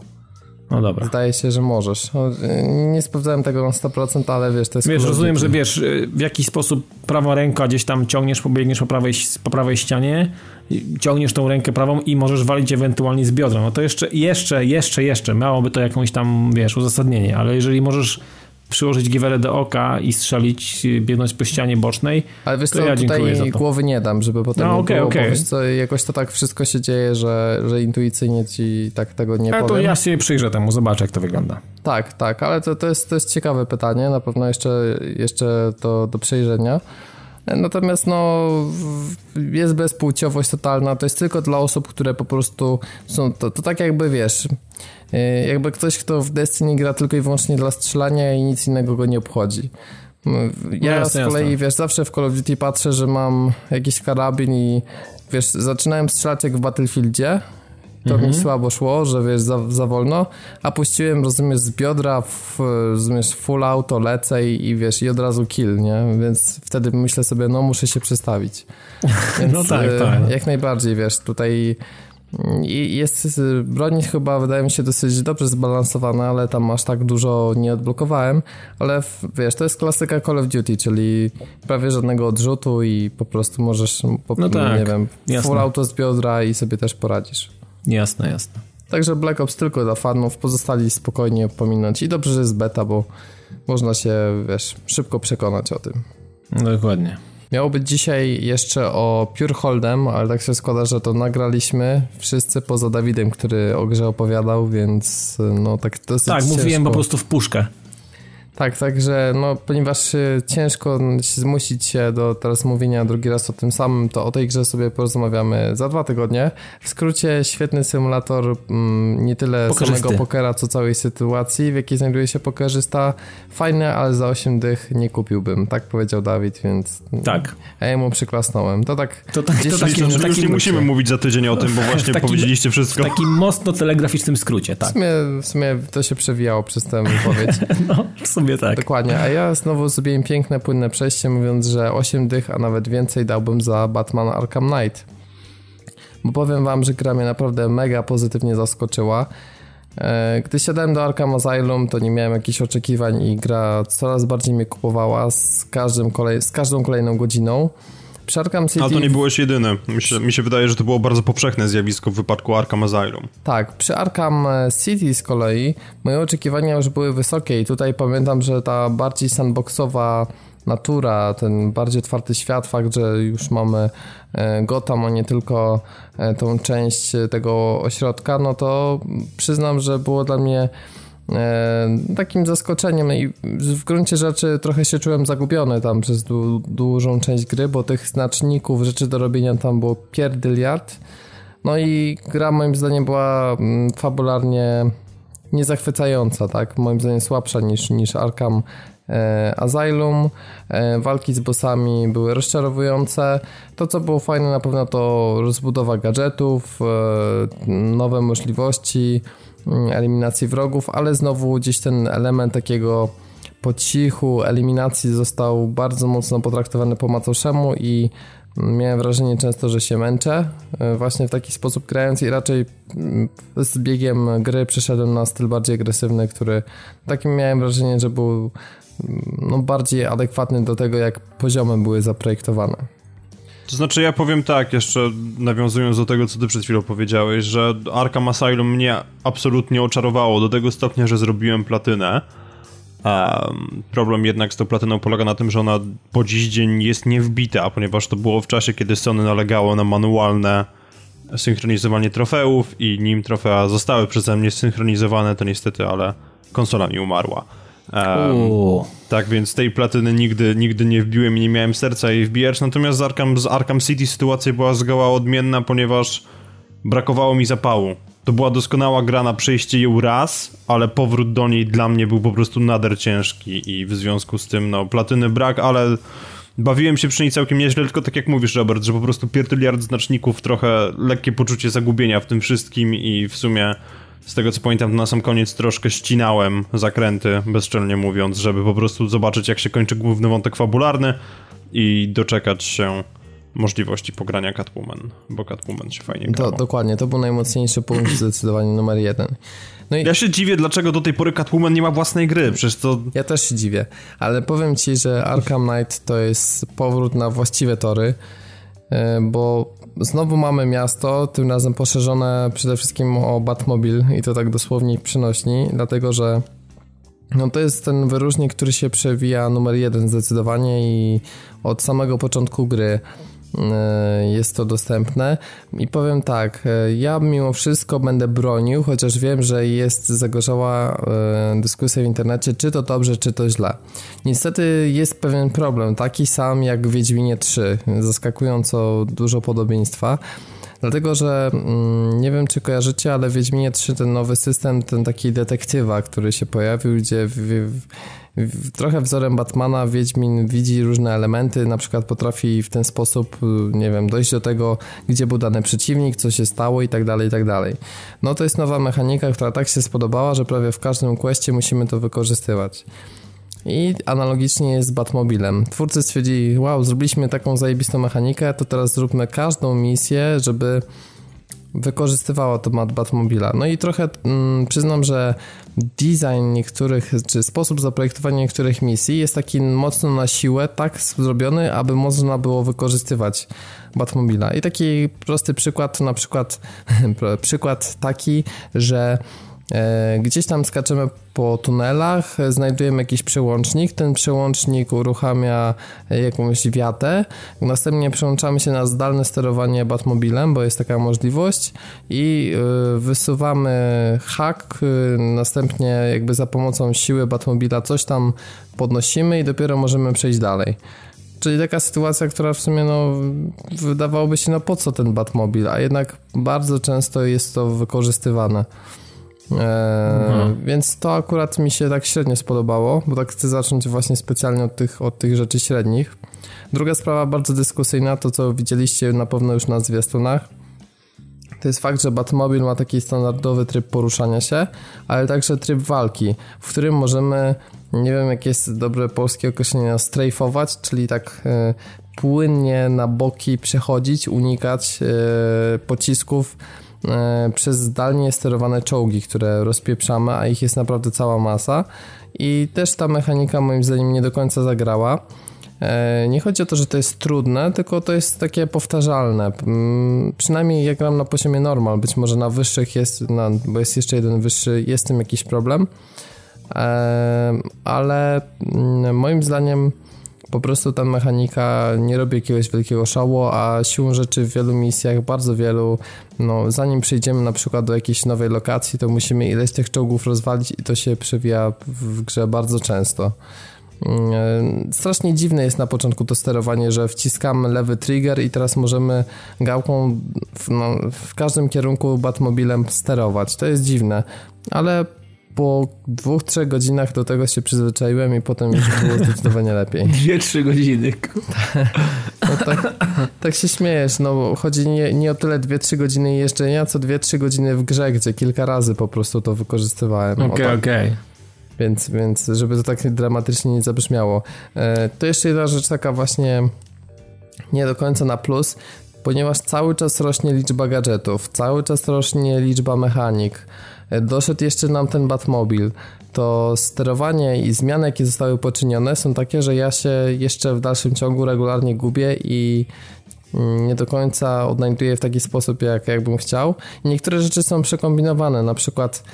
No dobra. Zdaje się, że możesz. Nie sprawdzałem tego na sto procent, ale wiesz, to jest... Wiesz, rozumiem, że wiesz, w jakiś sposób prawa ręka gdzieś tam ciągniesz, pobiegniesz po prawej, po prawej ścianie, ciągniesz tą rękę prawą i możesz walić ewentualnie z biodra. No to jeszcze, jeszcze, jeszcze, jeszcze miałoby to jakąś tam, wiesz, uzasadnienie, ale jeżeli możesz przyłożyć giwerę do oka i strzelić, biegnąć po ścianie bocznej, ale wiesz to co, ja tutaj głowy nie dam, żeby potem no, nie okay, było, okay. bo wiesz co, jakoś to tak wszystko się dzieje, że, że intuicyjnie ci tak tego nie ale powiem. to ja się przyjrzę temu, zobaczę jak to wygląda. Tak, tak, ale to, to, jest, to jest ciekawe pytanie, na pewno jeszcze, jeszcze to do przejrzenia. Natomiast no jest bezpłciowość totalna, to jest tylko dla osób, które po prostu są, to, to tak jakby wiesz, jakby ktoś, kto w Destiny gra tylko i wyłącznie dla strzelania i nic innego go nie obchodzi. Ja no jasne, z kolei, jasne. wiesz, zawsze w Call of Duty patrzę, że mam jakiś karabin i wiesz, zaczynałem strzelać jak w Battlefieldzie, to mhm. mi słabo szło, że wiesz, za, za wolno, a puściłem, rozumiesz, z biodra, w, rozumiesz, full auto, lecę i, i wiesz, i od razu kill, nie? Więc wtedy myślę sobie, no muszę się przestawić. Więc, no tak, tak. Jak najbardziej, wiesz, tutaj jest broń chyba, wydaje mi się, dosyć dobrze zbalansowana, ale tam aż tak dużo nie odblokowałem, ale wiesz, to jest klasyka Call of Duty, czyli prawie żadnego odrzutu i po prostu możesz, po, no tak, nie wiem, jasne. full auto z biodra i sobie też poradzisz. Jasne, jasne. Także Black Ops tylko dla fanów, pozostali spokojnie pominąć i dobrze, że jest beta, bo można się, wiesz, szybko przekonać o tym. Dokładnie. Miało być dzisiaj jeszcze o Pure Hold'em, ale tak się składa, że to nagraliśmy wszyscy poza Dawidem, który o grze opowiadał, więc no tak dosyć Tak, ciężko. Mówiłem po prostu w puszkę. Tak, także no ponieważ ciężko się zmusić się do teraz mówienia drugi raz o tym samym, to o tej grze sobie porozmawiamy za dwa tygodnie. W skrócie świetny symulator mm, nie tyle Pokerzysty. samego pokera, co całej sytuacji, w jakiej znajduje się pokerzysta. Fajne, ale za osiem dych nie kupiłbym, tak powiedział Dawid, więc tak. A ja mu przyklasnąłem. To tak... To, tak, to taki, już taki nie musimy mówić za tydzień o tym, bo właśnie takim, powiedzieliście wszystko. W takim mocno telegraficznym skrócie, tak. W sumie, w sumie to się przewijało przez tę wypowiedź. No, w sumie tak. Dokładnie, a ja znowu zrobiłem piękne, płynne przejście, mówiąc, że osiem dych, a nawet więcej dałbym za Batman Arkham Knight. Bo powiem wam, że gra mnie naprawdę mega pozytywnie zaskoczyła. Gdy siadałem do Arkham Asylum, to nie miałem jakichś oczekiwań i gra coraz bardziej mnie kupowała z, każdym kolej, z każdą kolejną godziną. Przy Arkham City... Ale to nie byłeś jedyny. Mi się, mi się wydaje, że to było bardzo powszechne zjawisko w wypadku Arkham Asylum. Tak, przy Arkham City z kolei moje oczekiwania już były wysokie i tutaj pamiętam, że ta bardziej sandboxowa natura, ten bardziej otwarty świat, fakt, że już mamy Gotham, a nie tylko tą część tego ośrodka, no to przyznam, że było dla mnie takim zaskoczeniem i w gruncie rzeczy trochę się czułem zagubiony tam przez dłu- dużą część gry, bo tych znaczników, rzeczy do robienia tam było pierdyliard, No i gra moim zdaniem była fabularnie niezachwycająca, tak? Moim zdaniem słabsza niż, niż Arkham e, Asylum. E, walki z bossami były rozczarowujące. To, co było fajne na pewno, to rozbudowa gadżetów, e, nowe możliwości, eliminacji wrogów, ale znowu gdzieś ten element takiego po cichu eliminacji został bardzo mocno potraktowany po macoszemu i miałem wrażenie często, że się męczę właśnie w taki sposób grając i raczej z biegiem gry przeszedłem na styl bardziej agresywny, który takim miałem wrażenie, że był no, bardziej adekwatny do tego, jak poziomy były zaprojektowane. To znaczy ja powiem tak, jeszcze nawiązując do tego, co ty przed chwilą powiedziałeś, że Arkham Asylum mnie absolutnie oczarowało do tego stopnia, że zrobiłem platynę. Um, problem jednak z tą platyną polega na tym, że ona po dziś dzień jest niewbita, ponieważ to było w czasie, kiedy Sony nalegało na manualne synchronizowanie trofeów i nim trofea zostały przeze mnie synchronizowane, to niestety, ale konsola mi umarła. Um, tak więc tej platyny nigdy, nigdy nie wbiłem i nie miałem serca jej wbijać, natomiast z Arkham, z Arkham City sytuacja była zgoła odmienna, ponieważ brakowało mi zapału. To była doskonała gra na przejście ją raz, ale powrót do niej dla mnie był po prostu nader ciężki i w związku z tym, no, platyny brak, ale bawiłem się przy niej całkiem nieźle, tylko tak jak mówisz, Robert, że po prostu pierdyliard znaczników, trochę lekkie poczucie zagubienia w tym wszystkim i w sumie z tego co pamiętam, to na sam koniec troszkę ścinałem zakręty, bezczelnie mówiąc, żeby po prostu zobaczyć, jak się kończy główny wątek fabularny i doczekać się możliwości pogrania Catwoman, bo Catwoman się fajnie grało. To, dokładnie, to był najmocniejszy punkt, zdecydowanie numer jeden. No i ja się dziwię, dlaczego do tej pory Catwoman nie ma własnej gry, przecież to... Ja też się dziwię, ale powiem ci, że Arkham Knight to jest powrót na właściwe tory, bo znowu mamy miasto, tym razem poszerzone przede wszystkim o Batmobil i to tak dosłownie przenośni, dlatego że no to jest ten wyróżnik, który się przewija numer jeden zdecydowanie i od samego początku gry jest to dostępne i powiem tak, ja mimo wszystko będę bronił, chociaż wiem, że jest zagorzała dyskusja w internecie, czy to dobrze, czy to źle. Niestety jest pewien problem, taki sam jak w Wiedźminie trzy, zaskakująco dużo podobieństwa, dlatego, że mm, nie wiem, czy kojarzycie, ale w Wiedźminie trzy ten nowy system, ten taki detektywa, który się pojawił, gdzie w, w, w, trochę wzorem Batmana Wiedźmin widzi różne elementy, na przykład potrafi w ten sposób, nie wiem, dojść do tego, gdzie był dany przeciwnik, co się stało i tak dalej, i tak dalej. No to jest nowa mechanika, która tak się spodobała, że prawie w każdym questie musimy to wykorzystywać. I analogicznie jest z Batmobilem. Twórcy stwierdzili, wow, zrobiliśmy taką zajebistą mechanikę, to teraz zróbmy każdą misję, żeby wykorzystywała to Batmobila. No i trochę mm, przyznam, że design niektórych, czy sposób zaprojektowania niektórych misji jest taki mocno na siłę, tak zrobiony, aby można było wykorzystywać Batmobila. I taki prosty przykład, na przykład przykład taki, że gdzieś tam skaczemy po tunelach, znajdujemy jakiś przełącznik, ten przełącznik uruchamia jakąś wiatę, następnie przełączamy się na zdalne sterowanie Batmobilem, bo jest taka możliwość i wysuwamy hak, następnie jakby za pomocą siły Batmobila coś tam podnosimy i dopiero możemy przejść dalej. Czyli taka sytuacja, która w sumie no wydawałoby się, no po co ten Batmobil, a jednak bardzo często jest to wykorzystywane. Eee, mhm. Więc to akurat mi się tak średnio spodobało, bo tak chcę zacząć właśnie specjalnie od tych, od tych rzeczy średnich. Druga sprawa bardzo dyskusyjna, to co widzieliście na pewno już na zwiastunach, to jest fakt, że Batmobil ma taki standardowy tryb poruszania się, ale także tryb walki, w którym możemy, nie wiem jak jest dobre polskie określenie, strajfować, czyli tak e, płynnie na boki przechodzić, unikać e, pocisków przez zdalnie sterowane czołgi, które rozpieprzamy, a ich jest naprawdę cała masa i też ta mechanika moim zdaniem nie do końca zagrała. Nie chodzi o to, że to jest trudne, tylko to jest takie powtarzalne. Przynajmniej jak gram na poziomie normal, być może na wyższych jest, na, bo jest jeszcze jeden wyższy, jest z tym jakiś problem, ale moim zdaniem po prostu ta mechanika nie robi jakiegoś wielkiego szału, a siłą rzeczy w wielu misjach, bardzo wielu, no zanim przejdziemy na przykład do jakiejś nowej lokacji, to musimy ileś tych czołgów rozwalić i to się przewija w grze bardzo często. Strasznie dziwne jest na początku to sterowanie, że wciskamy lewy trigger i teraz możemy gałką w, no, w każdym kierunku Batmobilem sterować. To jest dziwne, ale po dwóch, trzech godzinach do tego się przyzwyczaiłem i potem już było zdecydowanie lepiej. Dwie, trzy godziny. No tak, tak się śmiejesz, no chodzi nie, nie o tyle dwie, trzy godziny jeżdżenia, co dwie, trzy godziny w grze, gdzie kilka razy po prostu to wykorzystywałem. Okej, okay, okej. Okay. Więc, więc żeby to tak dramatycznie nie zabrzmiało. E, to jeszcze jedna rzecz taka właśnie nie do końca na plus, ponieważ cały czas rośnie liczba gadżetów, cały czas rośnie liczba mechanik. E, doszedł jeszcze nam ten Batmobil. To sterowanie i zmiany, jakie zostały poczynione, są takie, że ja się jeszcze w dalszym ciągu regularnie gubię i nie do końca odnajduję w taki sposób, jak, jak bym chciał. I niektóre rzeczy są przekombinowane, na przykład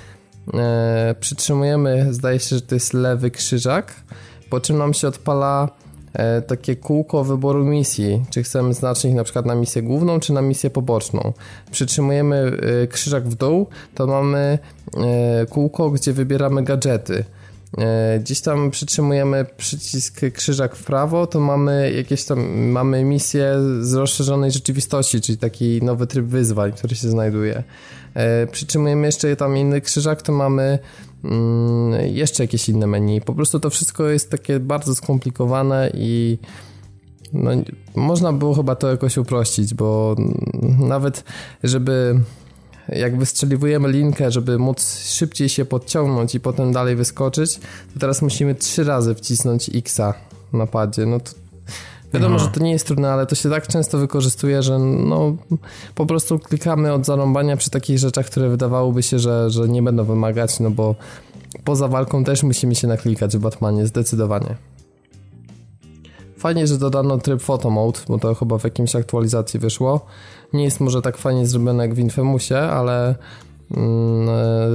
E, przytrzymujemy, zdaje się, że to jest lewy krzyżak, po czym nam się odpala e, takie kółko wyboru misji, czy chcemy znaczyć na przykład na misję główną, czy na misję poboczną. Przytrzymujemy e, krzyżak w dół, to mamy e, kółko, gdzie wybieramy gadżety. E, gdzieś tam przytrzymujemy przycisk krzyżak w prawo, to mamy jakieś tam, mamy misję z rozszerzonej rzeczywistości, czyli taki nowy tryb wyzwań, który się znajduje. E, przytrzymujemy jeszcze tam inny krzyżak, to mamy mm, jeszcze jakieś inne menu. Po prostu to wszystko jest takie bardzo skomplikowane i no, można było chyba to jakoś uprościć, bo nawet żeby jak wystrzeliwujemy linkę, żeby móc szybciej się podciągnąć i potem dalej wyskoczyć, to teraz musimy trzy razy wcisnąć X-a na padzie. No to wiadomo, Aha. że to nie jest trudne, ale to się tak często wykorzystuje, że no po prostu klikamy od zarąbania przy takich rzeczach, które wydawałoby się, że, że nie będą wymagać, no bo poza walką też musimy się naklikać w Batmanie, zdecydowanie. Fajnie, że dodano tryb Photo Mode, bo to chyba w jakimś aktualizacji wyszło. Nie jest może tak fajnie zrobione jak w Infamousie, ale mm,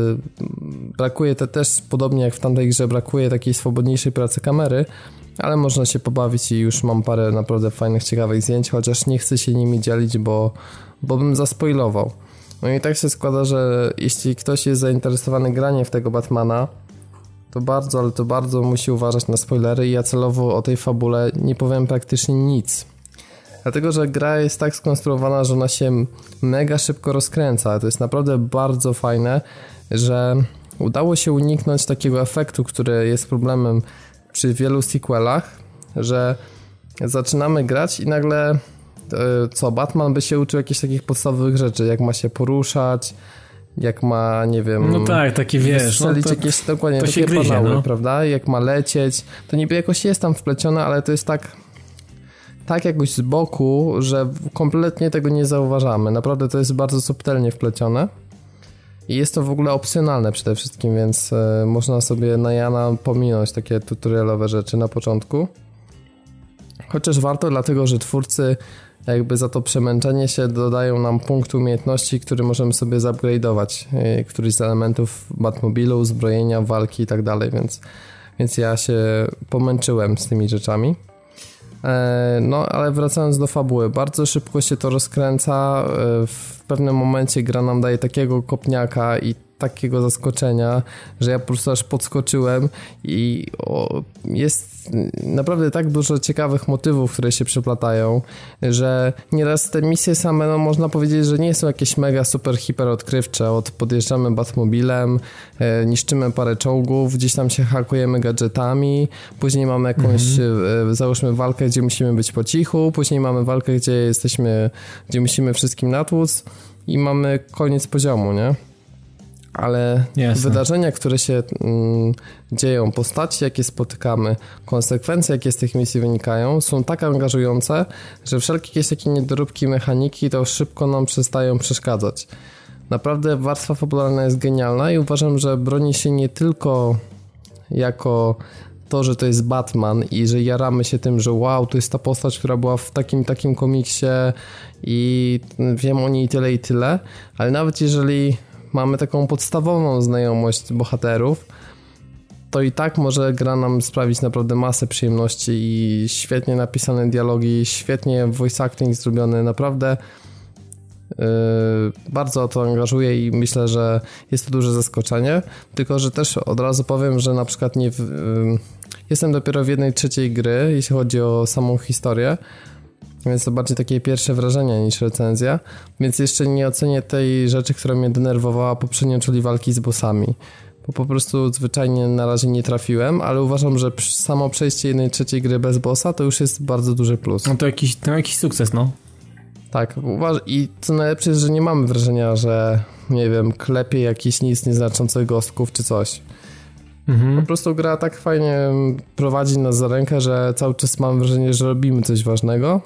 brakuje to też, podobnie jak w tamtej grze, brakuje takiej swobodniejszej pracy kamery, ale można się pobawić i już mam parę naprawdę fajnych, ciekawych zdjęć, chociaż nie chcę się nimi dzielić, bo, bo bym zaspoilował. No i tak się składa, że jeśli ktoś jest zainteresowany graniem w tego Batmana, to bardzo, ale to bardzo musi uważać na spoilery i ja celowo o tej fabule nie powiem praktycznie nic. Dlatego, że gra jest tak skonstruowana, że ona się mega szybko rozkręca. To jest naprawdę bardzo fajne, że udało się uniknąć takiego efektu, który jest problemem przy wielu sequelach, że zaczynamy grać i nagle co, Batman by się uczył jakichś takich podstawowych rzeczy, jak ma się poruszać, jak ma, nie wiem... No tak, takie wiesz... No to, jakieś, dokładnie, to takie się gryzie, banały, no. prawda? Jak ma lecieć, to niby jakoś jest tam wplecione, ale to jest tak tak jakoś z boku, że kompletnie tego nie zauważamy. Naprawdę to jest bardzo subtelnie wplecione i jest to w ogóle opcjonalne przede wszystkim, więc y, można sobie na Jana pominąć takie tutorialowe rzeczy na początku. Chociaż warto, dlatego że twórcy jakby za to przemęczenie się dodają nam punkt umiejętności, który możemy sobie zupgrade'ować. Yy, któryś z elementów Batmobilu, uzbrojenia, walki i tak dalej, więc, więc ja się pomęczyłem z tymi rzeczami. E, no, ale wracając do fabuły, bardzo szybko się to rozkręca. E, w pewnym momencie gra nam daje takiego kopniaka i takiego zaskoczenia, że ja po prostu aż podskoczyłem i o, jest naprawdę tak dużo ciekawych motywów, które się przeplatają, że nieraz te misje same, no można powiedzieć, że nie są jakieś mega super hiper odkrywcze. Od podjeżdżamy Batmobilem, e, niszczymy parę czołgów, gdzieś tam się hakujemy gadżetami, później mamy jakąś, mhm. e, załóżmy walkę, gdzie musimy być po cichu, później mamy walkę, gdzie jesteśmy, gdzie musimy wszystkim natłuc i mamy koniec poziomu, nie? Ale Jasne. wydarzenia, które się mm, dzieją, postaci, jakie spotykamy, konsekwencje, jakie z tych misji wynikają, są tak angażujące, że wszelkie jakieś takie niedoróbki mechaniki to szybko nam przestają przeszkadzać. Naprawdę warstwa fabularna jest genialna i uważam, że broni się nie tylko jako to, że to jest Batman i że jaramy się tym, że wow, to jest ta postać, która była w takim takim komiksie i wiem o niej tyle i tyle, ale nawet jeżeli mamy taką podstawową znajomość bohaterów, to i tak może gra nam sprawić naprawdę masę przyjemności i świetnie napisane dialogi, świetnie voice acting zrobiony, naprawdę yy, bardzo o to angażuje i myślę, że jest to duże zaskoczenie, tylko że też od razu powiem, że na przykład nie w, yy, jestem dopiero w jednej trzeciej gry, jeśli chodzi o samą historię, więc to bardziej takie pierwsze wrażenia niż recenzja, więc jeszcze nie ocenię tej rzeczy, która mnie denerwowała poprzednio, czyli walki z bossami, bo po prostu zwyczajnie na razie nie trafiłem, ale uważam, że samo przejście jednej trzeciej gry bez bossa to już jest bardzo duży plus. No to jakiś, to jakiś sukces, no. Tak, uważ- i co najlepsze jest, że nie mamy wrażenia, że nie wiem, klepie jakiś nic nieznaczących gostków czy coś. Mhm. Po prostu gra tak fajnie prowadzi nas za rękę, że cały czas mam wrażenie, że robimy coś ważnego,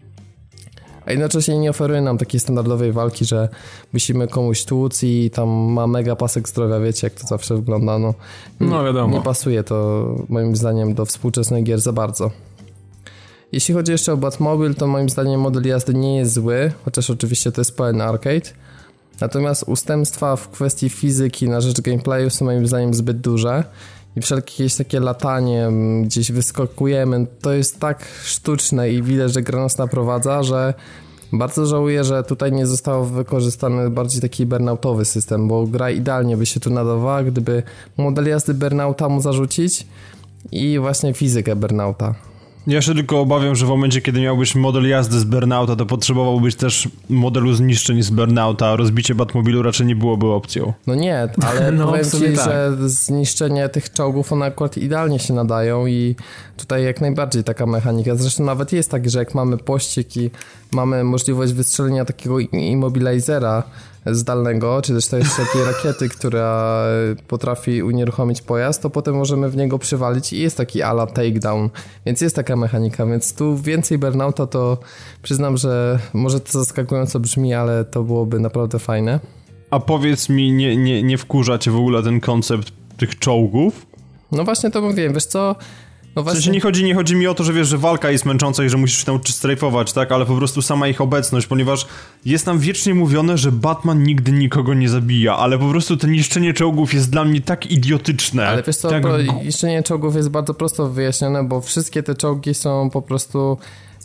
a jednocześnie nie oferuje nam takiej standardowej walki, że musimy komuś tłuc i tam ma mega pasek zdrowia, wiecie jak to zawsze wygląda. No, nie, no wiadomo. Nie pasuje to moim zdaniem do współczesnych gier za bardzo. Jeśli chodzi jeszcze o Batmobile, to moim zdaniem model jazdy nie jest zły, chociaż oczywiście to jest pełen arcade. Natomiast ustępstwa w kwestii fizyki na rzecz gameplayu są moim zdaniem zbyt duże i wszelkie jakieś takie latanie, gdzieś wyskakujemy, to jest tak sztuczne i widać, że gra nas naprowadza, że bardzo żałuję, że tutaj nie został wykorzystany bardziej taki burnoutowy system, bo gra idealnie by się tu nadawała, gdyby model jazdy burnouta mu zarzucić i właśnie fizykę burnouta. Ja się tylko obawiam, że w momencie, kiedy miałbyś model jazdy z Burnouta, to potrzebowałbyś też modelu zniszczeń z Burnouta, a rozbicie Batmobilu raczej nie byłoby opcją. No nie, ale no, powiem ci, tak. że zniszczenie tych czołgów, one akurat idealnie się nadają i tutaj jak najbardziej taka mechanika. Zresztą nawet jest tak, że jak mamy pościg i mamy możliwość wystrzelenia takiego immobilizera zdalnego, czy też to jest takiej rakiety, która potrafi unieruchomić pojazd, to potem możemy w niego przywalić i jest taki ala takedown, więc jest taka mechanika, więc tu więcej Burnouta to przyznam, że może to zaskakująco brzmi, ale to byłoby naprawdę fajne. A powiedz mi, nie, nie, nie wkurza cię w ogóle ten koncept tych czołgów? No właśnie to mówiłem, wiesz co? No właśnie... W sensie nie chodzi, nie chodzi mi o to, że wiesz, że walka jest męcząca i że musisz się nauczyć strajfować, tak? Ale po prostu sama ich obecność, ponieważ jest tam wiecznie mówione, że Batman nigdy nikogo nie zabija, ale po prostu to niszczenie czołgów jest dla mnie tak idiotyczne. Ale wiesz co, tak... pro, niszczenie czołgów jest bardzo prosto wyjaśnione, bo wszystkie te czołgi są po prostu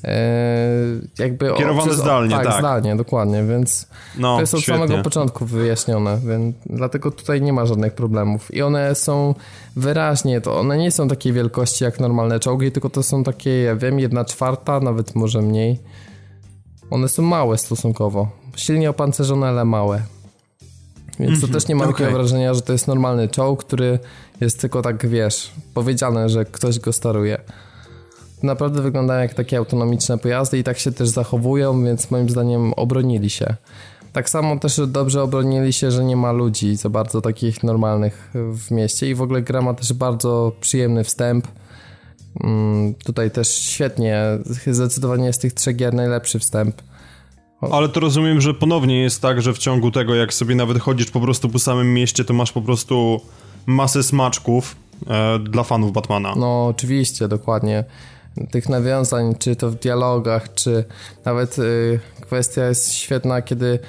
e, jakby... kierowane przez, zdalnie, tak. tak, zdalnie, dokładnie, więc no, to jest od świetnie. Samego początku wyjaśnione, więc dlatego tutaj nie ma żadnych problemów. I one są wyraźnie, to one nie są takiej wielkości jak normalne czołgi, tylko to są takie, ja wiem, jedna czwarta, nawet może mniej. One są małe stosunkowo. Silnie opancerzone, ale małe. Więc mm-hmm, to też nie mam okay. takiego wrażenia, że to jest normalny czołg, który jest tylko tak, wiesz, powiedziane, że ktoś go steruje. Naprawdę wyglądają jak takie autonomiczne pojazdy i tak się też zachowują, więc moim zdaniem obronili się. Tak samo też dobrze obronili się, że nie ma ludzi za bardzo takich normalnych w mieście i w ogóle gra ma też bardzo przyjemny wstęp. Mm, tutaj też świetnie, zdecydowanie jest z tych trzech gier najlepszy wstęp. O. Ale to rozumiem, że ponownie jest tak, że w ciągu tego, jak sobie nawet chodzisz po prostu po samym mieście, to masz po prostu masę smaczków e, dla fanów Batmana. No oczywiście, dokładnie. Tych nawiązań, czy to w dialogach, czy nawet y, kwestia jest świetna, kiedy y,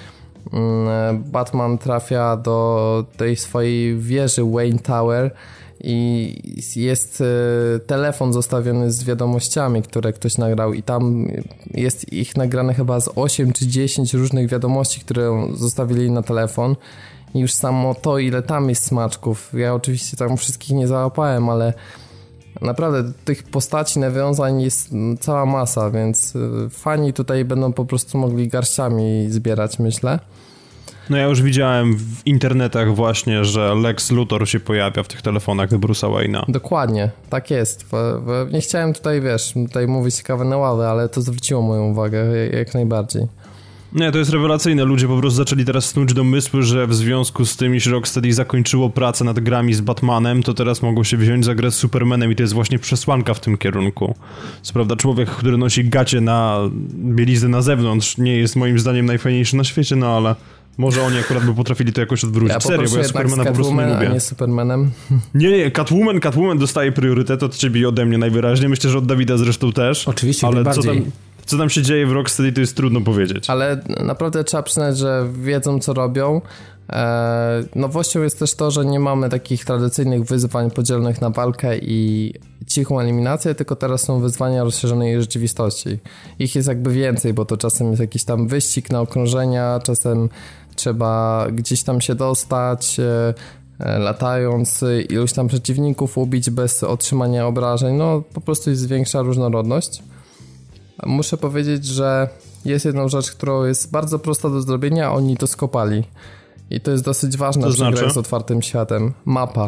Batman trafia do tej swojej wieży Wayne Tower i jest y, telefon zostawiony z wiadomościami, które ktoś nagrał i tam jest ich nagrane chyba z osiem czy dziesięć różnych wiadomości, które zostawili na telefon i już samo to, ile tam jest smaczków. Ja oczywiście tam wszystkich nie załapałem, ale naprawdę tych postaci, nawiązań jest cała masa, więc fani tutaj będą po prostu mogli garściami zbierać, myślę. No ja już widziałem w internetach właśnie, że Lex Luthor się pojawia w tych telefonach do Bruce'a Wayne'a. Dokładnie, tak jest. Nie chciałem tutaj, wiesz, tutaj mówić ciekawe na ławę, ale to zwróciło moją uwagę jak najbardziej. Nie, to jest rewelacyjne. Ludzie po prostu zaczęli teraz snuć domysły, że w związku z tym, iż Rocksteady zakończyło pracę nad grami z Batmanem, to teraz mogą się wziąć za grę z Supermanem i to jest właśnie przesłanka w tym kierunku. Co prawda człowiek, który nosi gacie na bieliznę na zewnątrz, nie jest moim zdaniem najfajniejszy na świecie, no ale może oni akurat by potrafili to jakoś odwrócić. Ja Serio, bo ja Supermana po prostu nie lubię. A nie Supermanem. Nie, nie, Catwoman, Catwoman dostaje priorytet od ciebie i ode mnie najwyraźniej. Myślę, że od Dawida zresztą też. Oczywiście, ale najbardziej. Co tam, co tam się dzieje w Rocksteady, to jest trudno powiedzieć. Ale naprawdę trzeba przyznać, że wiedzą, co robią. Eee, nowością jest też to, że nie mamy takich tradycyjnych wyzwań podzielonych na walkę i cichą eliminację, tylko teraz są wyzwania rozszerzonej rzeczywistości. Ich jest jakby więcej, bo to czasem jest jakiś tam wyścig na okrążenia, czasem trzeba gdzieś tam się dostać, latając, iluś tam przeciwników ubić bez otrzymania obrażeń, no po prostu jest większa różnorodność. Muszę powiedzieć, że jest jedna rzecz, która jest bardzo prosta do zrobienia, oni to skopali. I to jest dosyć ważne przy znaczy? grach z otwartym światem. Mapa.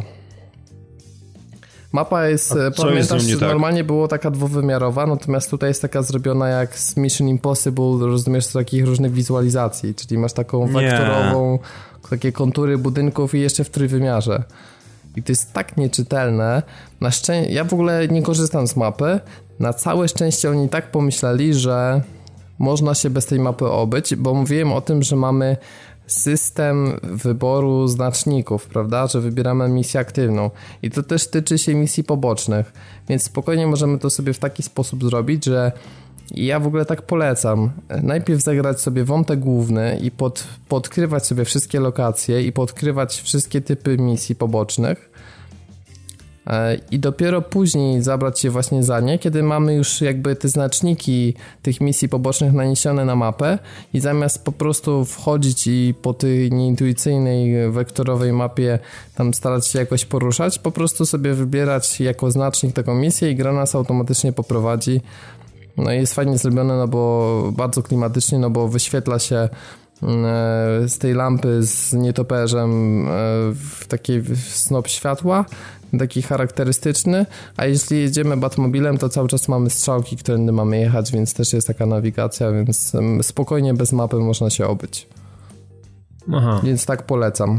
Mapa jest, A pamiętasz, jest normalnie tak? było taka dwuwymiarowa, natomiast tutaj jest taka zrobiona jak z Mission Impossible, rozumiesz, z takich różnych wizualizacji, czyli masz taką wektorową, nie. takie kontury budynków i jeszcze w trójwymiarze. I to jest tak nieczytelne. Na szczęście, ja w ogóle nie korzystam z mapy. Na całe szczęście oni tak pomyśleli, że można się bez tej mapy obyć, bo mówiłem o tym, że mamy system wyboru znaczników, prawda, że wybieramy misję aktywną i to też tyczy się misji pobocznych, więc spokojnie możemy to sobie w taki sposób zrobić, że ja w ogóle tak polecam najpierw zagrać sobie wątek główny i pod, podkrywać sobie wszystkie lokacje i podkrywać wszystkie typy misji pobocznych i dopiero później zabrać się właśnie za nie, kiedy mamy już jakby te znaczniki tych misji pobocznych naniesione na mapę i zamiast po prostu wchodzić i po tej nieintuicyjnej, wektorowej mapie tam starać się jakoś poruszać, po prostu sobie wybierać jako znacznik taką misję i gra nas automatycznie poprowadzi. No i jest fajnie zrobione, no bo bardzo klimatycznie, no bo wyświetla się z tej lampy z nietoperzem w taki snop światła, taki charakterystyczny, a jeśli jedziemy Batmobilem, to cały czas mamy strzałki, którędy mamy jechać, więc też jest taka nawigacja, więc spokojnie bez mapy można się obyć. Aha. Więc tak polecam.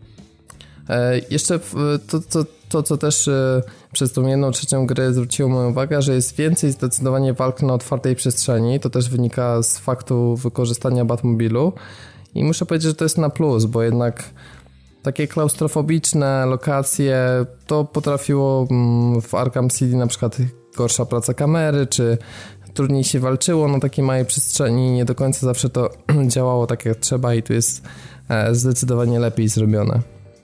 E, jeszcze to, to, to, co też e, przez tą jedną trzecią gry zwróciło moją uwagę, że jest więcej zdecydowanie walk na otwartej przestrzeni, to też wynika z faktu wykorzystania Batmobilu i muszę powiedzieć, że to jest na plus, bo jednak takie klaustrofobiczne lokacje to potrafiło w Arkham City na przykład gorsza praca kamery, czy trudniej się walczyło na takiej małej przestrzeni, nie do końca zawsze to działało tak jak trzeba i tu jest zdecydowanie lepiej zrobione.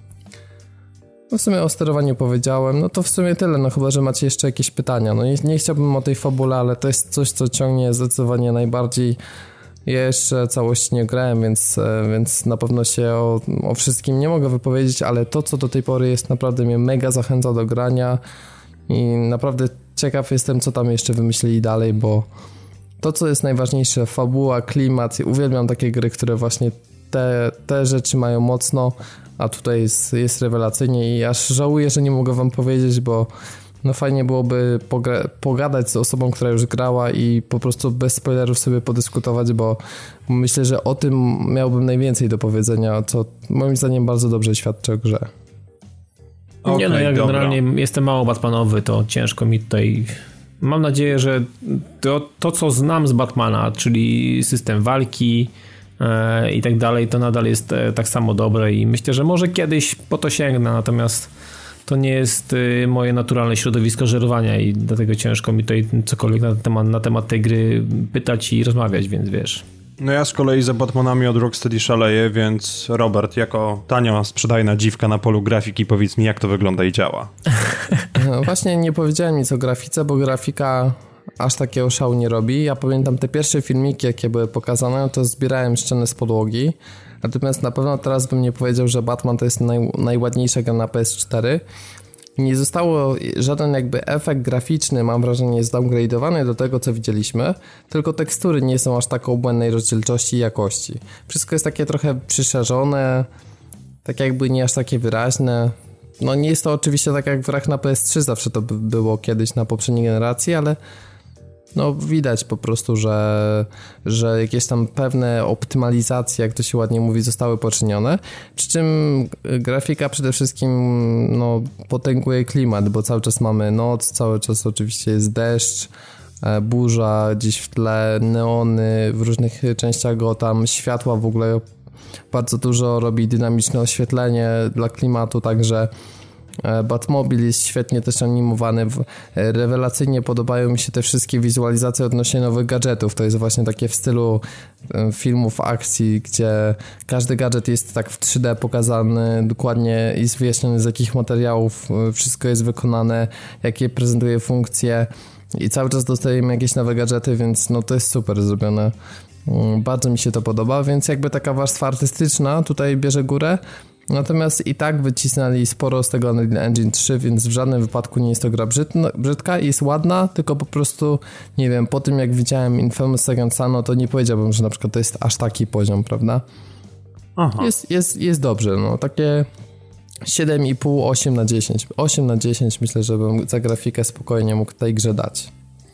No w sumie o sterowaniu powiedziałem, no to w sumie tyle, no chyba, że macie jeszcze jakieś pytania. No nie, nie chciałbym o tej fabule, ale to jest coś, co ciągnie zdecydowanie najbardziej. Ja jeszcze całości nie grałem, więc, więc na pewno się o, o wszystkim nie mogę wypowiedzieć, ale to, co do tej pory jest, naprawdę mnie mega zachęca do grania i naprawdę ciekaw jestem, co tam jeszcze wymyślili dalej, bo to, co jest najważniejsze, fabuła, klimat, uwielbiam takie gry, które właśnie te, te rzeczy mają mocno, a tutaj jest, jest rewelacyjnie i aż żałuję, że nie mogę wam powiedzieć, bo no fajnie byłoby pogra- pogadać z osobą, która już grała i po prostu bez spoilerów sobie podyskutować, bo myślę, że o tym miałbym najwięcej do powiedzenia, co moim zdaniem bardzo dobrze świadczy o grze. Okay, nie no, ja dobra. Generalnie jestem mało Batmanowy, to ciężko mi tutaj... Mam nadzieję, że to, to co znam z Batmana, czyli system walki e, i tak dalej, to nadal jest e, tak samo dobre i myślę, że może kiedyś po to sięgnę, natomiast to nie jest y, moje naturalne środowisko żerowania i dlatego ciężko mi tutaj cokolwiek na temat, na temat tej gry pytać i rozmawiać, więc wiesz. No ja z kolei za Batmanami od Rocksteady szaleję, więc Robert, jako tania, sprzedajna dziwka na polu grafiki, powiedz mi, jak to wygląda i działa. No właśnie nie powiedziałem nic o grafice, bo grafika aż takiego szału nie robi. Ja pamiętam te pierwsze filmiki, jakie były pokazane, to zbierałem ściany z podłogi. Natomiast na pewno teraz bym nie powiedział, że Batman to jest naj, najładniejsza gra na P S cztery. Nie zostało żaden jakby efekt graficzny, mam wrażenie, zdowngrade'owany do tego, co widzieliśmy, tylko tekstury nie są aż tak o błędnej rozdzielczości i jakości. Wszystko jest takie trochę przyszerzone, tak jakby nie aż takie wyraźne. No nie jest to oczywiście tak jak w grach na P S trzy, zawsze to by było kiedyś na poprzedniej generacji, ale no widać po prostu, że, że jakieś tam pewne optymalizacje, jak to się ładnie mówi, zostały poczynione, przy czym grafika przede wszystkim no, potęguje klimat, bo cały czas mamy noc, cały czas oczywiście jest deszcz, burza gdzieś w tle, neony w różnych częściach Gotham, światła w ogóle bardzo dużo robi dynamiczne oświetlenie dla klimatu, także Batmobil jest świetnie też animowany, rewelacyjnie podobają mi się te wszystkie wizualizacje odnośnie nowych gadżetów, to jest właśnie takie w stylu filmów akcji, gdzie każdy gadżet jest tak w trzy D pokazany, dokładnie jest wyjaśniony z jakich materiałów wszystko jest wykonane, jakie prezentuje funkcje i cały czas dostajemy jakieś nowe gadżety, więc no to jest super zrobione. Bardzo mi się to podoba, więc jakby taka warstwa artystyczna tutaj bierze górę, Natomiast i tak wycisnęli sporo z tego Unreal Engine trzy, więc w żadnym wypadku nie jest to gra brzydna, brzydka, jest ładna, tylko po prostu, nie wiem, po tym jak widziałem Infamous Second Son, no to nie powiedziałbym, że na przykład to jest aż taki poziom, prawda? Aha. Jest, jest, jest dobrze, no takie siedem i pół, osiem na dziesięć. osiem na dziesięć myślę, że bym za grafikę spokojnie mógł tej grze dać.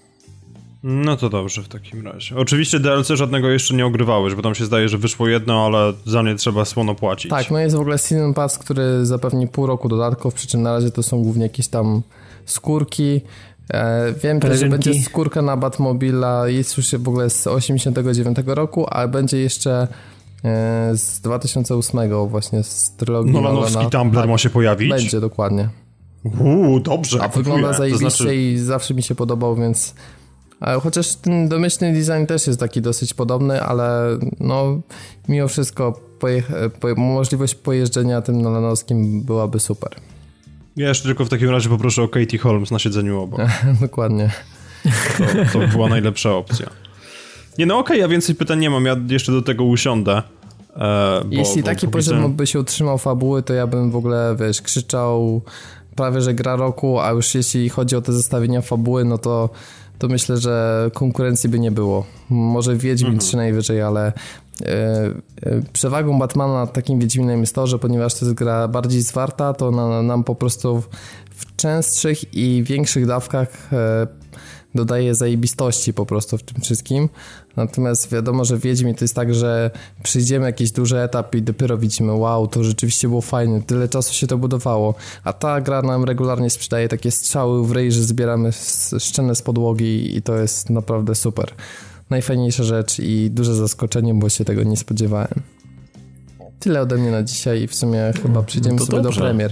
No to dobrze w takim razie. Oczywiście D L C żadnego jeszcze nie ogrywałeś, bo tam się zdaje, że wyszło jedno, ale za nie trzeba słono płacić. Tak, no jest w ogóle Season Pass, który zapewni pół roku dodatków, przy czym na razie to są głównie jakieś tam skórki. E, wiem też, że będzie skórka na Batmobila, jest już w ogóle z osiemdziesiątego dziewiątego roku, ale będzie jeszcze e, z dwa tysiące ósmego właśnie z trylogii Nolanowski Nolana. Tumbler tak, ma się pojawić? Będzie, dokładnie. Uuu, dobrze. A wygląda zajebiście znaczy... i zawsze mi się podobał, więc... Chociaż ten domyślny design też jest taki dosyć podobny, ale no mimo wszystko pojecha- po- możliwość pojeżdżenia tym nolanowskim byłaby super. Ja jeszcze tylko w takim razie poproszę o Katie Holmes na siedzeniu obok. Dokładnie. To, to była najlepsza opcja. Nie no okej, okay, ja więcej pytań nie mam, ja jeszcze do tego usiądę. E, bo, Jeśli bo taki popisałem... poziom by się utrzymał fabuły, to ja bym w ogóle, wiesz, krzyczał prawie, że gra roku, a już jeśli chodzi o te zestawienia fabuły, no to to myślę, że konkurencji by nie było. Może Wiedźmin mhm. trzy najwyżej, ale e, e, przewagą Batmana nad takim Wiedźminem jest to, że ponieważ to jest gra bardziej zwarta, to na, nam po prostu w, w częstszych i większych dawkach e, dodaje zajebistości po prostu w tym wszystkim. Natomiast wiadomo, że w Wiedźmie to jest tak, że przyjdziemy jakiś duży etap i dopiero widzimy, wow, to rzeczywiście było fajne, tyle czasu się to budowało. A ta gra nam regularnie sprzedaje takie strzały w ryj, że zbieramy szczenę z podłogi i to jest naprawdę super. Najfajniejsza rzecz i duże zaskoczenie, bo się tego nie spodziewałem. Tyle ode mnie na dzisiaj i w sumie chyba przyjdziemy no sobie dobrze. do premier.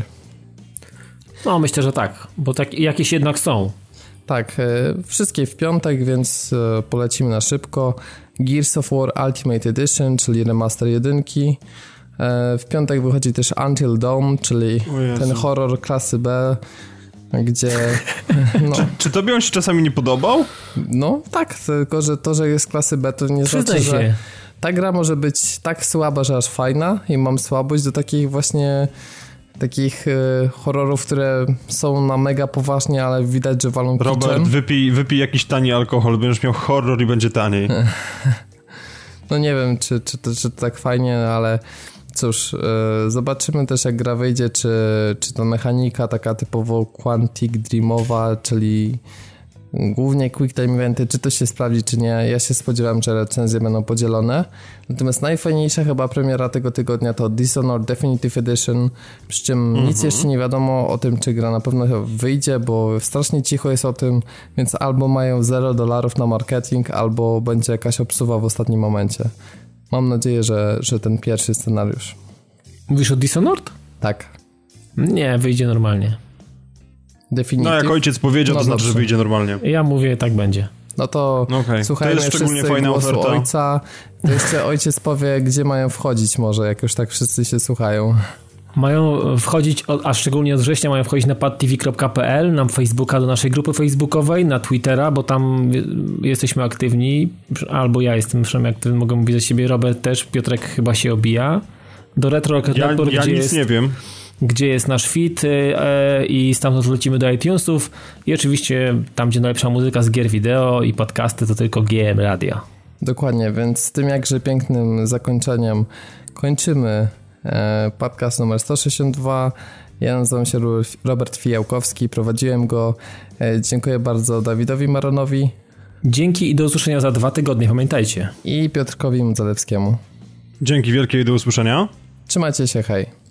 No myślę, że tak, bo tak, jakieś jednak są. Tak, wszystkie w piątek, więc polecimy na szybko. Gears of War Ultimate Edition, czyli remaster jedynki. W piątek wychodzi też Until Dawn, czyli ten horror klasy B, gdzie... No, czy, czy tobie on się czasami nie podobał? No tak, tylko że to, że jest klasy B, to nie Przyznaj znaczy, się. że ta gra może być tak słaba, że aż fajna i mam słabość do takich właśnie... takich y, horrorów, które są na mega poważnie, ale widać, że walą kiczem. Robert, wypij, wypij jakiś tani alkohol, będziesz miał horror i będzie taniej. No nie wiem, czy, czy, to, czy to tak fajnie, ale cóż, y, zobaczymy też jak gra wyjdzie, czy, czy ta mechanika taka typowo Quantic Dreamowa, czyli głównie quick time eventy, czy to się sprawdzi, czy nie. Ja się spodziewam, że recenzje będą podzielone. Natomiast najfajniejsza chyba premiera tego tygodnia to Dishonored Definitive Edition, przy czym mm-hmm. nic jeszcze nie wiadomo o tym, czy gra na pewno wyjdzie, bo strasznie cicho jest o tym, więc albo mają zero dolarów na marketing, albo będzie jakaś obsuwa w ostatnim momencie. Mam nadzieję, że, że ten pierwszy scenariusz. Mówisz o Dishonored? Tak. Nie, wyjdzie normalnie. Definitive. No jak ojciec powiedział, no to znaczy, dobrze. że wyjdzie normalnie. Ja mówię, tak będzie. No to okay. słuchajmy wszyscy głosu oferta. ojca. To jeszcze ojciec powie, gdzie mają wchodzić może, jak już tak wszyscy się słuchają. Mają wchodzić, a szczególnie od września mają wchodzić na padtv kropka p l, na Facebooka, do naszej grupy facebookowej, na Twittera, bo tam jesteśmy aktywni, albo ja jestem przynajmniej aktywny, mogę mówić za siebie, Robert też, Piotrek chyba się obija. Do Retro ja, Network, ja gdzie nic jest... nie wiem. gdzie jest nasz feed yy, i stamtąd lecimy do iTunesów i oczywiście tam, gdzie najlepsza muzyka z gier wideo i podcasty, to tylko G M Radio. Dokładnie, więc z tym jakże pięknym zakończeniem kończymy e, podcast numer sto sześćdziesiąt dwa. Ja nazywam się Robert Fijałkowski, prowadziłem go. E, dziękuję bardzo Dawidowi Maronowi. Dzięki i do usłyszenia za dwa tygodnie, pamiętajcie. I Piotrkowi Mudzalewskiemu. Dzięki wielkie i do usłyszenia. Trzymajcie się, hej.